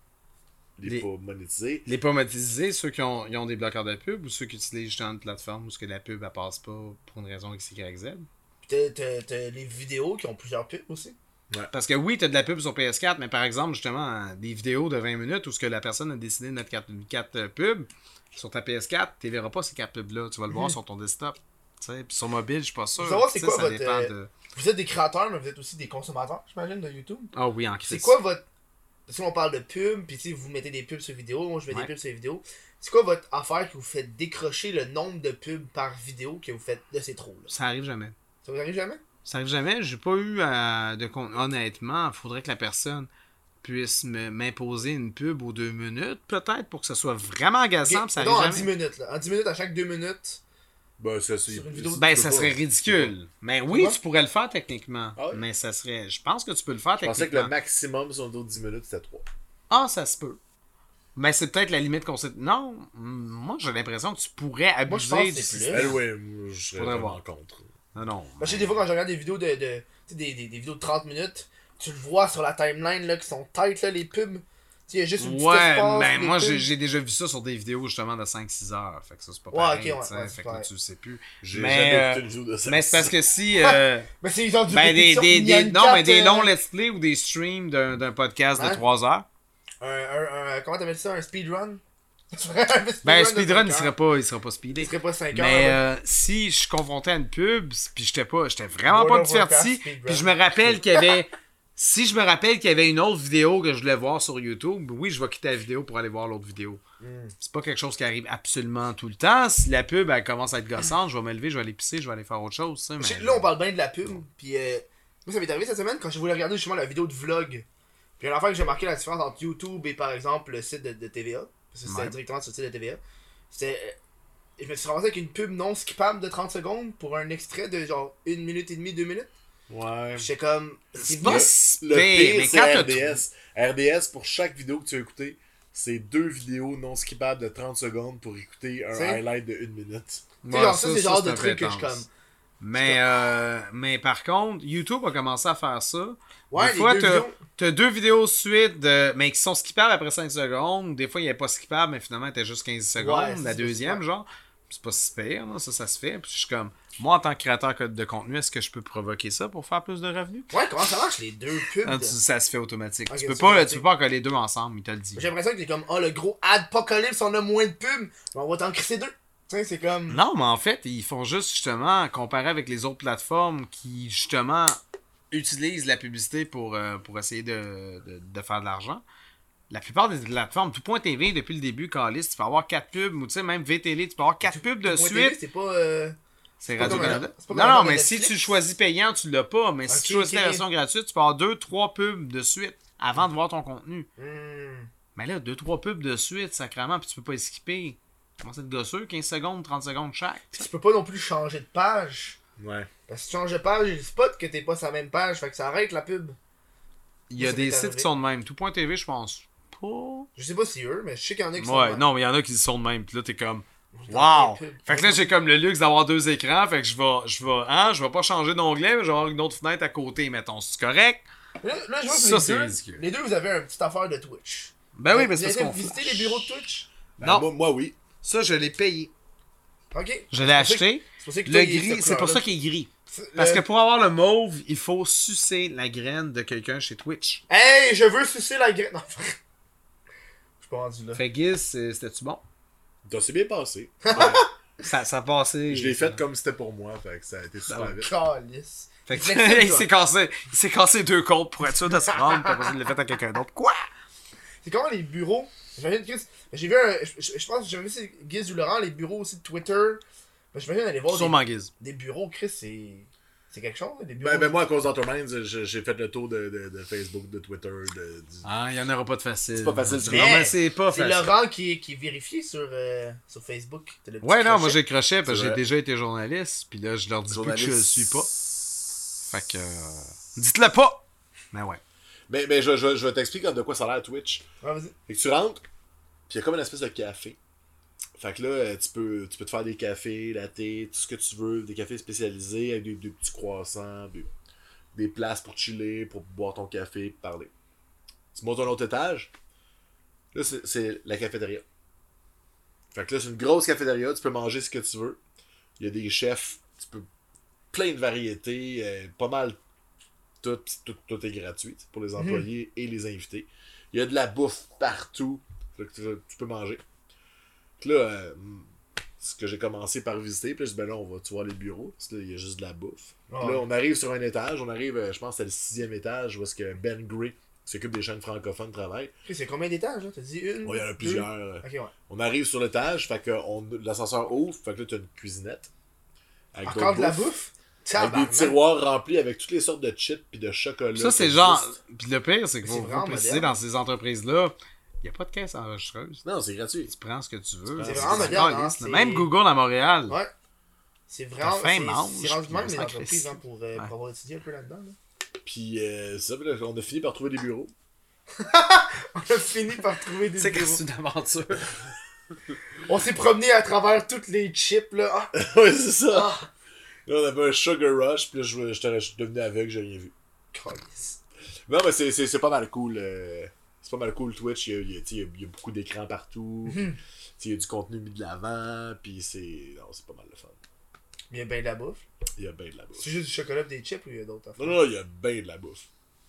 pas monétisés? Les pas monétisés, ceux qui ont, ils ont des bloqueurs de pub ou ceux qui utilisent justement une plateforme où ce que la pub elle passe pas pour une raison X, Y, Z. Puis t'as les vidéos qui ont plusieurs pubs aussi. Parce que oui, t'as de la pub sur PS4, mais par exemple, justement, des vidéos de 20 minutes où ce que la personne a décidé de mettre 4 pubs sur ta PS4, tu verras pas ces 4 pubs-là. Tu vas le voir sur ton desktop. Tu sais, puis sur mobile, je suis pas sûr. Faut savoir c'est Tu sais, quoi ça votre, dépend de... Vous êtes des créateurs, mais vous êtes aussi des consommateurs, j'imagine, de YouTube. Ah oui, en C'est crise. quoi votre... Si on parle de pub, puis si vous mettez des pubs sur vidéo, moi je mets Ouais. des pubs sur les vidéos. C'est quoi votre affaire qui vous fait décrocher le nombre de pubs par vidéo que vous faites de c'est trop, là? Ça arrive jamais. Ça vous arrive jamais? Ça arrive jamais. J'ai pas eu de compte. Honnêtement, il faudrait que la personne puisse m'imposer une pub aux 2 minutes, peut-être, pour que ce soit vraiment agaçant. Ok, Puis ça mettons, arrive en 10 jamais. minutes, là. En 10 minutes, à chaque 2 minutes. Ben, ça, c'est. Sur une vidéo, Ben, tu ça peux serait pas. ridicule. Mais oui, vois? tu pourrais le faire techniquement. Ah ouais? Mais ça serait. Je pense que tu peux le faire Je pensais que techniquement. le maximum sur une vidéo de 10 minutes, c'était 3. Ah, ça se peut. Mais c'est peut-être la limite qu'on sait. Non, moi j'ai l'impression que tu pourrais Moi, je abuser pense du que c'est système. plus. Ben, ouais, moi, je serais Faudrait vraiment voir. contre. Non, non. Moi, je sais des fois quand je regarde des vidéos tu sais, des vidéos de 30 minutes, tu le vois sur la timeline là, qui sont tight là, les pubs. Tu sais, il y a juste une petite Ouais, espace, ben les moi pubs. j'ai déjà vu ça sur des vidéos justement de 5-6 heures. Fait que ça c'est pas Ouais, pareil. ok, ouais, tu sais. ouais, c'est Fait que là, pareil. tu le sais plus. J'ai Mais, jamais écouté une vidéo de ça. Mais c'est parce que si. Mais c'est genre du Ben, répétition, il y a une non, mais carte, des longs let's play ou des streams d'un podcast de Ouais. 3 heures. comment t'appelles ça? Un speedrun? Ben, de speedrun, 5 il heures. serait pas speedé. Il serait pas 5 heures. Mais là. si je suis confronté à une pub, puis j'étais vraiment World pas of Warcraft diverti, speedrun. puis je me rappelle qu'il y avait. Si je me rappelle qu'il y avait une autre vidéo que je voulais voir sur YouTube, oui, je vais quitter la vidéo pour aller voir l'autre vidéo. C'est pas quelque chose qui arrive absolument tout le temps. Si la pub elle commence à être gossante, je vais me lever, je vais aller pisser, je vais aller faire autre chose. tu sais, Je sais, mais... là, on parle bien de la pub. Puis, moi, ça m'est arrivé cette semaine quand je voulais regarder justement la vidéo de vlog. Puis, il y a une affaire que j'ai marqué la différence entre YouTube et par exemple le site de TVA. Parce que c'était Ouais. directement sur le site de TVA. C'était. Je me suis ramassé avec une pub non skippable de 30 secondes pour un extrait de genre 1 minute et demie, 2 minutes. Ouais. J'étais comme. C'est pas mieux. si Le pire, pire, mais c'est quand t'as RDS. RDS, pour chaque vidéo que tu as écoutée, c'est 2 vidéos non skippables de 30 secondes pour écouter un C'est- highlight de 1 minute. Tu sais, genre, ça, c'est le genre de truc que je comme. Mais par contre, YouTube a commencé à faire ça. Ouais, des les fois, deux t'as vidéos. t'as 2 vidéos suite, mais qui sont skippables après 5 secondes. Des fois, il n'est pas skippable, mais finalement, t'as juste 15 secondes. Ouais, la c'est deuxième, ça. genre. C'est pas si pire, là, ça se fait. Puis je suis comme, moi, en tant que créateur de contenu, est-ce que je peux provoquer ça pour faire plus de revenus? Ouais, comment ça marche les deux pubs? Ah, ça se fait automatique. Ok, tu peux c'est pas automatique. coller les deux ensemble, il te le dit. J'ai l'impression que t'es comme, oh le gros apocalypse, on a moins de pubs. On va t'en crisser deux. Tu sais, c'est comme. Non, mais en fait, ils font juste justement comparer avec les autres plateformes qui justement utilisent la publicité pour essayer de faire de l'argent. La plupart des plateformes, tout.tv depuis le début, Calis, tu peux avoir 4 pubs, ou tu sais, même VTL, tu peux avoir 4 pubs de Point TV, suite. c'est pas. C'est pas Radio-Canada. comme c'est pas Non, comme non, un mais Netflix. si tu le choisis payant, tu l'as pas. Mais si Ok, tu choisis la ok. version gratuite, tu peux avoir 2-3 pubs de suite avant de voir ton contenu. Hmm. Mais là, 2-3 pubs de suite, sacrément, puis tu peux pas les skipper. Comment c'est de gosseux? 15 secondes, 30 secondes chaque. Tu peux pas non plus changer de page. Ouais. Parce que tu changes de page, il spot que t'es pas sur la même page, fait que ça arrête la pub. Il y a Ça des m'est sites arrivé. qui sont de même. Tout.tv, je pense pas. Je sais pas si eux, mais je sais qu'il y en a qui sont. Ouais, de non, mais il y en a qui sont de même. Puis là, t'es comme, Dans wow! les pubs. Fait que là, j'ai comme le luxe d'avoir 2 écrans. Fait que je vais pas changer d'onglet, mais je vais avoir une autre fenêtre à côté, mettons. C'est correct? Là, je vois que Ça, les c'est deux, ridicule. les deux, vous avez une petite affaire de Twitch. Ben oui, mais vous c'est parce avez qu'on visité flash. les bureaux de Twitch? Ben, Non. moi, oui. Ça, je l'ai payé. Ok. Je l'ai acheté. C'est pour ça que Le toi, il est gris, ce c'est pour couleur-là. ça qu'il est gris. Parce que pour avoir le mauve, il faut sucer la graine de quelqu'un chez Twitch. Hey, je veux sucer la graine. Non, je suis pas rendu là. Fait Giz, c'était-tu bon? Ça s'est bien passé. Ça passait. Je l'ai fait comme c'était pour moi, fait que ça a été super vite. Calice. Fait que, Flexible, il s'est cassé 2 côtes pour être sûr de se rendre, puis après, il l'a fait à quelqu'un d'autre. Quoi? C'est comment les bureaux? J'imagine Chris. J'ai vu un. Je pense que j'avais vu c'est Giz ou Laurent, les bureaux aussi de Twitter. J'imagine aller voir Sûrement Giz. des bureaux, Chris, c'est quelque chose, des bureaux. Ben moi, à cause d'Enterminds, j'ai fait le tour de Facebook, de Twitter, Ah, il y en aura pas de facile. C'est pas facile, Non, c'est- mais c'est pas C'est facile. Laurent qui est vérifié sur Facebook. T'as le petit Ouais, non, moi crochet. j'ai croché parce que C'est j'ai vrai. déjà été journaliste, puis là je leur dis plus que je le suis pas. Fait Fait que. Dites-le pas! Mais ouais. Mais je vais t'expliquer de quoi ça a l'air Twitch. Ouais, vas-y. Fait que tu rentres, puis il y a comme une espèce de café. Fait que là, tu peux te faire des cafés, latte, tout ce que tu veux, des cafés spécialisés avec des petits croissants, des places pour chiller, pour boire ton café, pour parler. Tu montes un autre étage, là c'est la cafétéria. Fait que là, c'est une grosse cafétéria, tu peux manger ce que tu veux. Il y a des chefs, tu peux plein de variétés, pas mal tout est gratuit pour les employés et les invités. Il y a de la bouffe partout, fait que tu peux manger. Fait que là, ce que j'ai commencé par visiter, puis là, je dis, ben là, on va-tu voir les bureaux, parce que là, il y a juste de la bouffe. Puis là, on arrive sur un étage, je pense que c'est le 6e étage, où est-ce que Ben Gray, qui s'occupe des chaînes francophones, travaille. Chris, c'est combien d'étages, là? T'as dit une? Ouais, il y en a deux? plusieurs. Ok, ouais. On arrive sur l'étage, fait que l'ascenseur ouvre, fait que là, t'as une cuisinette. Avec Encore de la d'autres bouffe? Avec des tiroirs remplis avec toutes les sortes de chips puis de chocolat. Ça, c'est qui genre. existent. Puis le pire, c'est qu'il C'est faut vraiment préciser moderne. dans ces entreprises-là, il n'y a pas de caisse enregistreuse. Non, c'est gratuit. Tu prends ce que tu veux. C'est vraiment moderne, hein, caliste. c'est- Même Google à Montréal. Ouais. C'est vraiment. T'as faim, mange, C'est rendu de même puis les un entreprises sacrifice. hein, pour avoir étudié un peu là-dedans. Là. Puis ça, puis là, on a fini par trouver des bureaux. On a fini par trouver des C'est que bureaux. c'est une aventure. On s'est promené à travers toutes les chips là. Ah, Ouais, c'est ça. ah. Là, on avait un sugar rush, puis là, je suis devenu aveugle, j'ai rien vu. Calisse. Non, mais c'est pas mal cool. C'est pas mal cool Twitch. Il y a beaucoup d'écrans partout. Tu sais, il y a du contenu mis de l'avant. Puis c'est. Non, c'est pas mal le fun. Il y a bien de la bouffe. Il y a bien de la bouffe. C'est juste du chocolat et des chips ou il y a d'autres affaires? Non, il y a bien de la bouffe.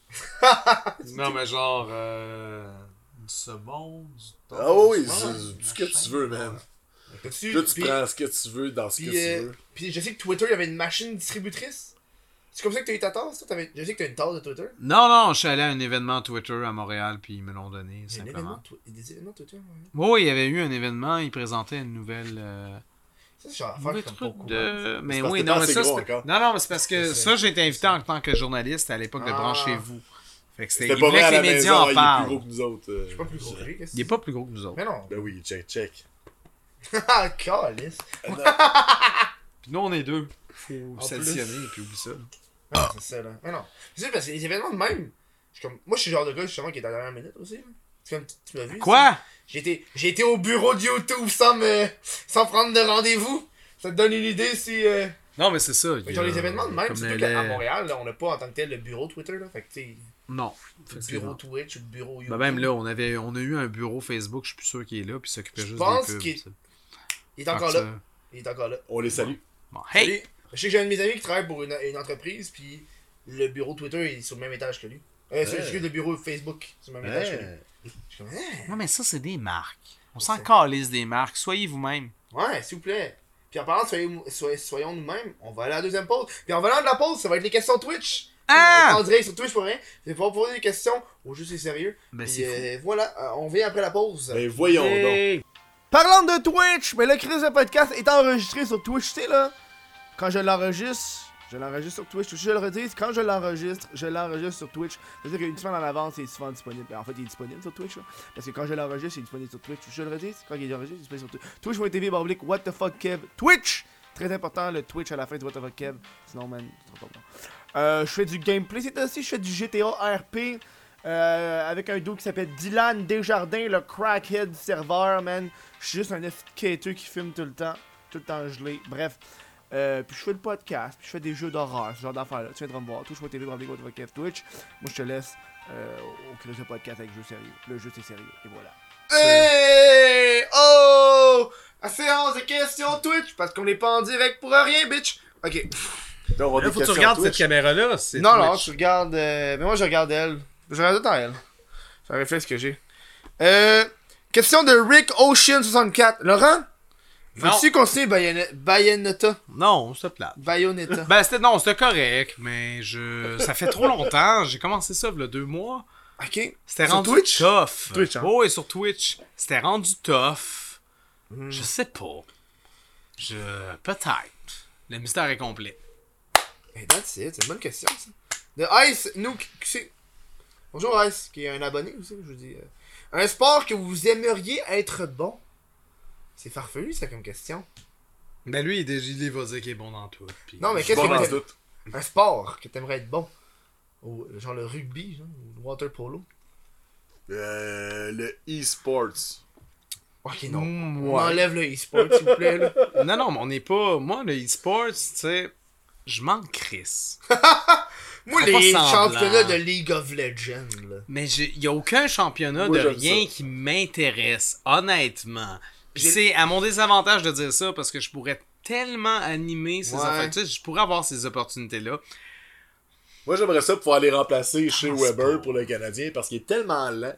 Non, mais genre. Du saumon, du thon. Ah oui, ouais, c'est ce que tu veux, man. T'as-tu- Là, tu puis- prends ce que tu veux dans ce que Puis, tu veux. puis je sais que Twitter, il y avait une machine distributrice. C'est comme ça que t'as eu ta tasse, toi? Je sais que t'as une tasse de Twitter. Non, non, je suis allé à un événement Twitter à Montréal, puis ils me l'ont donné, Il y a un simplement. événement, des événements Twitter, ouais. Oui, il y avait eu un événement, ils présentaient une nouvelle. Ça, c'est genre Nouveau l'affaire comme truc pas de. Mais parce oui, que non, t'es mais pas ça. assez gros c'est- encore. Non, non, mais c'est parce que C'est- ça, j'ai été invité en tant que journaliste à l'époque de Ah. Branchez-vous. Fait que c'était. C'était Il pas voulait vrai à que la les médias maison, en il est plus parlent. gros que nous autres. Je suis pas plus gros que lui, qu'est-ce que Il est pas plus gros que nous autres. Mais non. Ben oui, check. Ah, calice. Puis nous, on est deux. Faut En s'additionner, puis oublie ça. Ah, c'est ça, là. Mais non. C'est parce que les événements de même. Moi, je suis le genre de gars, justement, qui est à la dernière minute aussi. Là. C'est comme tu m'as vu. Quoi? ça. J'ai été au bureau de YouTube sans prendre de rendez-vous. Ça te donne une idée si. Non, mais c'est ça. il y Genre a- les événements de même, comme surtout le- qu'à Montréal, là, on n'a pas en tant que tel le bureau Twitter, là. Fait que, tu sais, Non. le bureau effectivement. Twitch ou le bureau YouTube. Ben même là, on a eu un bureau Facebook, je suis plus sûr qu'il est là, puis il s'occupait Je juste pense des pubs. qu'il- ça. Il est encore Fait que là. ça- Il est encore là. On les salue. Bon, hey! Salut. Je sais que j'ai un de mes amis qui travaille pour une entreprise, puis le bureau Twitter est sur le même étage que lui. Excuse, le bureau Facebook sur le même étage que lui. Je suis comme, Non, mais ça, c'est des marques. On Je s'en sais. calisse des marques. Soyez vous-même. Ouais, s'il vous plaît. Puis en parlant de soyons nous-mêmes, on va aller à la deuxième pause. Puis en venant de la pause, ça va être les questions Twitch. Ah! On va être en direct sur Twitch pour rien. Vous allez pouvoir poser des questions au juste et sérieux. Ben, Puis, c'est voilà, on vient après la pause. Ben voyons donc. Hey! Parlant de Twitch, mais le Chris de podcast est enregistré sur Twitch, tu sais là. Quand je l'enregistre sur Twitch. Je le redis, quand je l'enregistre sur Twitch. C'est-à-dire qu'une semaine en avance, il est souvent disponible. En fait, il est disponible sur Twitch là. Parce que quand je l'enregistre, il est disponible sur Twitch. Je le redis, quand il est enregistré, il est disponible sur Twitch. Twitch.tv/, what the fuck Kev. Twitch! Très important, le Twitch à la fin du what the fuck Kev. Sinon, man, c'est trop bon. Je fais du gameplay, c'est aussi, je fais du GTA RP. Avec un dude qui s'appelle Dylan Desjardins, le crackhead serveur, man. Je suis juste un FKT qui filme tout le temps gelé. Bref. Puis je fais le podcast, puis je fais des jeux d'horreur, ce genre d'affaires-là. Tu viendras me voir, Twitch.tv, Twitch. Moi, je te laisse au Chris de podcast avec jeu sérieux. Le jeu, c'est sérieux. Et voilà. Hey! Oh! À séance de questions Twitch, parce qu'on n'est pas en direct pour rien, bitch. Ok. Là, on va Là, des faut que tu questions regardes Twitch. cette caméra-là. c'est Non, non, Twitch. tu regardes. Mais moi, je regarde elle. Je regarde tout le temps elle. C'est un réflexe que j'ai. Question de Rick Ocean 64. Laurent? Non. Faut-tu continuer Bayonetta? Non, c'est plate. Bayonetta. Ben, c'était correct, mais ça fait trop longtemps. J'ai commencé ça il y a 2 mois. Ok. C'était Sur rendu Twitch? tough. Twitch, hein? Oh, et sur Twitch. C'était rendu tough. Je sais pas. Peut-être. Le mystère est complet. Hey, that's it. C'est une bonne question, ça. De Ice, nous, qui c'est... Bonjour Ice, qui est un abonné aussi, je vous dis. Un sport que vous aimeriez être bon? C'est farfelu, ça, comme question. Ben lui, il va dire qu'il est bon dans tout. Puis... Non, mais Je suis qu'est-ce bon dans que tout. un sport que t'aimerais être bon? Genre le rugby, genre, ou le water polo? Le e-sports. Ok, non. Mm, On ouais. enlève le e-sport, s'il vous plaît, là. Non, mais on n'est pas... Moi, le e-sports, tu sais, je m'en crisse. Moi, Fais pas les semblant. championnats de League of Legends, là. Mais il n'y a aucun championnat Moi, de j'aime rien ça. qui m'intéresse, honnêtement. Puis J'ai- c'est à mon désavantage de dire ça parce que je pourrais tellement animer ces Ouais. affaires. Tu sais, je pourrais avoir ces opportunités-là. Moi, j'aimerais ça pouvoir aller remplacer chez c'est Weber pas- pour le Canadien parce qu'il est tellement lent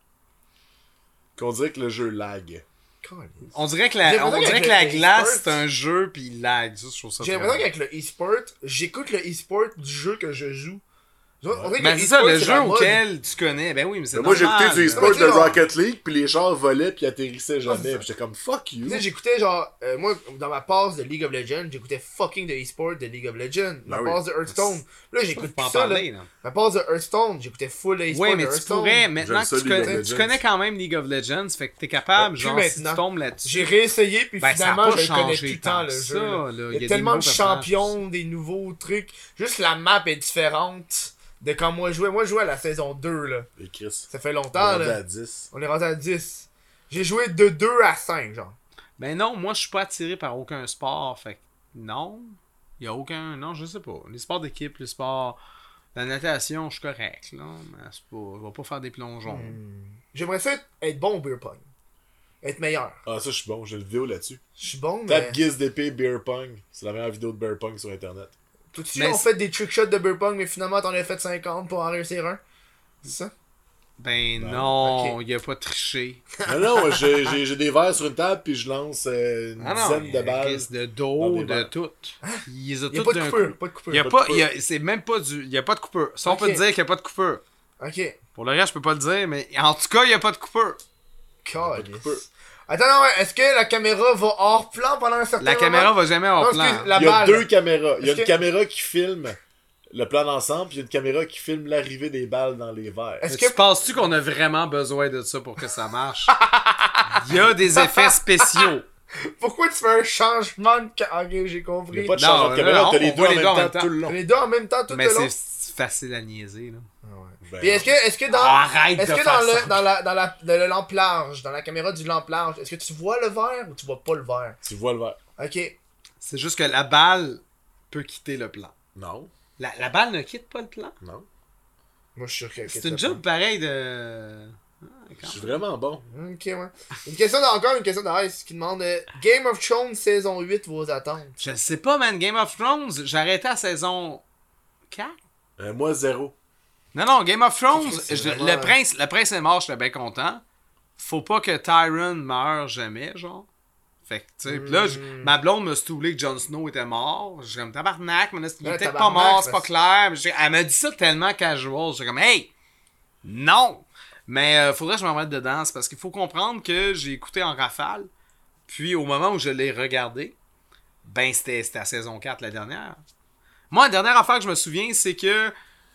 qu'on dirait que le jeu lag. Calisse. On dirait que J'ai l'impression on dirait qu'avec que la le glace, e-sport- c'est un jeu, puis il lag. Ça, je trouve ça J'ai très l'impression bon. qu'avec le e-sport, j'écoute le e-sport du jeu que je joue. On dirait que Ben le c'est ça, e-sport, le c'est jeu la mode. auquel tu connais. Ben oui, mais c'est Moi, j'ai normal. écouté du Non, e-sport mais tu de sais, genre- Rocket League, puis les chars volaient puis atterrissaient c'est ça. jamais. Puis j'étais comme fuck you. Tu sais, j'écoutais genre, moi, dans ma passe de League of Legends, j'écoutais fucking de e-sport de League of Legends. Ma Ben oui. passe de Hearthstone. Là, Tu j'écoute peux en plus ça, là. parler, là. Ma passe de Hearthstone, j'éctais full de e-sport Oui, de mais tu Hearthstone. pourrais, maintenant J'aime ça, que tu League of connais, tu Legends. connais quand même League of Legends, fait que t'es capable, Plus genre, si maintenant. tu tombes là-dessus. J'ai réessayé, puis Ben, ça a finalement, pas je le connais changé tout le temps, tant le que jeu. ça, là. là. Il y a Il y a des tellement de nouveaux personnages. champions, des nouveaux trucs. Juste la map est différente de quand moi je jouais. Moi, je jouais à la saison 2, là. Et Chris, Ça fait on longtemps, est là. à 10. On est rendu à 10. J'ai joué de 2 à 5, genre. Ben non, moi je suis pas attiré par aucun sport, fait que non. Il y a aucun. Non, je sais pas. Les sports d'équipe, les sports. La natation, je suis correct, là. Mais c'est pas. Je vais pas faire des plongeons. J'aimerais ça être bon au beer pong. Être meilleur. Ah, ça, je suis bon. J'ai une vidéo là-dessus. Je suis bon, mais... Tape Guise d'épée Beer Pong. C'est la meilleure vidéo de Beer Pong sur Internet. Tout de suite, Mais on c'est- fait des trickshots de beer pong, mais finalement, t'en as fait 50 pour en réussir un. C'est ça? Ben non, ok. il a pas triché. Non, non, j'ai des verres sur une table, puis je lance une Ah non, dizaine il de balles. risque de dans dos, des de verres. tout. Il les a Il y a toutes pas de d'un coupure. coup. Pas de coupure. Il y a Pas de pas, coupure. il y a- c'est même pas du, il y a pas de coupeur. Ça, on peut Ok. te dire qu'il y a pas de coupeur. Ok. Pour le reste, je peux pas le dire, mais en tout cas, il y a pas de coupeur. Calice. coupure. Attends, non, ouais, est-ce que la caméra va hors plan pendant un certain La moment? caméra va jamais Non, en excuse, plan. la Il y a balle. deux caméras. Il y a Est-ce une que- caméra qui filme le plan d'ensemble, puis il y a une caméra qui filme l'arrivée des balles dans les verres. Est-ce Mais que... tu penses-tu qu'on a vraiment besoin de ça pour que ça marche? Il y a des effets spéciaux. Pourquoi tu fais un changement de... Ok, j'ai Il compris. n'y a pas de Non, changement de caméra, non, t'as les on deux voit en les même deux en temps même temps. tout le long. Les deux en même temps tout Mais le long? c'est facile à niaiser, là. Ben, Puis est-ce que dans... Arrête Est-ce de que faire dans ça. dans le lampe large, dans la caméra du lampe large, est-ce que tu vois le verre ou tu vois pas le verre? Tu vois le verre. Ok. C'est juste que la balle peut quitter le plan. Non, La balle ne quitte pas le plan. non. Moi, je suis sûr que... C'est une job pareille de... Ah, Je quand suis même. vraiment bon. Ok, ouais. Encore une question de Ice qui demande Game of Thrones saison 8, vos attentes. Je sais pas, man. Game of Thrones, j'ai arrêté à saison 4. Moi, 0. Non, Game of Thrones, C'est le vraiment- prince est mort, j'étais bien content. Faut pas que Tyrion meure jamais, genre. Fait que, tu sais, pis là, ma blonde m'a stoulé que Jon Snow était mort. J'ai comme tabarnak, mais là, il Ouais, était pas tabarnak, mort, c'est pas parce- clair. Mais elle m'a dit ça tellement casual. J'étais comme, hey, non! Mais faudrait que je m'en mette dedans, c'est parce qu'il faut comprendre que j'ai écouté en rafale. Puis au moment où je l'ai regardé, ben c'était la saison 4, la dernière. Moi, la dernière affaire que je me souviens, c'est que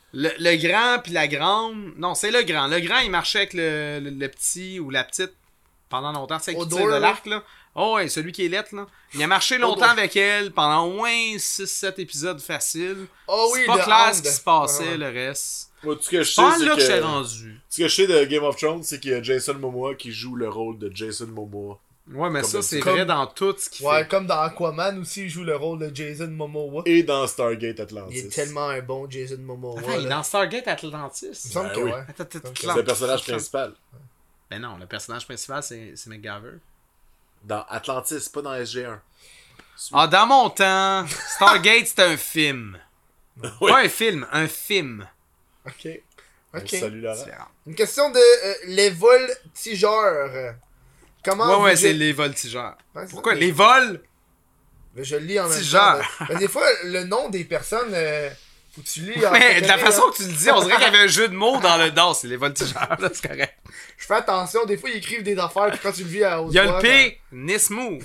le grand puis la grande... Non, c'est le grand. Le grand, il marchait avec le petit ou la petite pendant longtemps. C'est qui Odor, tire de là. l'arc, là. Oh, ouais, celui qui est lettre, là. Il a marché longtemps Odor. avec elle pendant au moins 6-7 épisodes faciles. Oh oui, C'est pas le clair Hound. ce qui se passait, Ouais, ouais. le reste. Moi, tout ce que je sais, Pas c'est là que je suis que... rendu. Ce que je sais de Game of Thrones, c'est qu'il y a Jason Momoa qui joue le rôle de Jason Momoa. Ouais, mais Comme ça, le- c'est comme- vrai dans tout ce qu'il Ouais, fait. comme dans Aquaman aussi, il joue le rôle de Jason Momoa. Et dans Stargate Atlantis. Il est tellement un bon Jason Momoa. Attends, il est là. dans Stargate Atlantis. Il me semble Ben que oui. ouais. Attends, Ok. C'est le personnage principal. Ben non, le personnage principal, c'est McGavin. Dans Atlantis, pas dans SG1. Ah, dans mon temps, Stargate, c'était un film. Oui. Pas un film, un film. Ok. On Ok. salue Laurent. Différent. Une question de les voltigeurs. Comment Ouais, vous c'est gé- les voltigeurs. Ouais, c'est Pourquoi? ça. Les vols? Mais je le lis en même temps. Voltigeurs. Des fois, le nom des personnes Faut que tu lis. en Mais de la préféré, façon hein. que tu le dis, on dirait qu'il y avait un jeu de mots dans le. Non, c'est les voltigeurs, là, c'est correct. Je fais attention, des fois ils écrivent des affaires, puis quand tu le vis à haute Il y a le voix, P, Nismou.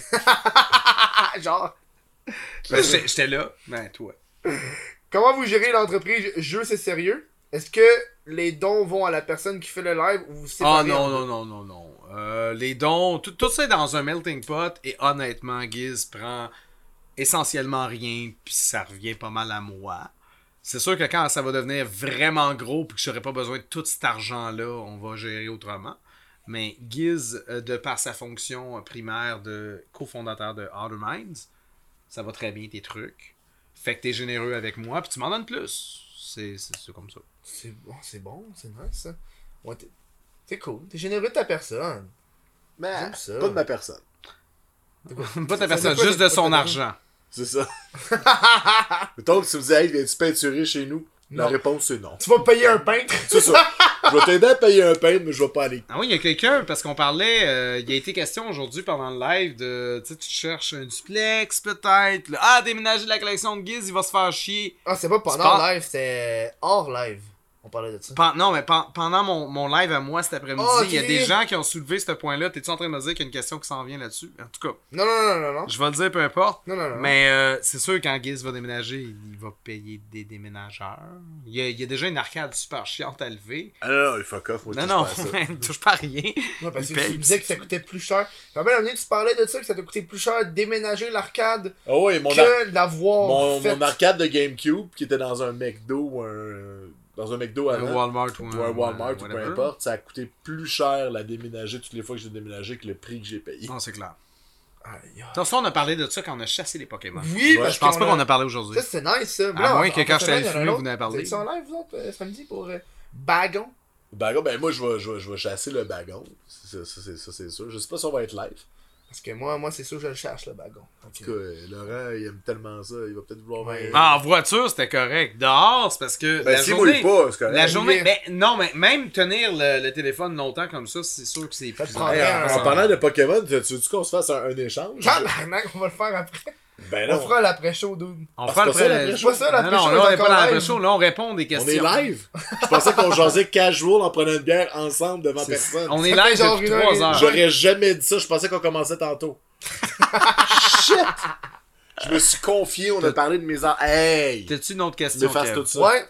genre. Ben, j'étais là. Ben, toi. Comment vous gérez l'entreprise Jeu c'est sérieux? Est-ce que les dons vont à la personne qui fait le live ou vous séparez? Ah non. Les dons, tout ça est dans un melting pot et honnêtement, Giz prend essentiellement rien puis ça revient pas mal à moi. C'est sûr que quand ça va devenir vraiment gros puis que j'aurai pas besoin de tout cet argent-là, on va gérer autrement. Mais Giz, de par sa fonction primaire de cofondateur de Outer Minds, ça va très bien tes trucs. Fait que t'es généreux avec moi puis tu m'en donnes plus. C'est comme ça. C'est bon, c'est nice ça. Ouais, c'est cool, t'es généreux de ta personne. Mais J'aime ça. pas de ma personne. Pas ta personne, quoi, juste c'est de pas son ta argent. C'est ça. Mettons que tu me dis, hey, viens-tu peinturer chez nous? La Non. réponse, c'est non. Tu vas payer un peintre. C'est ça. Je vais t'aider à payer un peintre, mais je vais pas aller. Ah oui, il y a quelqu'un, parce qu'on parlait, il y a été question aujourd'hui pendant le live de, tu sais, tu cherches un duplex peut-être. Là. Ah, déménager la collection de Giz, il va se faire chier. Ah, c'est pas pendant pas- live, c'était hors live. On parlait de ça. Non, mais pendant mon live à moi cet après-midi, Oh, il y a ok. des gens qui ont soulevé ce point-là. T'es-tu en train de me dire qu'il y a une question qui s'en vient là-dessus? En tout cas, Non. je vais le dire peu importe. Non. Mais c'est sûr, quand Giz va déménager, il va payer des déménageurs. Il y a déjà une arcade super chiante à lever. Ah non, il fuck off. Moi, je Non, touche pas à ça. touche pas à rien. Ouais, parce Il que paye, tu disais que ça coûtait plus cher. Je me rappelle, tu parlais de ça, que ça t'a coûté plus cher de déménager l'arcade Ah ouais, que d'avoir mon arcade de GameCube qui était dans un McDo ou dans un McDo Un avant. Walmart ou Ou un Walmart ou peu whatever. importe, ça a coûté plus cher la déménager toutes les fois que j'ai déménagé que le prix que j'ai payé. Non, c'est clair. Aïe, aïe. Attention, on a parlé de ça quand on a chassé les Pokémon. Oui, Ouais, parce Je pense pas qu'on qu'on a parlé aujourd'hui. Ça, c'est nice, ça. À moins que quand j'étais j'étais allé fumer, vous n'avez parlé. Vous êtes en live, vous autres, samedi, pour Bagon? Bagon, ben moi je vais chasser le bagon. Ça, c'est sûr. Je sais pas si on va être live. Parce que moi c'est sûr que je le cherche, le Bagon. En tout cas, Laurent, il aime tellement ça, il va peut-être vouloir Ouais. Ah, en voiture, c'était correct. Dehors, c'est parce que Ben la si journée... moi pas, c'est correct. La journée... Oui. Ben, non, mais même tenir le téléphone longtemps comme ça, c'est sûr que c'est Ça te plus... prendrait Hey, en parlant de Pokémon, tu veux-tu qu'on se fasse un échange? Tabarnak, on va le faire après. Ben On non. fera l'après-show, dude. On Ah, fera c'est pas ça, le l'après-show? C'est pas ça, Non, l'après-show. non, là, on est pas dans l'après-show. Là, on répond des On questions. est live? Je pensais qu'on jasait casual en prenant une bière ensemble devant C'est- personne. On est Ça fait live genre depuis une heure 3 et- heures. J'aurais jamais dit ça, je pensais qu'on commençait tantôt. Shit! Je me suis confié, on a parlé de mes Hey! T'as-tu une autre question, Déface Kev? tout ça. Ouais.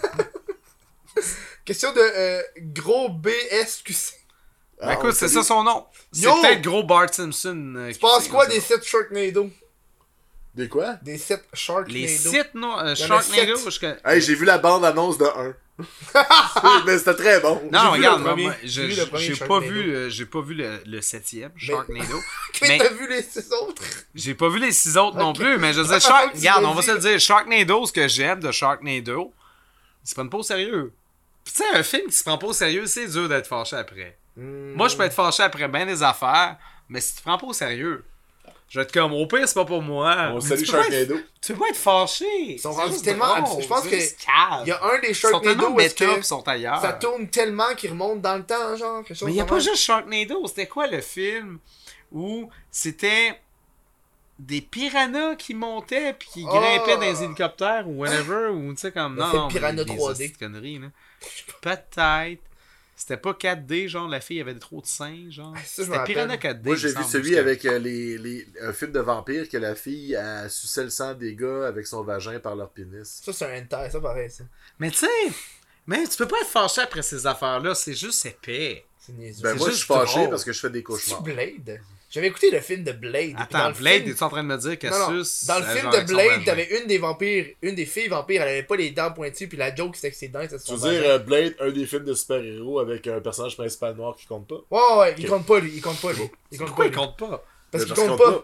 Question de gros BSQC. Ben, Ah, écoute, on c'est salue. ça son nom. C'est Yo! peut-être gros Bart Simpson. Tu penses quoi des 7 Sharknado? Des quoi? Des 7 Sharknado. Les sites, non? en a Sharknado? 7. Hey, j'ai vu la bande-annonce de 1. Mais c'était très bon. Non, J'ai vu regarde, le moi, premier. moi, J'ai vu le premier j'ai pas Sharknado. vu, j'ai pas vu le 7e, Sharknado. Mais mais t'as vu les 6 autres? j'ai pas vu les 6 autres non Ok. plus, mais je veux dire, Attends, tu regarde, l'as on va dit. se le dire, Sharknado, ce que j'aime de Sharknado, ils se prennent pas au sérieux. Puis tu sais, un film qui se prend pas au sérieux, c'est dur d'être fâché après. Moi, je peux être fâché après bien des affaires, mais si tu te prends pas au sérieux, je vais être comme, au pire, c'est pas pour moi. On Mais salue tu peux pas Sharknado. tu peux pas être fâché. Ils sont C'est rendus juste tellement drôle, je pense c'est que juste calme. Il y a un des Ils sont tellement Sharknado où est-ce méta que pis sont ailleurs. ça tourne tellement qu'il remonte dans le temps, genre. Quelque chose Mais il n'y a de pas même. juste Sharknado. C'était quoi le film où c'était des piranhas qui montaient puis qui grimpaient dans les hélicoptères ou whatever, ou tu sais comme... Le Non, film non, Piranha des 3D. hosties de conneries, là. Peut-être. C'était pas 4D, genre la fille avait trop de seins, genre. Ça, je me C'était rappelle. Piranha 4D. Moi, j'ai il me vu semble, celui parce que- avec un film de vampire que la fille a sucé le sang des gars avec son vagin par leur pénis. Ça, c'est un hentai, ça pareil, ça. Mais tu sais, mais tu peux pas être fâché après ces affaires-là, c'est juste épais. C'est niaiseux. Ben C'est moi, je juste suis fâché drôle. parce que je fais des C'est cauchemars. Blade. J'avais écouté le film de Blade. et puis dans Attends, le Blade, film- es-tu en train de me dire qu'elle Non, non. suce Dans le genre film de avec son Blade, vagin? t'avais une des filles vampires, elle avait pas les dents pointues, puis la joke c'était que ses dents étaient Tu sur veux son dire vagin. Blade, un des films de super-héros avec un personnage principal noir qui compte pas? Ouais, il compte pas lui, il compte pas lui. Il compte Pourquoi pas il lui. compte pas? Parce qu'il Parce compte qu'il pas. compte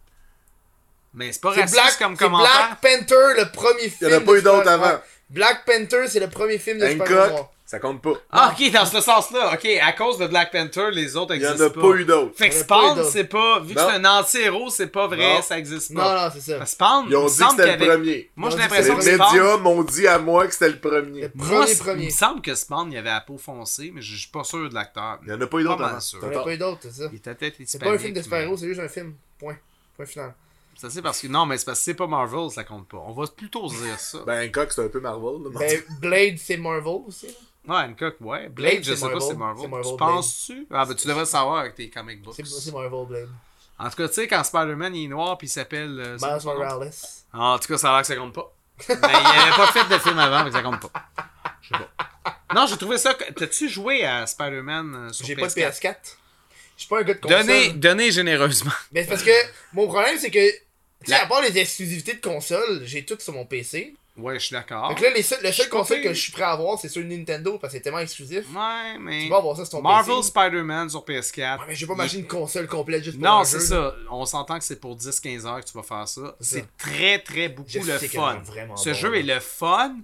Mais c'est pas C'est raciste Black, comme c'est commentaire. Black Panther, le premier film. Il y en a de pas eu d'autres super- avant. ouais. Black Panther, c'est le premier film de super Hancock, ça compte pas. Ah, ok, dans ce sens-là. Ok, à cause de Black Panther, les autres Il y en existent a pas eu d'autres. Fait que Il y en a pas eu Spawn, d'autres. c'est pas. Vu que Non. c'est un anti-héros, c'est pas vrai, Non. ça existe Non, pas. non, c'est ça. Spawn, Ils ont il me dit que semble c'était qu'il y le avait. premier. Moi, j'ai Ils ont dit que l'impression Les que c'était Spawn. médias m'ont dit à moi que c'était le premier. Le Moi, premier, il premier. me semble que Spawn, il y avait la peau foncée, mais je suis pas sûr de l'acteur. Il y en a pas eu d'autres Pas mal avant. sûr. Il y en a pas eu d'autres, c'est ça. Il était peut-être C'est pas un film hispanique, de super-héros, mais- c'est juste un film. Point. Point final. Ça, c'est parce que. Non, mais c'est parce que c'est pas Marvel, ça compte pas. On va plutôt dire ça. Ben, Hancock, c'est un peu Marvel. Là, Ben, Blade, c'est Marvel aussi. Là. Ouais, Hancock, ouais. Blade, je c'est sais pas si c'est Marvel. Marvel. C'est Marvel, Tu penses-tu? Ah, ben tu devrais le savoir avec tes comic books. C'est Marvel, Blade. En tout cas, tu sais, quand Spider-Man il est noir puis il s'appelle. c'est quoi Miles son nom? Morales. En tout cas, ça a l'air que ça compte pas. Mais il avait pas fait de film avant, mais ça compte pas. Je sais pas. Non, j'ai trouvé ça. T'as-tu joué à Spider-Man sur PS4? J'ai pas de PS4. Je suis pas un gars de console. Donnez généreusement. Mais c'est parce que mon problème, c'est que, tu sais, à part les exclusivités de console, j'ai tout sur mon PC. Ouais, je suis d'accord. Donc là, le seul suis console pas que pire. je suis prêt à avoir, c'est sur Nintendo, parce que c'est tellement exclusif. Ouais, mais. Tu vas avoir ça sur ton Marvel PC. Spider-Man sur PS4. Ouais, mais j'ai pas imaginé une console complète juste pour Non, un c'est jeu. ça. On s'entend que c'est pour 10-15 heures que tu vas faire ça. C'est C'est ça. très, très beaucoup Je le sais qu'elle fun. est vraiment Ce bon, jeu là. est le fun.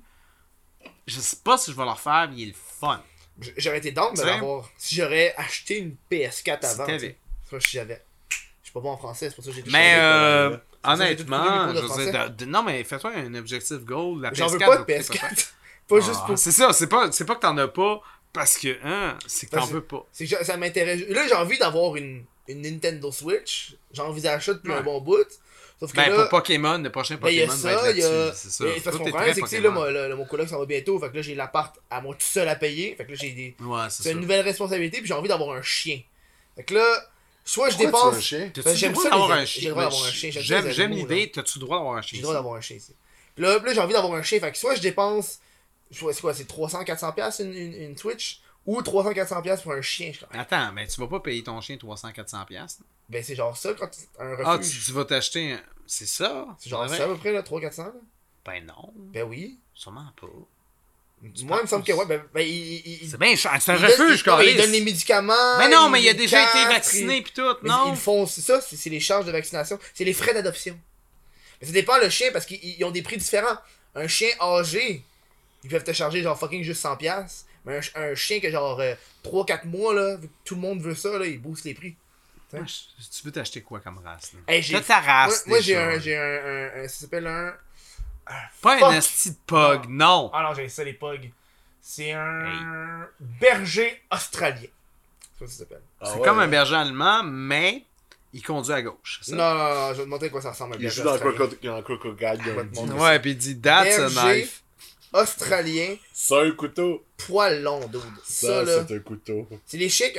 Je sais pas si je vais le refaire, mais il est le fun. J'aurais été down de T'sais? l'avoir. Si j'aurais acheté une PS4 Si avant. t'avais. t'sais. C'est pas si j'avais. Je suis pas bon en français, c'est pour ça que j'ai tout Mais changé. honnêtement, j'ai tout je trouvé veux mes dire, non, mais fais-toi un objectif goal. La J'en PS4 veux pas de va coûter pas cher. PS4. Pas juste Ah, pour. c'est ça, c'est pas que t'en as pas parce que, c'est que t'en Parce que- veux pas. C'est que ça m'intéresse. Là, j'ai envie d'avoir une Nintendo Switch. J'envisage ça depuis Ouais. un bon bout. Sauf que Ben, là, pour Pokémon, le prochain ben, il y a Pokémon va ça, être il y a. là-dessus. C'est ça. Mais parce que Toi, mon t'es problème, très c'est que, tu sais, là, Pokémon. mon coloc s'en va bientôt. Fait que là, j'ai l'appart à moi tout seul à payer. Fait que là, j'ai des. Ouais, c'est C'est ça. une nouvelle responsabilité, puis j'ai envie d'avoir un chien. Fait que là, soit je Pourquoi tu veux dépense. un chien? T'as-tu Ben, le j'aime droit ça, d'avoir les- un j'ai chien? le droit d'avoir un chien, j'aime ça, J'aime les j'aime animaux, l'idée. là. T'as-tu le droit d'avoir un chien? J'ai le droit d'avoir un chien ici. Puis là, j'ai envie d'avoir un chien. Fait que soit je dépense. C'est quoi, c'est 300-400$ une Switch? Ou 300-400$ pour un chien, je crois. Attends, mais tu vas pas payer ton chien 300-400$. Ben, c'est genre ça quand un Ah, refuge. tu vas t'acheter un. C'est ça? C'est genre Ouais. ça à peu près, là, 300-400$. Là. Ben non, Ben oui. sûrement pas. Moi, il me semble que ouais. Ben, il C'est bien cher. C'est un il refuge, donne, il câlisse. donne les médicaments. Mais non, mais il a déjà été carte, vacciné pis tout, Mais non? ils font, c'est ça, c'est les charges de vaccination. C'est les frais d'adoption. Mais ça dépend le chien parce qu'ils ont des prix différents. Un chien âgé, ils peuvent te charger genre fucking juste 100$. Mais un chien que genre 3-4 mois, là, vu que tout le monde veut ça, là, ils boostent les prix. Ouais, tu veux t'acheter quoi comme race, là? Hey, j'ai- T'as ta race, Moi, déjà. j'ai un. Ça s'appelle un. Pas Fuck. un esti de pug, non! Ah non, j'ai ça, les pugs. C'est un. Berger australien. C'est ça que ça s'appelle. Ah C'est ouais, comme un hein? berger allemand, mais il conduit à gauche. c'est ça? Non, non, non, je vais te montrer à quoi ça ressemble un Il berger joue dans australien. un crocodile. Je vais te montrer. Ouais, pis il dit that's a Berger knife. australien, C'est un couteau. poil long, dude. Ça, là. C'est un couteau. C'est les chiens.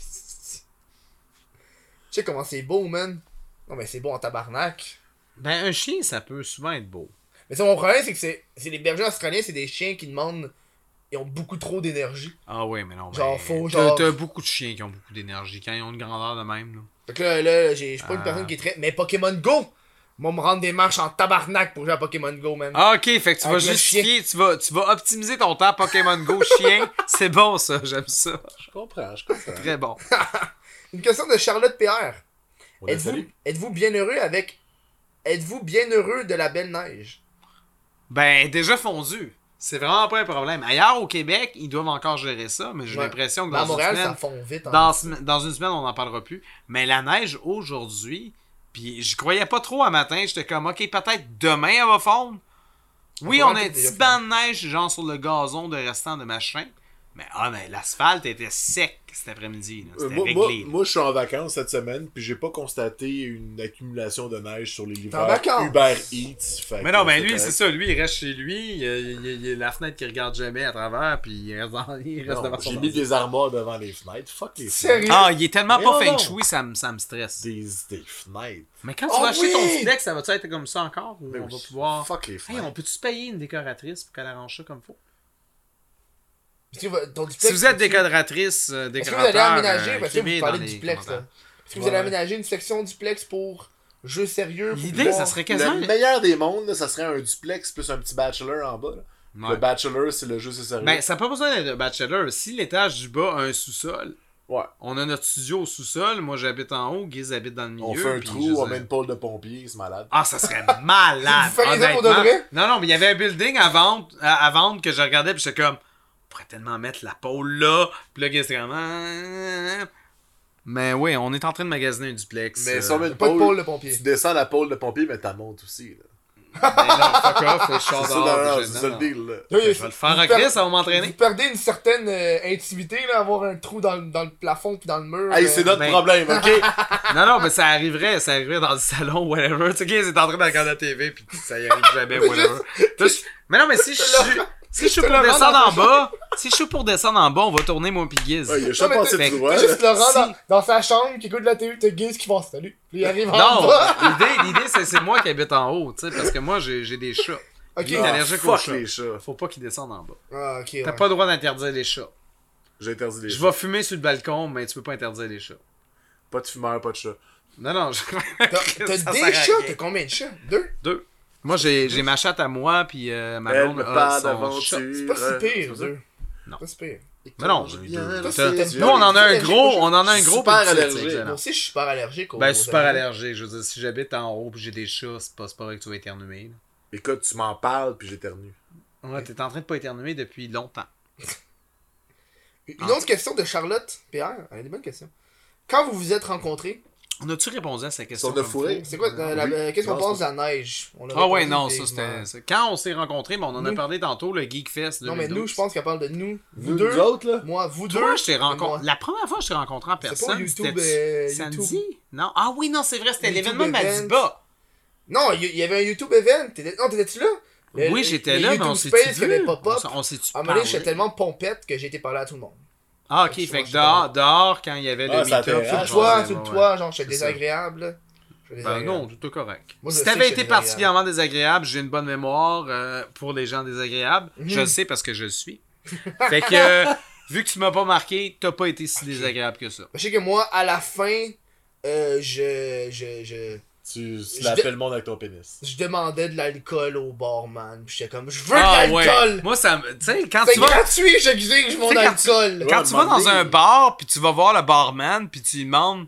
Tu sais comment c'est beau, man. Non, mais c'est beau en tabarnak. Ben, un chien, ça peut souvent être beau. Mais ça, mon problème, c'est que c'est les bergers australiens, c'est des chiens qui demandent. Ils ont beaucoup trop d'énergie. Ah ouais, mais non. Genre, ben, faut, t'as- genre- T'as beaucoup de chiens qui ont beaucoup d'énergie quand ils ont une grandeur de même, là. Fait que là je suis pas une Ah. personne qui est très. Mais Pokémon Go! Moi, me rendre des marches en tabarnak pour jouer à Pokémon Go, man. Ah, ok, fait que tu vas Avec le justifier, tu vas optimiser ton temps Pokémon Go chien. C'est bon, ça, j'aime ça. Je comprends. Très bon. Une question de Charlotte PR. On la salue. Êtes-vous bien heureux avec. Êtes-vous bien heureux de la belle neige? Ben, déjà fondu. C'est vraiment pas un problème. Ailleurs au Québec, ils doivent encore gérer ça, mais j'ai Ouais. l'impression que Mais dans à Montréal, une ça semaine, fond vite. hein. dans une semaine, on n'en parlera plus. Mais la neige aujourd'hui, puis j'y croyais pas trop un matin. J'étais comme, ok, peut-être demain elle va fondre. Oui, on a un petit banc de neige, genre sur le gazon de restant de machin. Mais l'asphalte était sec cet après-midi. là. C'était réglé. là. Moi, je suis en vacances cette semaine, puis j'ai pas constaté une accumulation de neige sur les en livreurs vacances? Uber Eats. Fait Mais que non, ben c'est lui, correct. c'est ça. Lui, il reste chez lui. Il a la fenêtre qu'il regarde jamais à travers, puis il reste Non, devant son j'ai mis ordi. des armoires devant les fenêtres. Fuck les Sérieux? fenêtres. Ah, il est tellement Mais pas non, feng non. shui, ça me stresse. Des fenêtres. Mais quand tu Oh vas acheter ton oui! duplex, ça va-tu être comme ça encore? Ou Mais on va oui. pouvoir. Fuck les Hey, fenêtres. on peut-tu payer une décoratrice pour qu'elle arrange ça comme faut? Est-ce que ton duplex, Si vous êtes est-ce que- décoratrice, Est-ce que vous décorateur, allez aménager, parce que écrivez vous parlez dans de les duplex, là. commentaires. Est-ce que vous allez Ouais. aménager une section duplex pour jeux sérieux? pour L'idée, pouvoir- ça serait quasiment. Le meilleur des mondes, là, ça serait un duplex plus un petit bachelor en bas. Là. Ouais. Le bachelor, c'est le jeu, c'est sérieux. Ben, ça n'a pas besoin d'être un bachelor. Si l'étage du bas a un sous-sol, Ouais. on a notre studio au sous-sol, moi j'habite en haut, Giz habite dans le milieu. On fait un puis trou, je on sais- met une pôle de pompier, c'est malade. Ah, ça serait malade! Vous feriez ça pour de honnêtement. vrai? Non, mais il y avait un building à vendre que je regardais, puis j'étais comme, on pourrait tellement mettre la pôle là, puis là, Giz était comme, mais oui, on est en train de magasiner un duplex. Mais si on met une Pas de pôle, pôle de pompier. tu descends la pôle de pompier, mais t'as montes aussi. Là. Ben non, fuck off, je suis C'est ça, dehors. c'est ça le deal, là. Je vais le faire en Chris, ça va Vous m'entraîner. perdez une certaine intimité, là, avoir un trou dans le plafond puis dans le mur. Hey, c'est notre Ben- problème, ok? Non, mais ça arriverait dans le salon, whatever. Tu sais, c'est en train de regarder la TV, puis ça y arrive jamais, whatever. Mais non, mais si je suis pour descendre en bas, on va tourner mon piguise. Ouais, il a Non, jamais mais passé t'as- de droit. T'as juste Laurent Si. dans sa chambre qui écoute la télé, t'as Guise qui va salut. Puis il arrive en Non, bas. l'idée c'est moi qui habite en haut, tu sais, parce que moi j'ai des chats. Ok. Il est allergique aux Fuck chats. les chats. Faut pas qu'ils descendent en bas. Ah, ok. T'as Ouais. pas le droit d'interdire les chats. J'ai interdit les Je chats. vais fumer sur le balcon, mais tu peux pas interdire les chats. Pas de fumeur, pas de chat. Non, T'as ça sert des à chats? rien. T'as combien de chats? 2? 2. Moi j'ai ma chatte à moi, puis ma Elle blonde me a parle son chat. d'aventure. C'est pas si pire, c'est ça? 2. Non. Pas si pire. Mais non, Toi, t'as- c'est- nous on en a un allergique gros, aux on en a un chats. gros Super petit, allergique. c'est excellent. Moi aussi, je suis super allergique aux Ben super animaux. allergique, je veux dire, si j'habite en haut pis j'ai des chats, c'est pas vrai que tu vas éternuer. Là. Écoute, tu m'en parles, puis j'éternue. Ouais, t'es en train de pas éternuer depuis longtemps. Une autre question de Charlotte Pierre. Elle a des bonnes questions. Quand vous vous êtes rencontrés, On a-tu répondu à cette question? Sur de comme fourrée. faut? c'est quoi, qu'est-ce qu'on Non, pense de c'est la neige? On l'a Ah ouais, répondu non, ça brièvement. c'était. Quand on s'est rencontrés, on en a Nous. parlé tantôt, le Geek Fest. Non, mais 2012. nous, je pense qu'elle parle de nous. Vous Nous, deux. nous autres, là? Moi, vous deux. Toi, je t'ai et moi. rencontré. La première fois que je t'ai rencontré en C'est pas personne, YouTube, c'était YouTube. samedi? Non? Ah oui, non, c'est vrai, c'était YouTube l'événement event. Madiba. Non, il y avait un YouTube event. Non, t'étais-tu là? Oui, j'étais là, mais on s'est Space qui avait pop-up. On s'est-tu À un moment donné, parlé? j'étais tellement pompette que j'ai été parler à tout le monde. Ah, ok, Moi, fait que je dehors, quand il y avait le Ah, ça meet-up. terrasse. Sur le toit, ouais, sur le ouais. toit, genre, j'étais C'est ça. désagréable. là. J'étais Ben désagréable. non, tout est correct. Moi, je Si sais t'avais que été c'est particulièrement désagréable, j'ai une bonne mémoire pour les gens désagréables. Mhm. Je le sais parce que je le suis. Fait que, vu que tu m'as pas marqué, t'as pas été si désagréable que ça. Je sais que moi, à la fin, Tu Je slappais le monde avec ton pénis. je demandais de l'alcool au barman. Puis j'étais comme, je veux Ah de ouais. l'alcool! Moi, ça me. Tu sais, quand C'est tu vas. gratuit, j'exige mon Tu sais, quand tu- alcool! Quand Ouais, tu vas dans demander. un bar, puis tu vas voir le barman, puis tu lui demandes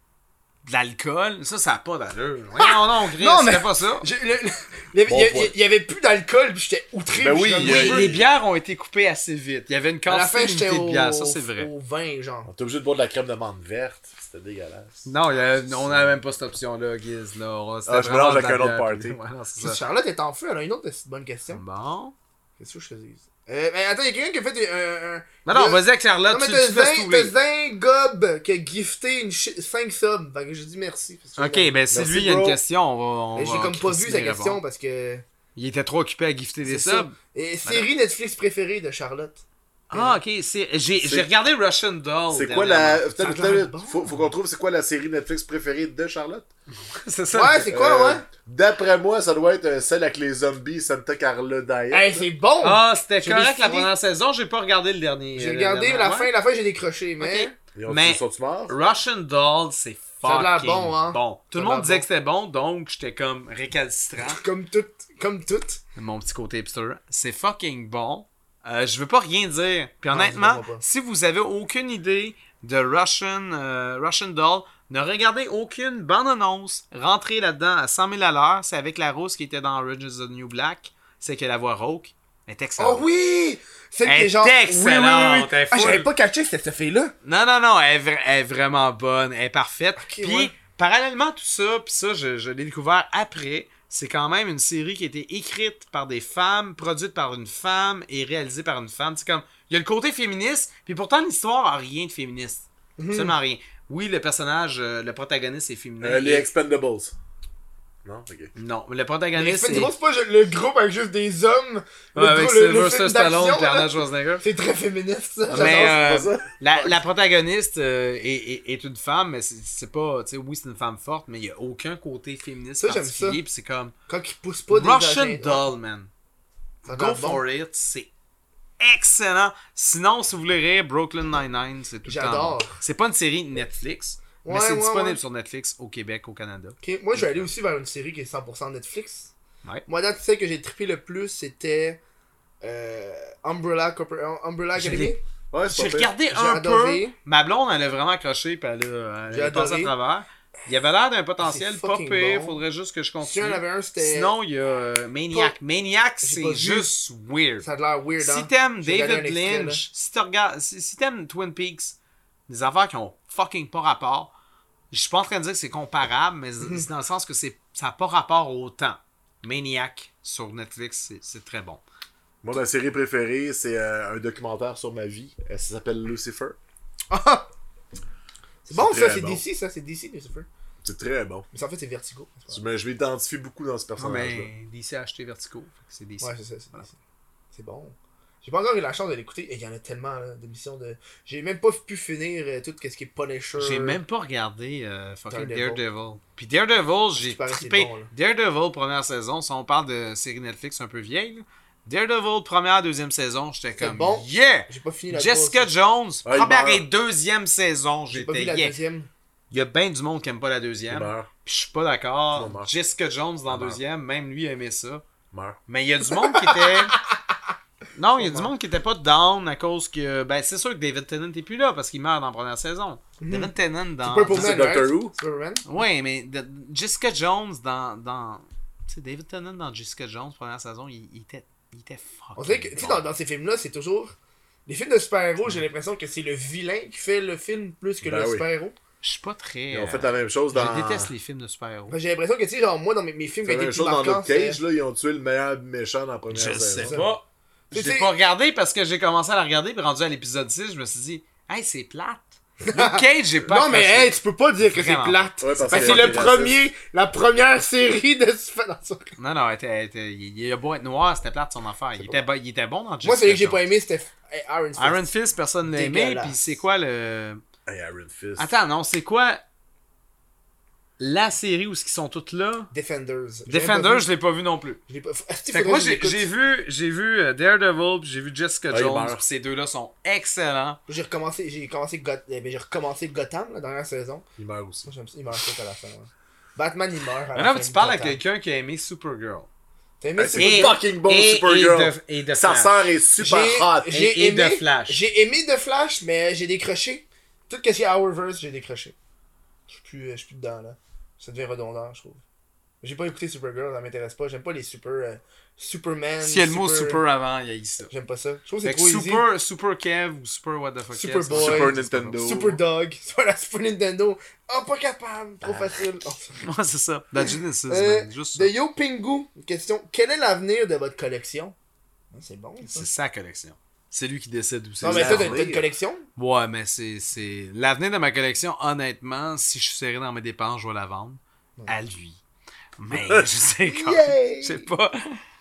de l'alcool, ça a pas d'allure. Non, Chris, Non, mais- c'était pas ça. Il Bon point. y avait plus d'alcool, puis j'étais outré. Ben puis oui, j'étais il y a- comme, Les bières ont été coupées assez vite. Il y avait une à la fin, quantité j'étais limitée de bières, au, ça c'est vrai. au vin, genre. On était obligé de boire de la crème de menthe verte. C'était dégueulasse. Non, on n'avait même pas cette option-là, Guiz. Là. C'était Ah, je vraiment mélange de la avec un autre bière, party. puis- Ouais, non, c'est ça. Charlotte est en feu, elle a une autre bonne question. Bon. Qu'est-ce que je te dis? Mais attends, il y a quelqu'un qui a fait un. Mais non, Le- vas-y avec Charlotte, Non, mais tu t'as fais Zin, tout t'as les. Zin Gob qui a gifté 5 subs. Fait que j'ai dit merci. Parce que Ok, ben si Merci, lui il y a une bro. question, on Mais va. j'ai comme pas vu Christine sa répondre. question parce que. Il était trop occupé à gifter des C'est ça. subs. Et série Netflix préférée de Charlotte. Ah, ok, j'ai regardé Russian Doll. C'est quoi la. dernièrement. Peut-être, Ça a l'air peut-être, bon. faut qu'on trouve c'est quoi la série Netflix préférée de Charlotte? C'est ça. Ouais, c'est quoi, ouais? D'après moi, ça doit être celle avec les zombies Santa Carla Diet. Hey, c'est bon! Ah, c'était J'ai correct la fini. première saison, j'ai pas regardé le dernier. J'ai le regardé dernier, la ouais. fin, j'ai décroché, mais. Ok. Ils mais- sont-ils morts? Russian Doll, c'est Ça a l'air fucking bon, hein. bon. Tout Ça le a monde l'air disait bon. que c'était bon, donc j'étais comme récalcitrant. Comme tout. Mon petit côté hipster. C'est fucking bon. Je veux pas rien dire. Puis Non, honnêtement, dis-moi pas. si vous avez aucune idée de Russian Doll, ne regardez aucune bande-annonce. Rentrez là-dedans à 100 000 à l'heure. C'est avec la rousse qui était dans Orange is the New Black. C'est que la voix rauque est excellente. Oh oui! Celle qui Elle est genre. est excellente, elle est Ah, j'avais full. pas catché cette fille-là. Non, elle est vraiment bonne. Elle est parfaite. Ok, Puis, ouais. parallèlement à tout ça, puis ça, je l'ai découvert après, c'est quand même une série qui a été écrite par des femmes, produite par une femme et réalisée par une femme. C'est comme, il y a le côté féministe, puis pourtant l'histoire a rien de féministe. Mhm. Absolument rien. Oui, le personnage, le protagoniste est féminin. Les Expendables. Non? Ok. Non, mais le Mais protagoniste c'est pas le groupe avec juste des hommes. Ouais, avec Sylvester film Stallone d'action, et là. Arnold Schwarzenegger. C'est très féministe, ça. Mais j'adore. c'est pas ça. la protagoniste est une femme, mais c'est pas, tu sais, oui, c'est une femme forte, mais il y a aucun côté féministe Ça, j'aime particulier, ça. puis c'est comme Quand ils poussent pas des Russian vagins. Doll, man. Ça a Go l'air bon. for it, c'est excellent. Sinon, si vous voulez rire, Brooklyn Nine-Nine, c'est tout le temps. J'adore. bon. C'est pas une série Netflix, mais Ouais, c'est ouais, disponible ouais. sur Netflix au Québec, au Canada. Ok, moi je vais aller aussi vers une série qui est 100% Netflix. Ouais. Moi, là, tu sais que j'ai trippé le plus, c'était Umbrella Academy. Ouais, J'ai c'est pas pire. regardé J'ai un adoré. peu. Ma blonde, elle a vraiment accroché, puis elle J'ai a passé à adoré. travers. Il y avait l'air d'un potentiel C'est pas fucking pire, bon. faudrait juste que je Si il y continue. en avait un, c'était. Sinon, il y a Maniac. Pas- Maniac, J'ai c'est pas vu. juste weird. Ça a l'air weird, hein. Si t'aimes J'ai regardé David un extrait, Lynch, si t'aimes Twin Peaks, des affaires qui ont fucking pas rapport, je suis pas en train de dire que c'est comparable, mais Mhm. c'est dans le sens que ça n'a pas rapport au temps. Maniac sur Netflix, c'est très bon. Moi, ma série préférée, c'est un documentaire sur ma vie. Ça s'appelle Lucifer. Ah! C'est bon, C'est ça, très c'est bon. DC, ça, c'est DC, Lucifer. C'est très bon. Mais ça, en fait, c'est Vertigo. Je m'identifie beaucoup dans ce Non, personnage-là. mais DC a acheté Vertigo. Fait que c'est DC. Ouais, c'est ça, c'est Voilà. DC. C'est bon. J'ai pas encore eu la chance de l'écouter. Et il y en a tellement là, d'émissions de. J'ai même pas pu finir tout ce qui est Punisher. J'ai même pas regardé fucking Daredevil. Daredevil. Puis Daredevil, j'ai paraît que trippé. c'est bon, là. Daredevil, première saison, si on parle de série Netflix un peu vieille, là. Daredevil, première, deuxième saison, j'étais C'est comme bon. yeah! J'ai pas fini la Jessica troisième. Jones, Ah, il première meurt. et deuxième saison, J'ai pas vu j'étais la yeah. deuxième. Il y a bien du monde qui aime pas la Il deuxième. meurt. Puis je suis pas Il d'accord. meurt. Jessica Jones dans la Il meurt. deuxième, même lui aimait ça. Meurt. Mais il y a du monde qui était. Non, il y a du monde qui était pas down à cause que. Ben, c'est sûr que David Tennant est plus là parce qu'il meurt dans la première saison. David Tennant dans. Purple C'est Man, Doctor right? Who? Superman? Ouais, mais Jessica Jones dans. Tu sais, David Tennant dans Jessica Jones, première saison, il était fucking. On dirait que, tu sais, dans ces films-là, c'est toujours. Les films de super-héros, j'ai l'impression que c'est le vilain qui fait le film plus que Ben le oui. super-héros. Je suis pas très. Ils ont fait la même chose dans. Je déteste les films de super-héros. Enfin, j'ai l'impression que, tu sais, genre, moi, dans mes films C'est qui la étaient même plus chose dans marquants, Luke Cage, là, ils ont tué le meilleur méchant dans la première Je saison. sais pas. Je Tu sais- l'ai pas regardé parce que j'ai commencé à la regarder, puis rendu à l'épisode 6, je me suis dit, hey, c'est plate. Luke Cage, j'ai pas. Non, mais accroché. hey, tu peux pas dire que c'est Vraiment. plate. Ouais, parce Parce que que c'est le c'est premier, la première série de Non, non, il a beau être noir, c'était plate son affaire. Il était bon dans Jessica Moi, celui que j'ai Jones. pas aimé, c'était Iron Fist. Iron Fist, personne l'a aimé, Dégueulasse. puis c'est quoi le. Hey, Iron Fist. Attends, non, c'est quoi la série où ils sont tous là? Defenders. J'ai même pas Defender, vu. je l'ai pas vu non plus. Je l'ai pas. Asti, Fait que faudrait moi, que je l'écoute. j'ai vu Daredevil, puis j'ai vu Jessica il Jones, meurt. puis ces deux-là sont excellents. J'ai recommencé Gotham, la dernière saison. Il meurt aussi. Moi, il meurt tout à la fin. Ouais. Batman, il meurt. à la Maintenant, fin tu de parles à Gotham. quelqu'un qui a aimé Supergirl. T'as aimé C'est Supergirl? fucking bon, Supergirl. Et de Sa Flash. sœur est super hot. J'ai Et aimé de Flash. J'ai aimé The Flash, mais j'ai décroché. Tout ce qui est Hourverse, j'ai décroché. Je suis plus dedans, là. Ça devient redondant, je trouve. J'ai pas écouté Supergirl, ça m'intéresse pas. J'aime pas les Superman. S'il y a le mot super avant, il y a ça. J'aime pas ça. Je trouve que Fait c'est que trop easy. super Kev ou Super What the fuck Super Kev, Boy. Super Nintendo. Super Dog. Sur la Super Nintendo. Oh, pas capable. Trop facile. Oh. Ouais, c'est ça. La Genesis, Euh, man. Juste ça. de Yo Pingu, question. Quel est l'avenir de votre collection? Ah, c'est bon, ça. C'est sa collection. C'est lui qui décide où c'est. Non, mais toi, l'avenir. t'as une collection? Ouais, mais c'est... L'avenir de ma collection, honnêtement, si je suis serré dans mes dépenses, je vais la vendre à lui. Mais je sais quand... Yay! Je sais pas.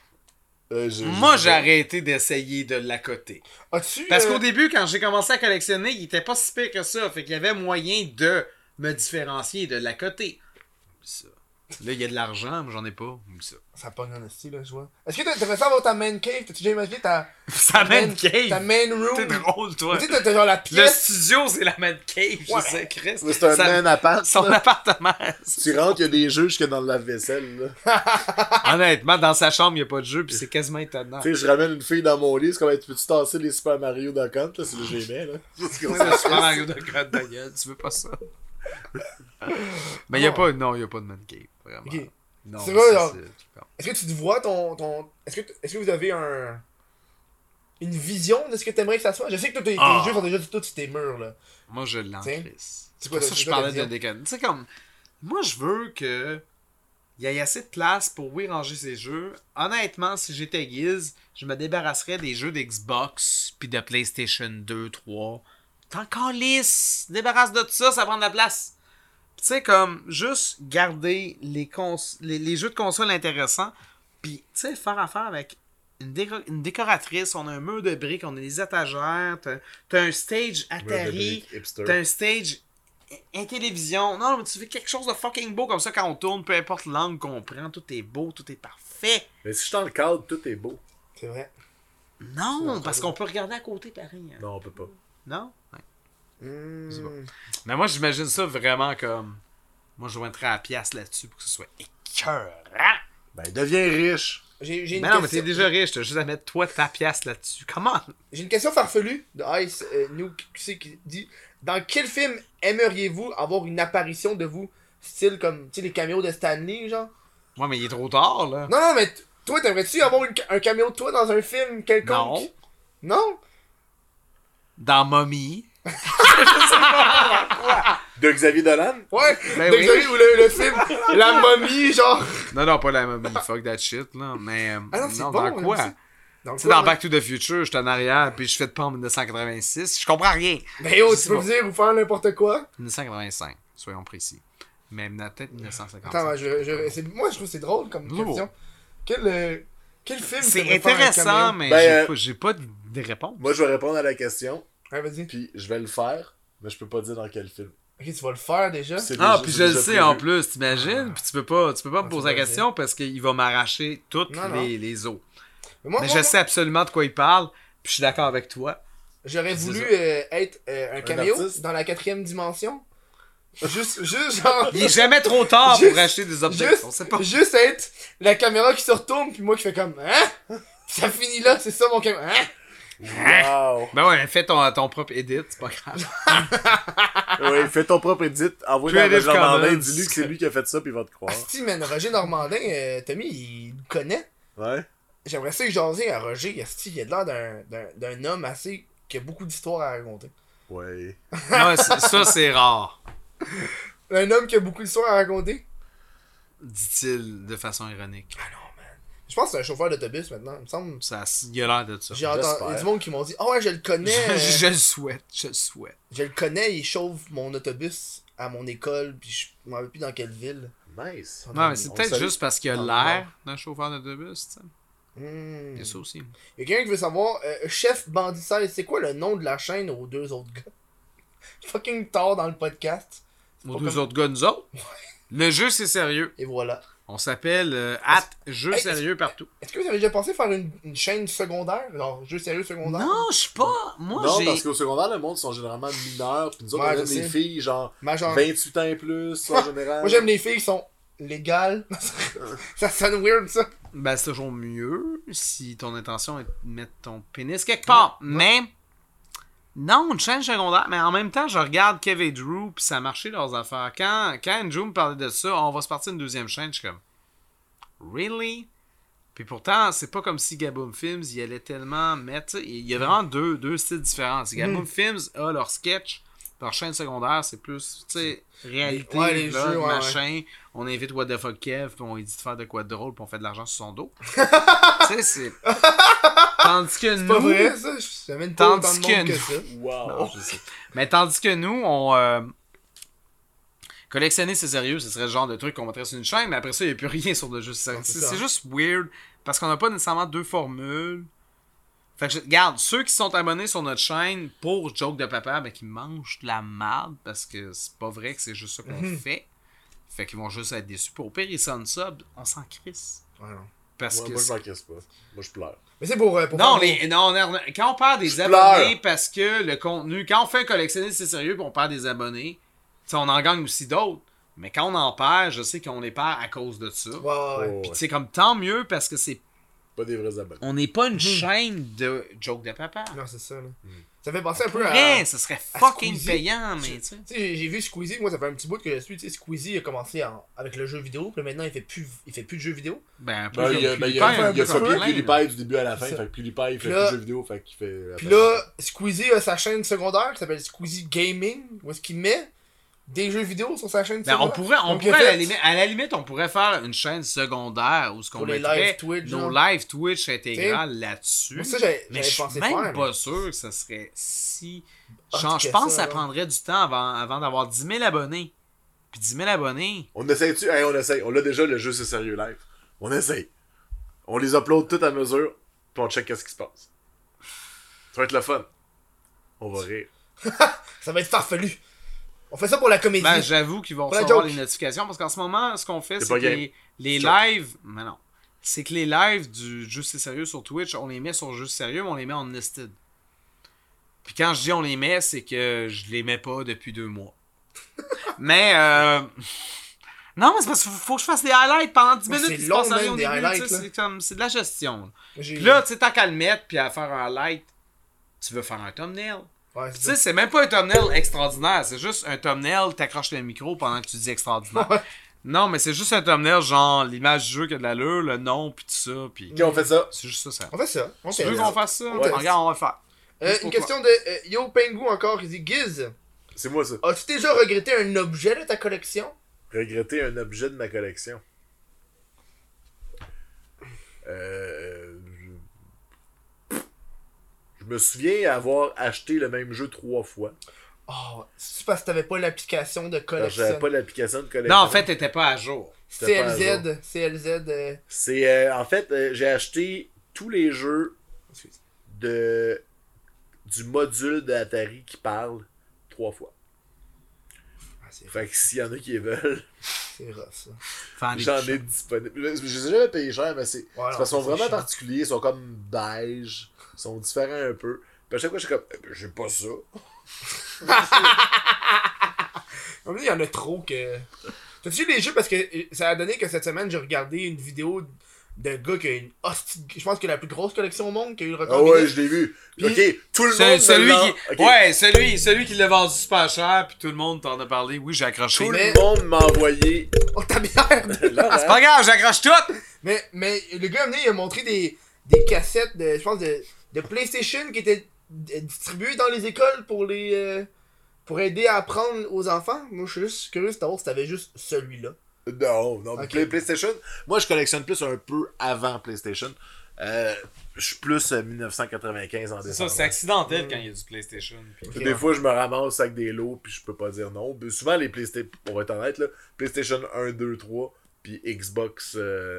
Je Moi, sais j'ai pas. arrêté d'essayer de l'accoter. As-tu. Parce qu'au début, quand j'ai commencé à collectionner, il était pas si pire que ça. Fait qu'il y avait moyen de me différencier et de l'accoter. Ça. Là, il y a de l'argent, mais j'en ai pas. Oublie ça. Ça pogne en esti, là, je vois. Est-ce que t'aimerais ça avoir ta man cave? T'as-tu déjà imaginé ta. Ça man Ta cave. main room? T'es drôle, toi. Tu sais, t'as genre la Le pièce. studio, c'est la man cave, je Ouais. sais, Chris. Mais c'est un Ça- man à pattes. Son là. appartement. Tu rentres, il y a des jeux jusque dans le lave-vaisselle. là. Honnêtement, dans sa chambre, il n'y a pas de jeu, puis c'est quasiment étonnant. Tu sais, je ramène une fille dans mon lit, c'est comme, hey, tu peux-tu tasser les Super Mario dans le compte? Là, c'est le j'aimais, là. C'est comme Ouais, ça. Super Mario de crotte de gueule, tu veux pas ça? Mais il n'y a pas, non, il y a pas de man cave, vraiment. Ok. Non, C'est vrai, genre- c'est- Est-ce que tu te vois ton. Est-ce que vous avez une vision de ce que t'aimerais que ça soit? Je sais que toi, tes Ah. jeux sont déjà tous sur tes murs, là. Moi, je Tiens. l'encrisse. C'est C'est quoi pour ça ta- que je c'est quoi ta parlais de vision? déconner. Tu sais, comme, moi, je veux que il y ait assez de place pour, oui, ranger ses jeux. Honnêtement, si j'étais Guiz, je me débarrasserais des jeux d'Xbox, puis de PlayStation 2, 3. T'es encore lisse! Débarrasse de tout ça, ça prend de la place. Tu sais, comme, juste garder les jeux de console intéressants, puis, tu sais, faire affaire avec une décoratrice, on a un mur de briques, on a des étagères, t'as un stage Atari, Hipster. t'as un stage télévision. Non, mais tu fais quelque chose de fucking beau comme ça quand on tourne, peu importe l'angle qu'on prend, tout est beau, tout est parfait. Mais si je suis dans le cadre, tout est beau. C'est vrai. Non, parce qu'on peut regarder à côté pareil. hein. Non, on peut pas. Non? Ouais. Hmm. C'est bon. Mais moi, j'imagine ça vraiment comme... Moi, je mettrais à la pièce là-dessus pour que ce soit écœurant. Ben, deviens riche. J'ai une Mais non, mais question. t'es déjà riche, t'as juste à mettre toi ta pièce là-dessus. Comment? J'ai une question farfelue de Ice New qui dit dans quel film aimeriez-vous avoir une apparition de vous, style comme tu sais les caméos de Stanley, genre? Ouais, mais il est trop tard, là. Non, non, mais toi, t'aimerais-tu avoir un caméo de toi dans un film quelconque? Non. Non? Dans Mommy. De Xavier Dolan? Ouais, Ben de oui. Xavier ou le film La momie, genre. Non, pas la momie, fuck that shit, là. Mais, Ah non, c'est non, bon, dans quoi? aussi. Donc, Tu sais, dans Back to the Future, j'étais en arrière, puis je fais de pas en 1986. Je comprends rien. Ben yo, tu C'est peux bon. me dire ou faire n'importe quoi. 1985, soyons précis. Mais peut-être 1955. Attends, moi je trouve que c'est drôle comme Oh. question. Quel film C'est t'aimerais faire un intéressant, caméo? mais Ben, j'ai pas de réponse. Moi, je vais répondre à la question, Ouais, vas-y. puis je vais le faire, mais je peux pas dire dans quel film. Ok, tu vas le faire déjà. C'est Ah, déjà- puis c'est je le déjà sais prévu. en plus, t'imagines? Puis tu peux pas me poser la vas-y. question parce qu'il va m'arracher toutes Non, non. les os. Mais moi, Mais moi, je sais absolument de quoi il parle, puis je suis d'accord avec toi. j'aurais C'est voulu ça. être un caméo artiste? dans la 4ème dimension. Juste genre. Il est jamais trop tard Juste- pour acheter des objets. On sait pas. Juste être la caméra qui se retourne, puis moi qui fais comme. Hein? Ça finit là, c'est ça mon caméra. Hein? Wow! Ben ouais, fais ton propre edit, c'est pas grave. Ouais, fais ton propre edit, envoie dans Creative Roger Normandin, Commons. dis-lui que c'est lui qui a fait ça, puis il va te croire. Asti, man, Roger Normandin, Tommy, il le connaît. Ouais? J'aimerais ça que jaser à Roger. Asti, il a l'air d'un homme assez. Qui a beaucoup d'histoires à raconter. Ouais. Non, ça c'est rare, Un homme qui a beaucoup d'histoires à raconter. dit-il de façon ironique. Je pense que c'est un chauffeur d'autobus maintenant, il me semble. Ça, il a l'air de ça. J'ai entendu j'espère. du monde qui m'ont dit ah ouais, je le connais. Je le souhaite, je le souhaite. Je le connais, il chauffe mon autobus à mon école, puis je m'en rappelle plus dans quelle ville. Nice. Non, mais c'est On peut-être salue. juste parce qu'il a Non, l'air d'un chauffeur d'autobus, tu sais. Hmm. Il y a ça aussi. Il y a quelqu'un qui veut savoir, Chef Bandit 16, c'est quoi le nom de la chaîne aux deux autres gars? Fucking tard dans le podcast. Aux pas deux comme- autres gars, nous autres. Le jeu, c'est sérieux. Et voilà. On s'appelle jeu Hey, sérieux partout. Est-ce que vous avez déjà pensé faire une chaîne secondaire? Genre, jeu sérieux secondaire? Non, je suis pas. Moi, Non, j'ai. parce qu'au secondaire, le monde sont généralement mineurs, puis nous autres, Ouais, on je aime les sais. filles, genre Majeur. 28 ans et plus, en général. Moi, j'aime les filles qui sont légales. Ça sonne weird, ça. Ben, c'est toujours mieux si ton intention est de mettre ton pénis quelque part. Mais. Non, une chaîne secondaire. Mais en même temps, je regarde Kev et Drew, puis ça a marché leurs affaires. Quand Andrew me parlait de ça, on va se partir une deuxième chaîne, je suis comme. Really? Puis pourtant, c'est pas comme si Gaboom Films, il allait tellement mettre. Il y a vraiment deux styles différents. C'est Gaboom Films a leur sketch, leur chaîne secondaire, c'est plus, tu sais, réalité, Ouais, les vlog, jeux, ouais, machin. On invite What the fuck Kev, puis on lui dit de faire de quoi de drôle, puis on fait de l'argent sur son dos. Tu sais, c'est. Tandis que C'est nous. pas vrai, ça. J'amène pas autant Tandis de monde que que ça. Wow. Non, je sais. Mais tandis que nous, on. Collectionner, c'est sérieux, ce serait le genre de truc qu'on mettrait sur une chaîne, mais après ça, il n'y a plus rien sur le jeu. C'est c'est ça. juste weird, parce qu'on n'a pas nécessairement deux formules. Fait que, regarde, ceux qui sont abonnés sur notre chaîne pour Joke de Papa, ben, qui mangent de la merde, parce que c'est pas vrai que c'est juste ça qu'on fait. Fait qu'ils vont juste être déçus. Pour au pire, ils sonnent sub, on s'en crisse. Ouais, non. Parce Ouais, que moi, je c'est- m'en casse pas. Moi, je pleure. Mais c'est pour Non, faire quand on perd des Je abonnés pleure. parce que le contenu, quand on fait collectionner, c'est sérieux, puis on perd des abonnés, tu sais, on en gagne aussi d'autres. Mais quand on en perd, je sais qu'on les perd à cause de ça. Ouais, ouais, ouais. Oh, Puis ouais. c'est comme tant mieux parce que c'est Pas des vrais abonnés. on n'est pas une chaîne de joke de papa. Non, c'est ça, là. Ça fait penser un peu Vrai, à... ça serait à fucking Squeezie. payant, mais tu sais. Tu sais, j'ai vu Squeezie, moi ça fait un petit bout que je suis, tu sais, Squeezie a commencé avec le jeu vidéo, puis maintenant il fait plus de jeux vidéo. Ben, un peu Ben, comme il y a PewDiePie, copié plein, PewDiePie du début à la fin, C'est ça. fait que PewDiePie il fait Puis là- plus de jeux vidéo, fait qu'il fait. Puis là, Squeezie a sa chaîne secondaire qui s'appelle Squeezie Gaming, où est-ce qu'il met des jeux vidéo sur sa chaîne Ben, secondaire. on Donc, il a pourrait fait- à la limite, on pourrait faire une chaîne secondaire où ce qu'on Pour les mettrait live Twitch, nos genre. live Twitch intégrales là-dessus. Moi, ça, j'avais Mais je suis pensé même faire. pas sûr que ça serait si. Ah, Genre, tu je fais pense que ça, ça là. prendrait du temps avant d'avoir 10 000 abonnés. Puis 10 000 abonnés. On essaye-tu? Hey, on essaye. On l'a déjà, le jeu c'est sérieux live. On essaye. On les upload tout à mesure, puis on check qu'est-ce qui se passe. Ça va être le fun. On va rire. Ça va être farfelu. On fait ça pour la comédie. Ben, j'avoue qu'ils vont Pour la recevoir joke. les notifications parce qu'en ce moment, ce qu'on fait, C'est c'est pas que game. les C'est lives. Mais non. C'est que les lives du Juste et Sérieux sur Twitch, on les met sur Juste Sérieux, mais on les met en nested. Puis quand je dis on les met, c'est que je les mets pas depuis 2 mois. Mais, non, mais c'est parce qu'il faut que je fasse des highlights pendant 10 Ouais, minutes. c'est puis il se long, passe rien même, au des début, highlights, tu sais, là. c'est de la gestion. J'ai- Puis là, tu sais, tant qu'à le mettre puis à faire un highlight, tu veux faire un thumbnail. Ouais, Tu c'est sais, c'est même pas un thumbnail extraordinaire, c'est juste un thumbnail, t'accroches le micro pendant que tu dis extraordinaire. Ouais. Non, mais c'est juste un thumbnail, genre l'image du jeu qui a de l'allure, le nom, puis tout ça, puis Ok, on fait ça. c'est juste ça. On fait ça. On Tu fait veux ça. qu'on fasse ça? Ouais. Regarde, on va le faire. Juste Une pour question de Yo Pengu encore, il dit Giz, C'est moi ça. as-tu déjà regretté un objet de ta collection? Regretter un objet de ma collection. Je me souviens avoir acheté le même jeu 3 fois. Oh, c'est parce que t'avais pas l'application de Parce que collection. j'avais pas l'application de collection. Non, en fait, t'étais pas à jour. C'était pas à CLZ. C'est en fait j'ai acheté tous les jeux du module de Atari qui parle 3 fois. Ah, c'est Fait que s'il y en a qui les veulent, c'est rough, ça. j'en ai disponible. Je les ai jamais payé cher, mais c'est non, parce qu'ils sont c'est vraiment chiant. particuliers, ils sont comme beige, ils sont différents un peu. Puis à chaque fois je suis comme j'ai pas ça. En fait, il y en a trop que. T'as-tu vu les jeux? Parce que ça a donné que cette semaine, j'ai regardé une vidéo d'un gars qui a une hostie. Je pense que la plus grosse collection au monde, qui a eu le record. Ah ouais, Guinness. je l'ai vu. Puis- Ok, tout le monde Celui me qui... Ok. Ouais, celui qui l'a vendu super cher, puis tout le monde t'en a parlé. Oui, j'ai accroché. Tout Mais- le monde m'a envoyé. Oh ta merde! C'est pas grave, j'accroche tout! mais le gars amené, il a montré des cassettes de, je pense, de PlayStation qui étaient distribuées dans les écoles pour aider à apprendre aux enfants. Moi, je suis juste curieux de savoir si t'avais juste celui-là. Non, Ok. PlayStation. Moi, je collectionne plus un peu avant PlayStation. Je suis plus 1995 en C'est ça, décembre. c'est accidentel quand il y a du PlayStation. Puis... Ok. Des fois, je me ramasse avec des lots, puis je peux pas dire non. Mais souvent, les PlayStation, on va être honnête, là, PlayStation 1, 2, 3, puis Xbox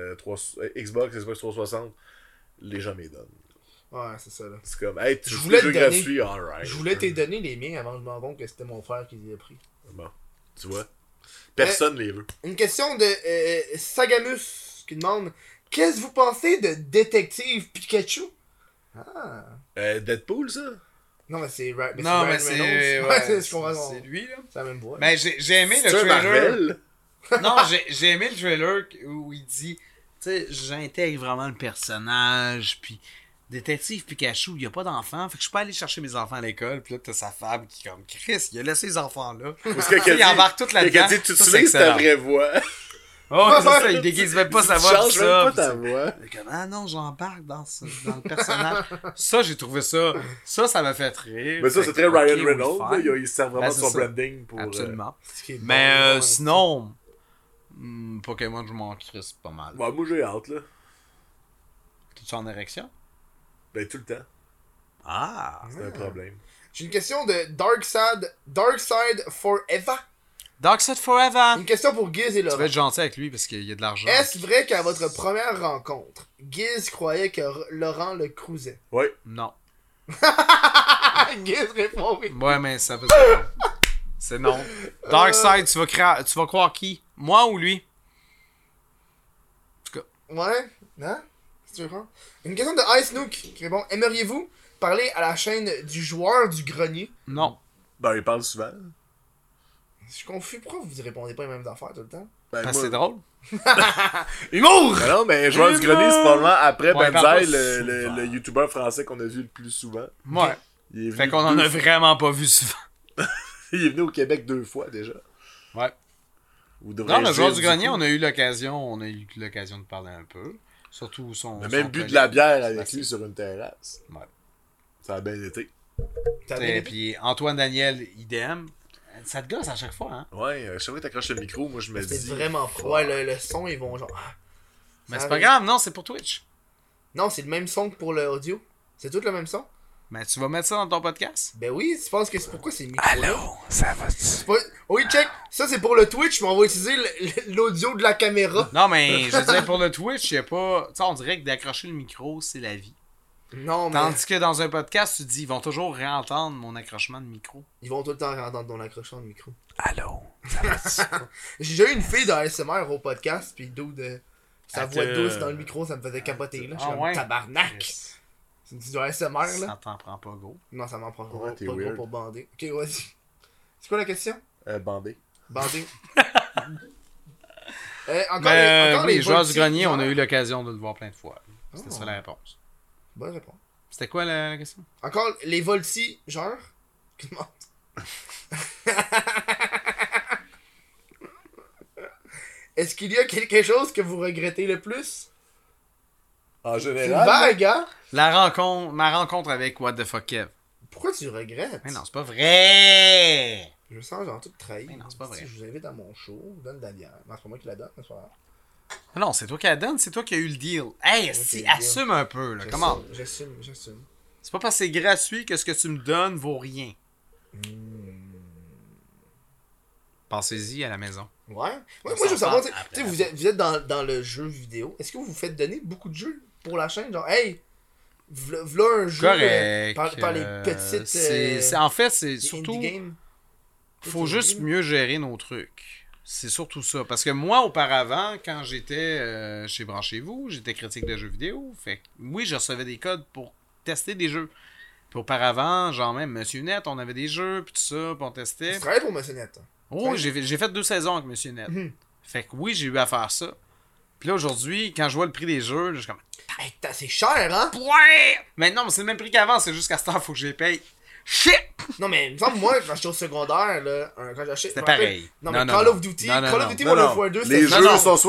360, les gens m'y donnent. Ouais, c'est ça là. C'est comme, hey, tu Je veux voulais le jeu te donner. gratuit, alright. Je voulais te donner les miens avant de me rendre compte que c'était mon frère qui les a pris. Bon, tu vois. Personne les veut. Une question de Sagamus qui demande: qu'est-ce que vous pensez de Détective Pikachu? Ah. Deadpool, ça? Non, mais c'est Non, mais Ryan c'est... Reynolds. Ouais, c'est ce qu'on va c'est lui, là. C'est la même voix. Mais j'ai aimé le C'est un trailer. Marvel? Non, j'ai aimé le trailer où il dit, tu sais, j'intègre vraiment le personnage, puis Détective Pikachu, il y a pas d'enfants, fait que je peux aller chercher mes enfants à l'école, puis là t'as sa femme qui est comme Chris, il a laissé les enfants là. Parce que Il embarque tout là-dedans. dit, tu Ça, c'est utilises ta excellent. vraie voix. Oh, c'est ça, il déguise même pas sa Tu voix, pis changes ça. même pas pis ta c'est- voix. Il est comme, ah non, j'embarque dans le personnage. Ça, j'ai trouvé ça. Ça m'a fait rire. Mais ça, Fait c'est que, très ok, Ryan on va le Reynolds. faire. Là. Il se sert vraiment Ben, de c'est son ça. branding pour. Absolument. Ce qui est Mais bon, ouais. sinon, Pokémon, je m'en crisse pas mal. Ouais, moi, j'ai hâte, là. T'es-tu en érection? Ben, tout le temps. Ah! C'est un problème. J'ai une question de Darkside Forever. Darkseid Forever! Une question pour Giz et Tu vas Laurent. être gentil avec lui parce qu'il y a de l'argent. Est-ce vrai qu'à votre première rencontre, Giz croyait que Laurent le cruisait? Ouais. Non. Giz répond oui. Ouais, mais ça peut être. C'est non. Darkseid, tu vas croire qui? Moi ou lui? En tout cas. Ouais? Hein? Si tu veux croire. Une question de Ice Nook qui répond: aimeriez-vous parler à la chaîne du joueur du grenier? Non. Ben, il parle souvent. Je suis confus. Pourquoi vous répondez pas les mêmes affaires tout le temps? Ben, Ah, moi- c'est drôle. Humour! Ben non, mais Joueur du Grenier, c'est probablement après Ouais, il parle Benzaï, pas le souvent. YouTuber français qu'on a vu le plus souvent. Ouais. Il est venu Fait qu'on en a vraiment pas vu souvent. Il est venu au Québec 2 fois déjà. Ouais. Ou Non, le joueur du grenier, coup, on a eu l'occasion de parler un peu. Surtout son. On a son même bu de collègue. la bière avec Facile. lui sur une terrasse. Ouais. Ça a bien été. T'as bien Et été? puis Antoine Daniel, idem. Ça te gosse à chaque fois, hein? Ouais, chaque fois que t'accroches le micro, moi je me C'est dis. vraiment pro. Ouais, le son, ils vont genre. Mais Ça c'est pas arrive. grave, non, c'est pour Twitch. Non, c'est le même son que pour l'audio. C'est tout le même son? Mais tu vas mettre ça dans ton podcast? Ben oui, tu penses que c'est pourquoi c'est le micro? là? Allô, ça va-tu? C'est pas- Oui, check. Ça, c'est pour le Twitch, mais on va utiliser l'audio de la caméra. Non, mais je veux dire, pour le Twitch, il y a pas. Tu sais, on dirait que d'accrocher le micro, c'est la vie. Non, mais Tandis que dans un podcast, tu te dis, ils vont toujours réentendre mon accrochement de micro. ils vont tout le temps entendre ton accrochant de micro. Allô, ça va-tu? J'ai déjà eu une fille de ASMR au podcast, puis d'où de sa Elle voix te- douce dans le micro, ça me faisait capoter, là. Je suis Ah comme, ouais? tabarnak! Yes. C'est du ASMR, Ça là. t'en prend pas gros. Non, ça m'en prend Ouais, pas t'es gros weird. pour bander. Ok, vas-y. C'est quoi la question? Bandé. Bander. encore Mais encore oui, les joueur du voltiers grenier, on a hier. eu l'occasion de le voir plein de fois. C'était Oh. ça la réponse. Bonne réponse. C'était quoi la question? Encore les voltiers, genre? Qui demandent. Est-ce qu'il y a quelque chose que vous regrettez le plus? En C'est général. vague, hein? Ma rencontre avec What the fuck Kev. Pourquoi tu regrettes? Mais non, c'est pas vrai! Je me sens genre tout trahi. Mais non, c'est pas vrai. Si je vous invite à mon show, je vous donne de la bière. Non, c'est pas moi qui la donne, ce soir. Non, c'est toi qui la donne, c'est toi qui as eu le deal. Hey, C'est si, moi qui ai eu le assume un peu, là, comment? J'assume. C'est pas parce que c'est gratuit que ce que tu me donnes vaut rien. Pensez-y à la maison. Ouais. Moi, s'en je veux savoir, parle tu sais, après. vous êtes dans le jeu vidéo. Est-ce que vous vous faites donner beaucoup de jeux pour la chaîne? Genre, hey, v'là un jeu Correct. par les petites. En fait, c'est les surtout. indie games. Faut juste mieux gérer nos trucs. C'est surtout ça. Parce que moi, auparavant, quand j'étais chez Branchez-vous, j'étais critique de jeux vidéo. Fait que, oui, je recevais des codes pour tester des jeux. Puis auparavant, genre même Monsieur Net, on avait des jeux, puis tout ça, puis on testait. Tu travailles pour Monsieur Net. Oh, j'ai fait 2 saisons avec Monsieur Net. Fait que oui, j'ai eu à faire ça. Puis là, aujourd'hui, quand je vois le prix des jeux, je suis comme... Hey, c'est cher, hein? Ouais! Mais non, mais c'est le même prix qu'avant, c'est juste qu'à ce temps, faut que je les paye. Shit! Non, mais il me semble, moi, quand j'étais au secondaire, là, quand j'achetais. C'était pareil. Non, mais Non, non, Call non. of Duty, Non, non, Call of non. Duty Non, Modern non. Warfare 2, Les c'était jeux sont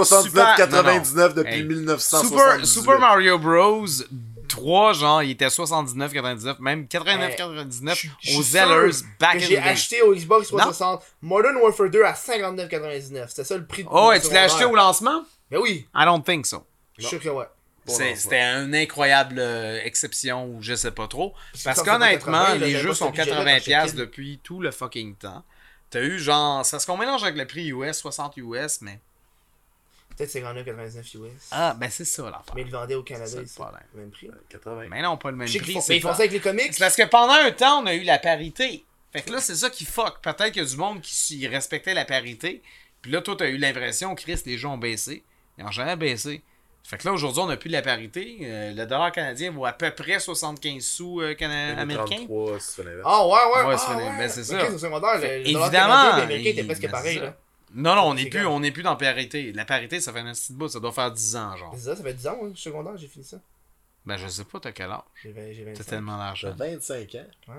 79,99 depuis Hey. 1978. Super Mario Bros. 3, genre, il était 79,99, même 89,99 Je aux suis Zellers sûr back que in j'ai the day. acheté au Xbox 360 Modern Warfare 2 à 59,99. C'était ça le prix de Oh, et tu l'as acheté au lancement? Mais oui, I don't think so. je suis sûr que ouais. C'était une incroyable exception ou je sais pas trop. Parce comme qu'honnêtement, 80, les là, jeux j'avais sont pas ce budget-là quand 80$ j'étais depuis tout le fucking temps. T'as eu genre, c'est ce qu'on mélange avec le prix US, 60 US, mais... Peut-être 59,99 US. Ah, ben c'est ça l'affaire. Mais ils le vendaient au Canada C'est ça, le ici. problème. Même prix. 80. Mais non, pas le même Je sais qu'ils prix. font, c'est mais ils font pas- ça avec les comics. C'est parce que pendant un temps, on a eu la parité. Fait que là, c'est ça qui fuck. Peut-être qu'il y a du monde qui respectait la parité. Puis là, toi, t'as eu l'impression, Chris, les jeux ont baissé. Ils ont jamais baissé. Fait que là, aujourd'hui, on n'a plus de la parité. Le dollar canadien vaut à peu près 75 sous américains. 33, si tu fais l'inverse. Ah ouais. Ouais, ah, c'est- ouais. ben, c'est ça. Ok, au secondaire, le dollar Évidemment, canadien et américain était presque ben, pareil, c'est ça. là. Non, on n'est C'est plus, quand? on n'est plus dans parité. La parité, ça fait un petit bout. Ça doit faire 10 ans, genre. C'est ça, ça fait 10 ans, ouais, secondaire, j'ai fini ça. Ben, je sais pas, t'as quel âge. J'ai T'as 25. tellement J'ai d'argent. 25 ans.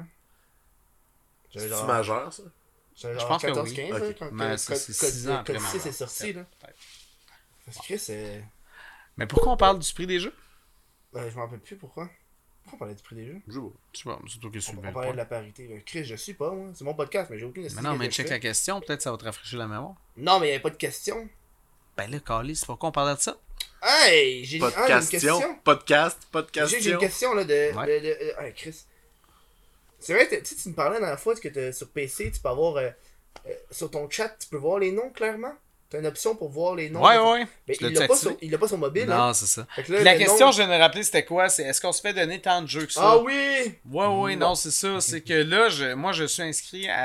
J'avais C'est genre, majeur, ça? j'avais Je genre pense que 14, oui. 15, Ok. là, quand Mais c'est 6 ans après Code ma 6 est mort. sorti, là. Peut-être. Parce que c'est... Mais pourquoi on parle du prix des jeux? Je m'en rappelle plus pourquoi. Pourquoi on parlait du prix des jeux? Je vois. Je sais pas, c'est toi qui On soulevais le parlait de point. la parité. Chris, je suis pas, moi. C'est mon podcast, mais j'ai aucune Mais idée non, mais que check je la fais. question, peut-être ça va te rafraîchir la mémoire. Non, mais il n'y avait pas de question. Ben là, Carly, c'est pourquoi on parlait de ça? Hey, j'ai une question. Podcast. J'ai une question, là, de... Ouais. Hey, Chris. C'est vrai, tu sais, tu me parlais la dernière fois que sur PC, tu peux avoir... sur ton chat, tu peux voir les noms, clairement. T'as une option pour voir les noms. Ouais. Mais Tu il l'as-tu activé? l'a pas sur mobile, Non, hein. c'est ça. Fait que là, Puis la le question, nom- je viens de rappeler, c'était quoi? C'est est-ce qu'on se fait donner tant de jeux que ça? Ah oui! Ouais, non, c'est ça. C'est que là, moi, je suis inscrit à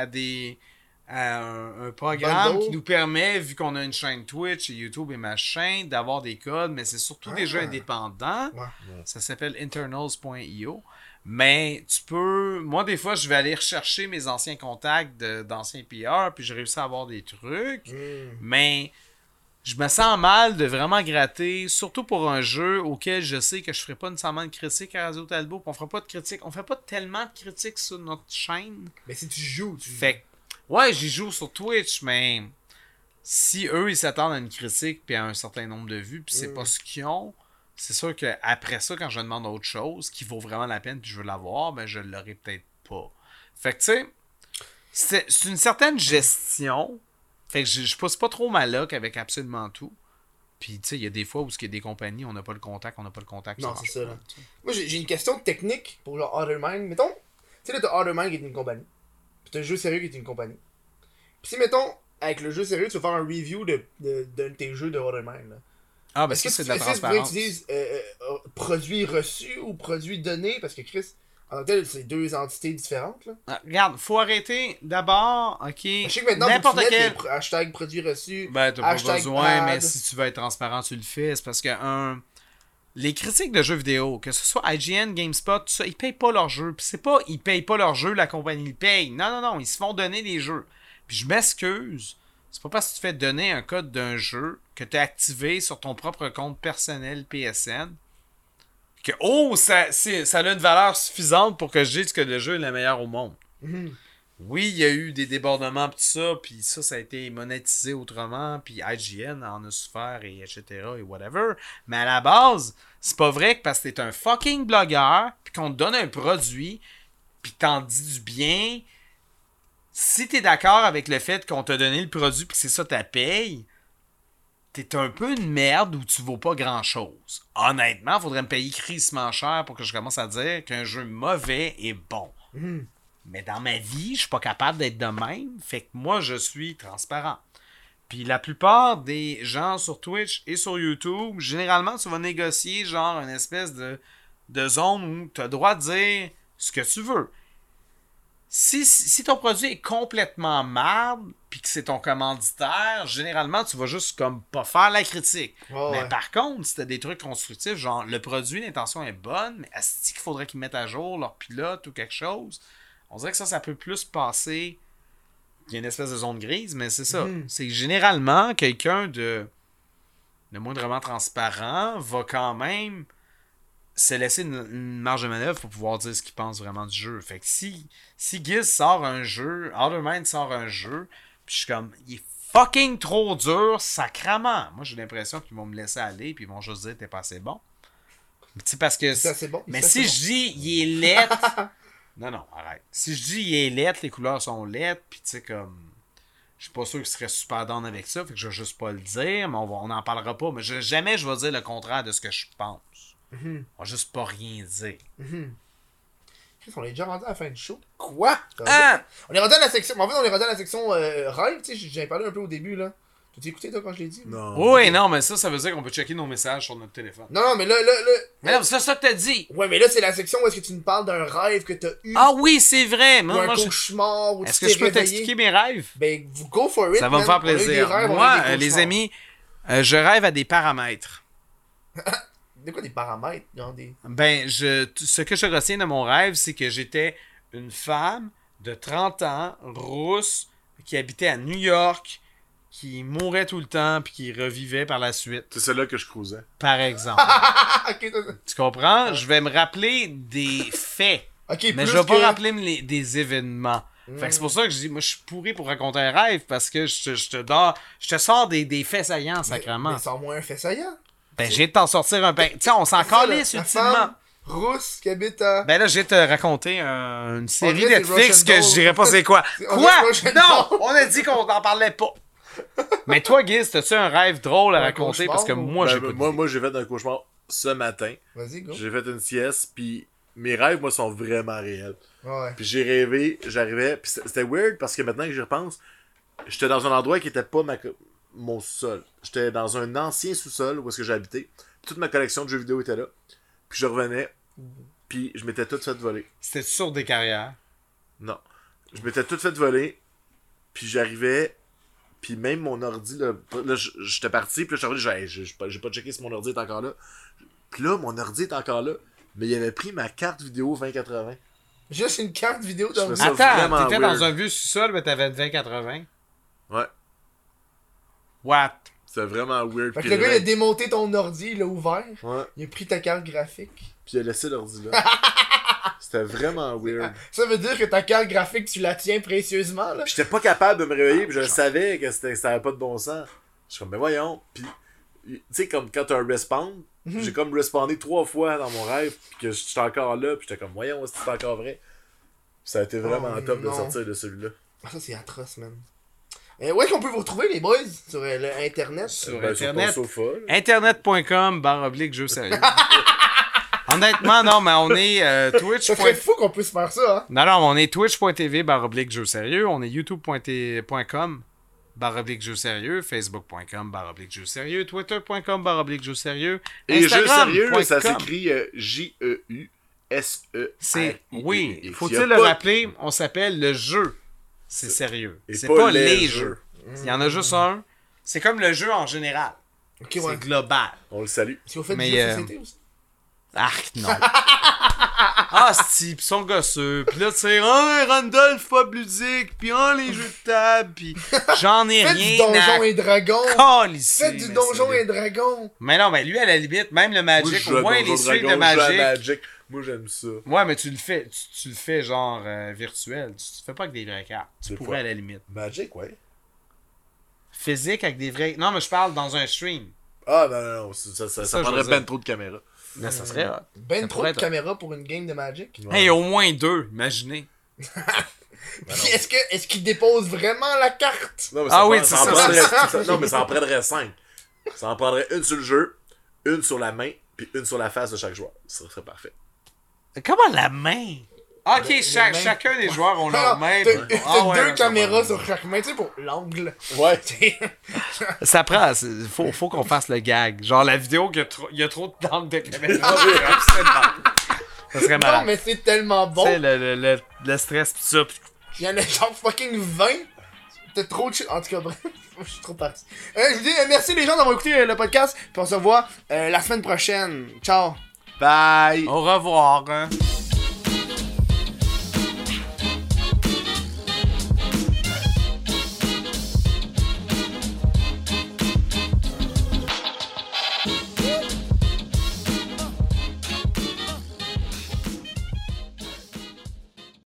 un programme Bundle. qui nous permet, vu qu'on a une chaîne Twitch et YouTube et machin, d'avoir des codes, mais c'est surtout des jeux indépendants. Ouais. Ça s'appelle internals.io. Mais tu peux... Moi, des fois, je vais aller rechercher mes anciens contacts d'anciens PR, puis j'ai réussi à avoir des trucs. Mais je me sens mal de vraiment gratter, surtout pour un jeu auquel je sais que je ferai pas nécessairement de critique à Radio Talbot, puis on fera pas de critique. On fait pas tellement de critiques sur notre chaîne. Mais si tu joues, Fait que, ouais, j'y joue sur Twitch, mais si eux, ils s'attendent à une critique puis à un certain nombre de vues, puis c'est pas ce qu'ils ont, c'est sûr qu'après ça, quand je demande autre chose qui vaut vraiment la peine puis je veux l'avoir, ben je l'aurai peut-être pas. Fait que, tu sais, c'est une certaine gestion. Fait que je pousse pas trop ma luck avec absolument tout. Puis, tu sais, il y a des fois où il y a des compagnies, on n'a pas le contact. Non, marche c'est ça, pas, là. tu sais. Moi, j'ai une question technique pour genre Othermind. Mettons, tu sais, là, t'as Othermind qui est une compagnie. Puis t'as le jeu sérieux qui est une compagnie. Puis si, mettons, avec le jeu sérieux, tu veux faire un review d'un de tes jeux de Othermind, là. Ah, ben Est-ce ça, que c'est de la est-ce que transparence. tu utilises produit reçu ou produit donné? Parce que Chris, en tant que tel, c'est deux entités différentes, là. Ah, regarde, faut arrêter d'abord, ok. Je sais que maintenant, N'importe faut que tu quel. mettes les hashtag produit reçu. Ben, t'as pas hashtag besoin, ad. mais si tu veux être transparent, tu le fais. C'est parce que, les critiques de jeux vidéo, que ce soit IGN, GameSpot, tout ça, ils payent pas leurs jeux. Puis c'est pas, ils payent pas leurs jeux, la compagnie le paye. Non, ils se font donner des jeux. Puis je m'excuse, c'est pas parce que tu fais donner un code d'un jeu que tu as activé sur ton propre compte personnel PSN que, ça a une valeur suffisante pour que je dise que le jeu est le meilleur au monde. Oui, il y a eu des débordements pis tout ça, puis ça a été monétisé autrement, puis IGN en a souffert, et etc., et whatever. Mais à la base, c'est pas vrai que parce que t'es un fucking blogueur, puis qu'on te donne un produit, puis t'en dis du bien, si t'es d'accord avec le fait qu'on t'a donné le produit puis que c'est ça ta paye, t'es un peu une merde où tu vaux pas grand-chose. Honnêtement, faudrait me payer crissement cher pour que je commence à dire qu'un jeu mauvais est bon. Mais dans ma vie, je suis pas capable d'être de même, fait que moi, je suis transparent. Puis la plupart des gens sur Twitch et sur YouTube, généralement, tu vas négocier genre une espèce de zone où tu as le droit de dire ce que tu veux. Si ton produit est complètement marde, puis que c'est ton commanditaire, généralement, tu vas juste comme pas faire la critique. Mais par contre, si tu as des trucs constructifs, genre le produit, l'intention est bonne, mais est-ce qu'il faudrait qu'ils mettent à jour leur pilote ou quelque chose, on dirait que ça peut plus passer. Il y a une espèce de zone grise, mais c'est ça. C'est que généralement, quelqu'un de moindrement transparent va quand même se laisser une marge de manœuvre pour pouvoir dire ce qu'il pense vraiment du jeu. Fait que si Giz sort un jeu, Outer Mind sort un jeu, puis je suis comme, il est fucking trop dur, sacrament. Moi, j'ai l'impression qu'ils vont me laisser aller, puis ils vont juste dire, t'es pas assez bon. Tu sais, parce que... C'est assez bon. Mais si je dis, il est laid... Non, arrête. Si je dis il est laid, les couleurs sont laides, puis tu sais, comme. Je suis pas sûr qu'il serait super down avec ça, fait que je vais juste pas le dire, mais on n'en parlera pas. Mais jamais je vais dire le contraire de ce que je pense. On va juste pas rien dire. On est déjà rendu à la fin du show. Quoi? Ah! On est rendu à la section. En fait, on est rendu à la section rêve, tu sais, j'avais parlé un peu au début, là. Tu écouté, toi, quand je l'ai dit? Non. Oui, non, mais ça veut dire qu'on peut checker nos messages sur notre téléphone. Non, mais là. Mais non, c'est ça que t'as dit. Ouais, mais là, c'est la section où est-ce que tu nous parles d'un rêve que t'as eu. Ah oui, c'est vrai. Ou un cauchemar, où Est-ce tu que t'es je peux réveillé. t'expliquer mes rêves? Ben, vous go for it. Ça va me faire plaisir. Moi, les amis, je rêve à des paramètres. De quoi des paramètres? Genre des... Ben, ce que je retiens de mon rêve, c'est que j'étais une femme de 30 ans, rousse, qui habitait à New York, qui mourait tout le temps, puis qui revivait par la suite. C'est celle-là que je cruisais. Par exemple. Ok, Tu comprends? Je vais me rappeler des faits, ok, mais plus je vais que... pas rappeler des événements. Fait que c'est pour ça que je dis, moi, je suis pourri pour raconter un rêve, parce que je te sors des faits saillants, sacrément. Mais sors-moi un fait saillant. Ben, j'ai de t'en sortir un pain. Tiens, on s'en calisse La ultimement. femme rousse qui habite à... Ben là, je vais te raconter une série dirait c'est Netflix Russian que Doll. je dirais pas c'est quoi. On Quoi? dirait Russian Non! Doll. On a dit qu'on n'en parlait pas. Mais toi, Giz, t'as-tu un rêve drôle à Un raconter? cauchemar, Parce que ou- moi, j'ai pas Moi, j'ai fait un cauchemar ce matin. Vas-y, go. J'ai fait une sieste, puis mes rêves, moi, sont vraiment réels. Ouais. Puis j'ai rêvé, j'arrivais, puis c'était weird parce que maintenant que j'y repense, j'étais dans un endroit qui était pas mon sous-sol. J'étais dans un ancien sous-sol où est-ce que j'habitais. Toute ma collection de jeux vidéo était là. Puis je revenais, puis je m'étais tout fait voler. C'était sur des carrières. Non. Je m'étais tout fait voler, puis j'arrivais, puis même mon ordi, là j'étais parti, puis là, je suis revenu, j'ai pas checké si mon ordi est encore là. Puis là, mon ordi est encore là, mais il avait pris ma carte vidéo 2080. Juste une carte vidéo Je dans fais ça Attends, vraiment t'étais weird. dans un vieux sous-sol, mais t'avais une 2080. Ouais. What? C'était vraiment weird. Fait que puis le gars, il a réveil. démonté ton ordi, il l'a ouvert. Ouais. Il a pris ta carte graphique. Puis il a laissé l'ordi là. C'était vraiment weird. Ça veut dire que ta carte graphique, tu la tiens précieusement, là. Puis j'étais pas capable de me réveiller, puis je savais que ça avait pas de bon sens. Je suis comme, mais voyons. Puis, tu sais, comme quand t'as un respawn, j'ai comme respawné 3 fois dans mon rêve, puis que j'étais encore là, puis j'étais comme, voyons, est-ce que c'est encore vrai? Puis ça a été vraiment Oh, top de non. sortir de celui-là. Ah, ça, c'est atroce, man. Où est-ce qu'on peut vous retrouver, les boys? Sur le Internet? Sur Ben, sur ton Internet. sofa, là. Internet.com/jeux sérieux. Honnêtement, non, mais on est Twitch. Ça serait fou qu'on puisse faire ça, hein? Non, on est twitch.tv/jeux sérieux. On est youtube.com/jeux sérieux. Facebook.com/jeux sérieux. Twitter.com/jeux sérieux. Et jeu sérieux, Instagram.com. ça s'écrit J-E-U-S-E. C'est, oui, Il y faut-il a le pas- rappeler, on s'appelle le jeu. C'est sérieux. Et C'est pas pas les les jeux. jeux. Il y en a juste un. C'est comme le jeu en général. Ok, C'est ouais. global. On le salue. Est-ce que vous faites Mais, du jeu de société aussi? Arc, non. Ah, c'ti, pis son gosseux. Pis là, tu sais, oh, Randolph Pop ludique, pis oh, les jeux de table, pis j'en ai Faites du rien Donjon à et Dragon! calisser, Faites du mais Donjon c'est- et Dragon! Mais non, mais lui, à la limite, même le Moi, Magic, je joue au à moins Donjon les suites de Dragon, je joue à Magic. Magic. Moi, j'aime ça. Ouais, mais tu le fais, tu le fais genre virtuel. Tu fais pas avec des vraies cartes. Tu Des pourrais fois. à la limite. Magic, ouais. Physique avec des vrais. Non, mais je parle dans un stream. Ah, non, ça Ça, je prendrait veux ben dire. trop de caméras. Mais ça serait hot. Ben Ça trop pourrait de être- caméras pour une game de Magic. Hey, au moins 2, imaginez. Puis est-ce qu'il dépose vraiment la carte? Non, mais Ah oui, ça c'est en ça. prendrait- non, mais ça en prendrait 5. Ça en prendrait une sur le jeu, une sur la main, puis une sur la face de chaque joueur. Ça serait parfait. Comment la main? Ok, mains. chacun des joueurs ont Non, leur main. t'as Ah ouais, deux ouais, caméras ça va. sur chaque main, tu sais, pour l'angle. Ouais. Ça prend. Faut qu'on fasse le gag. Genre la vidéo qu'il y a trop d'angles de caméra. Ça serait Non, malade. mais c'est tellement Tu bon. sais, le stress pis ça. Il y en a genre fucking 20. T'as trop de shit. En tout cas, bref, je suis trop parti. Je vous dis merci les gens d'avoir écouté le podcast. Puis on se revoit la semaine prochaine. Ciao. Bye! Au revoir. Hein.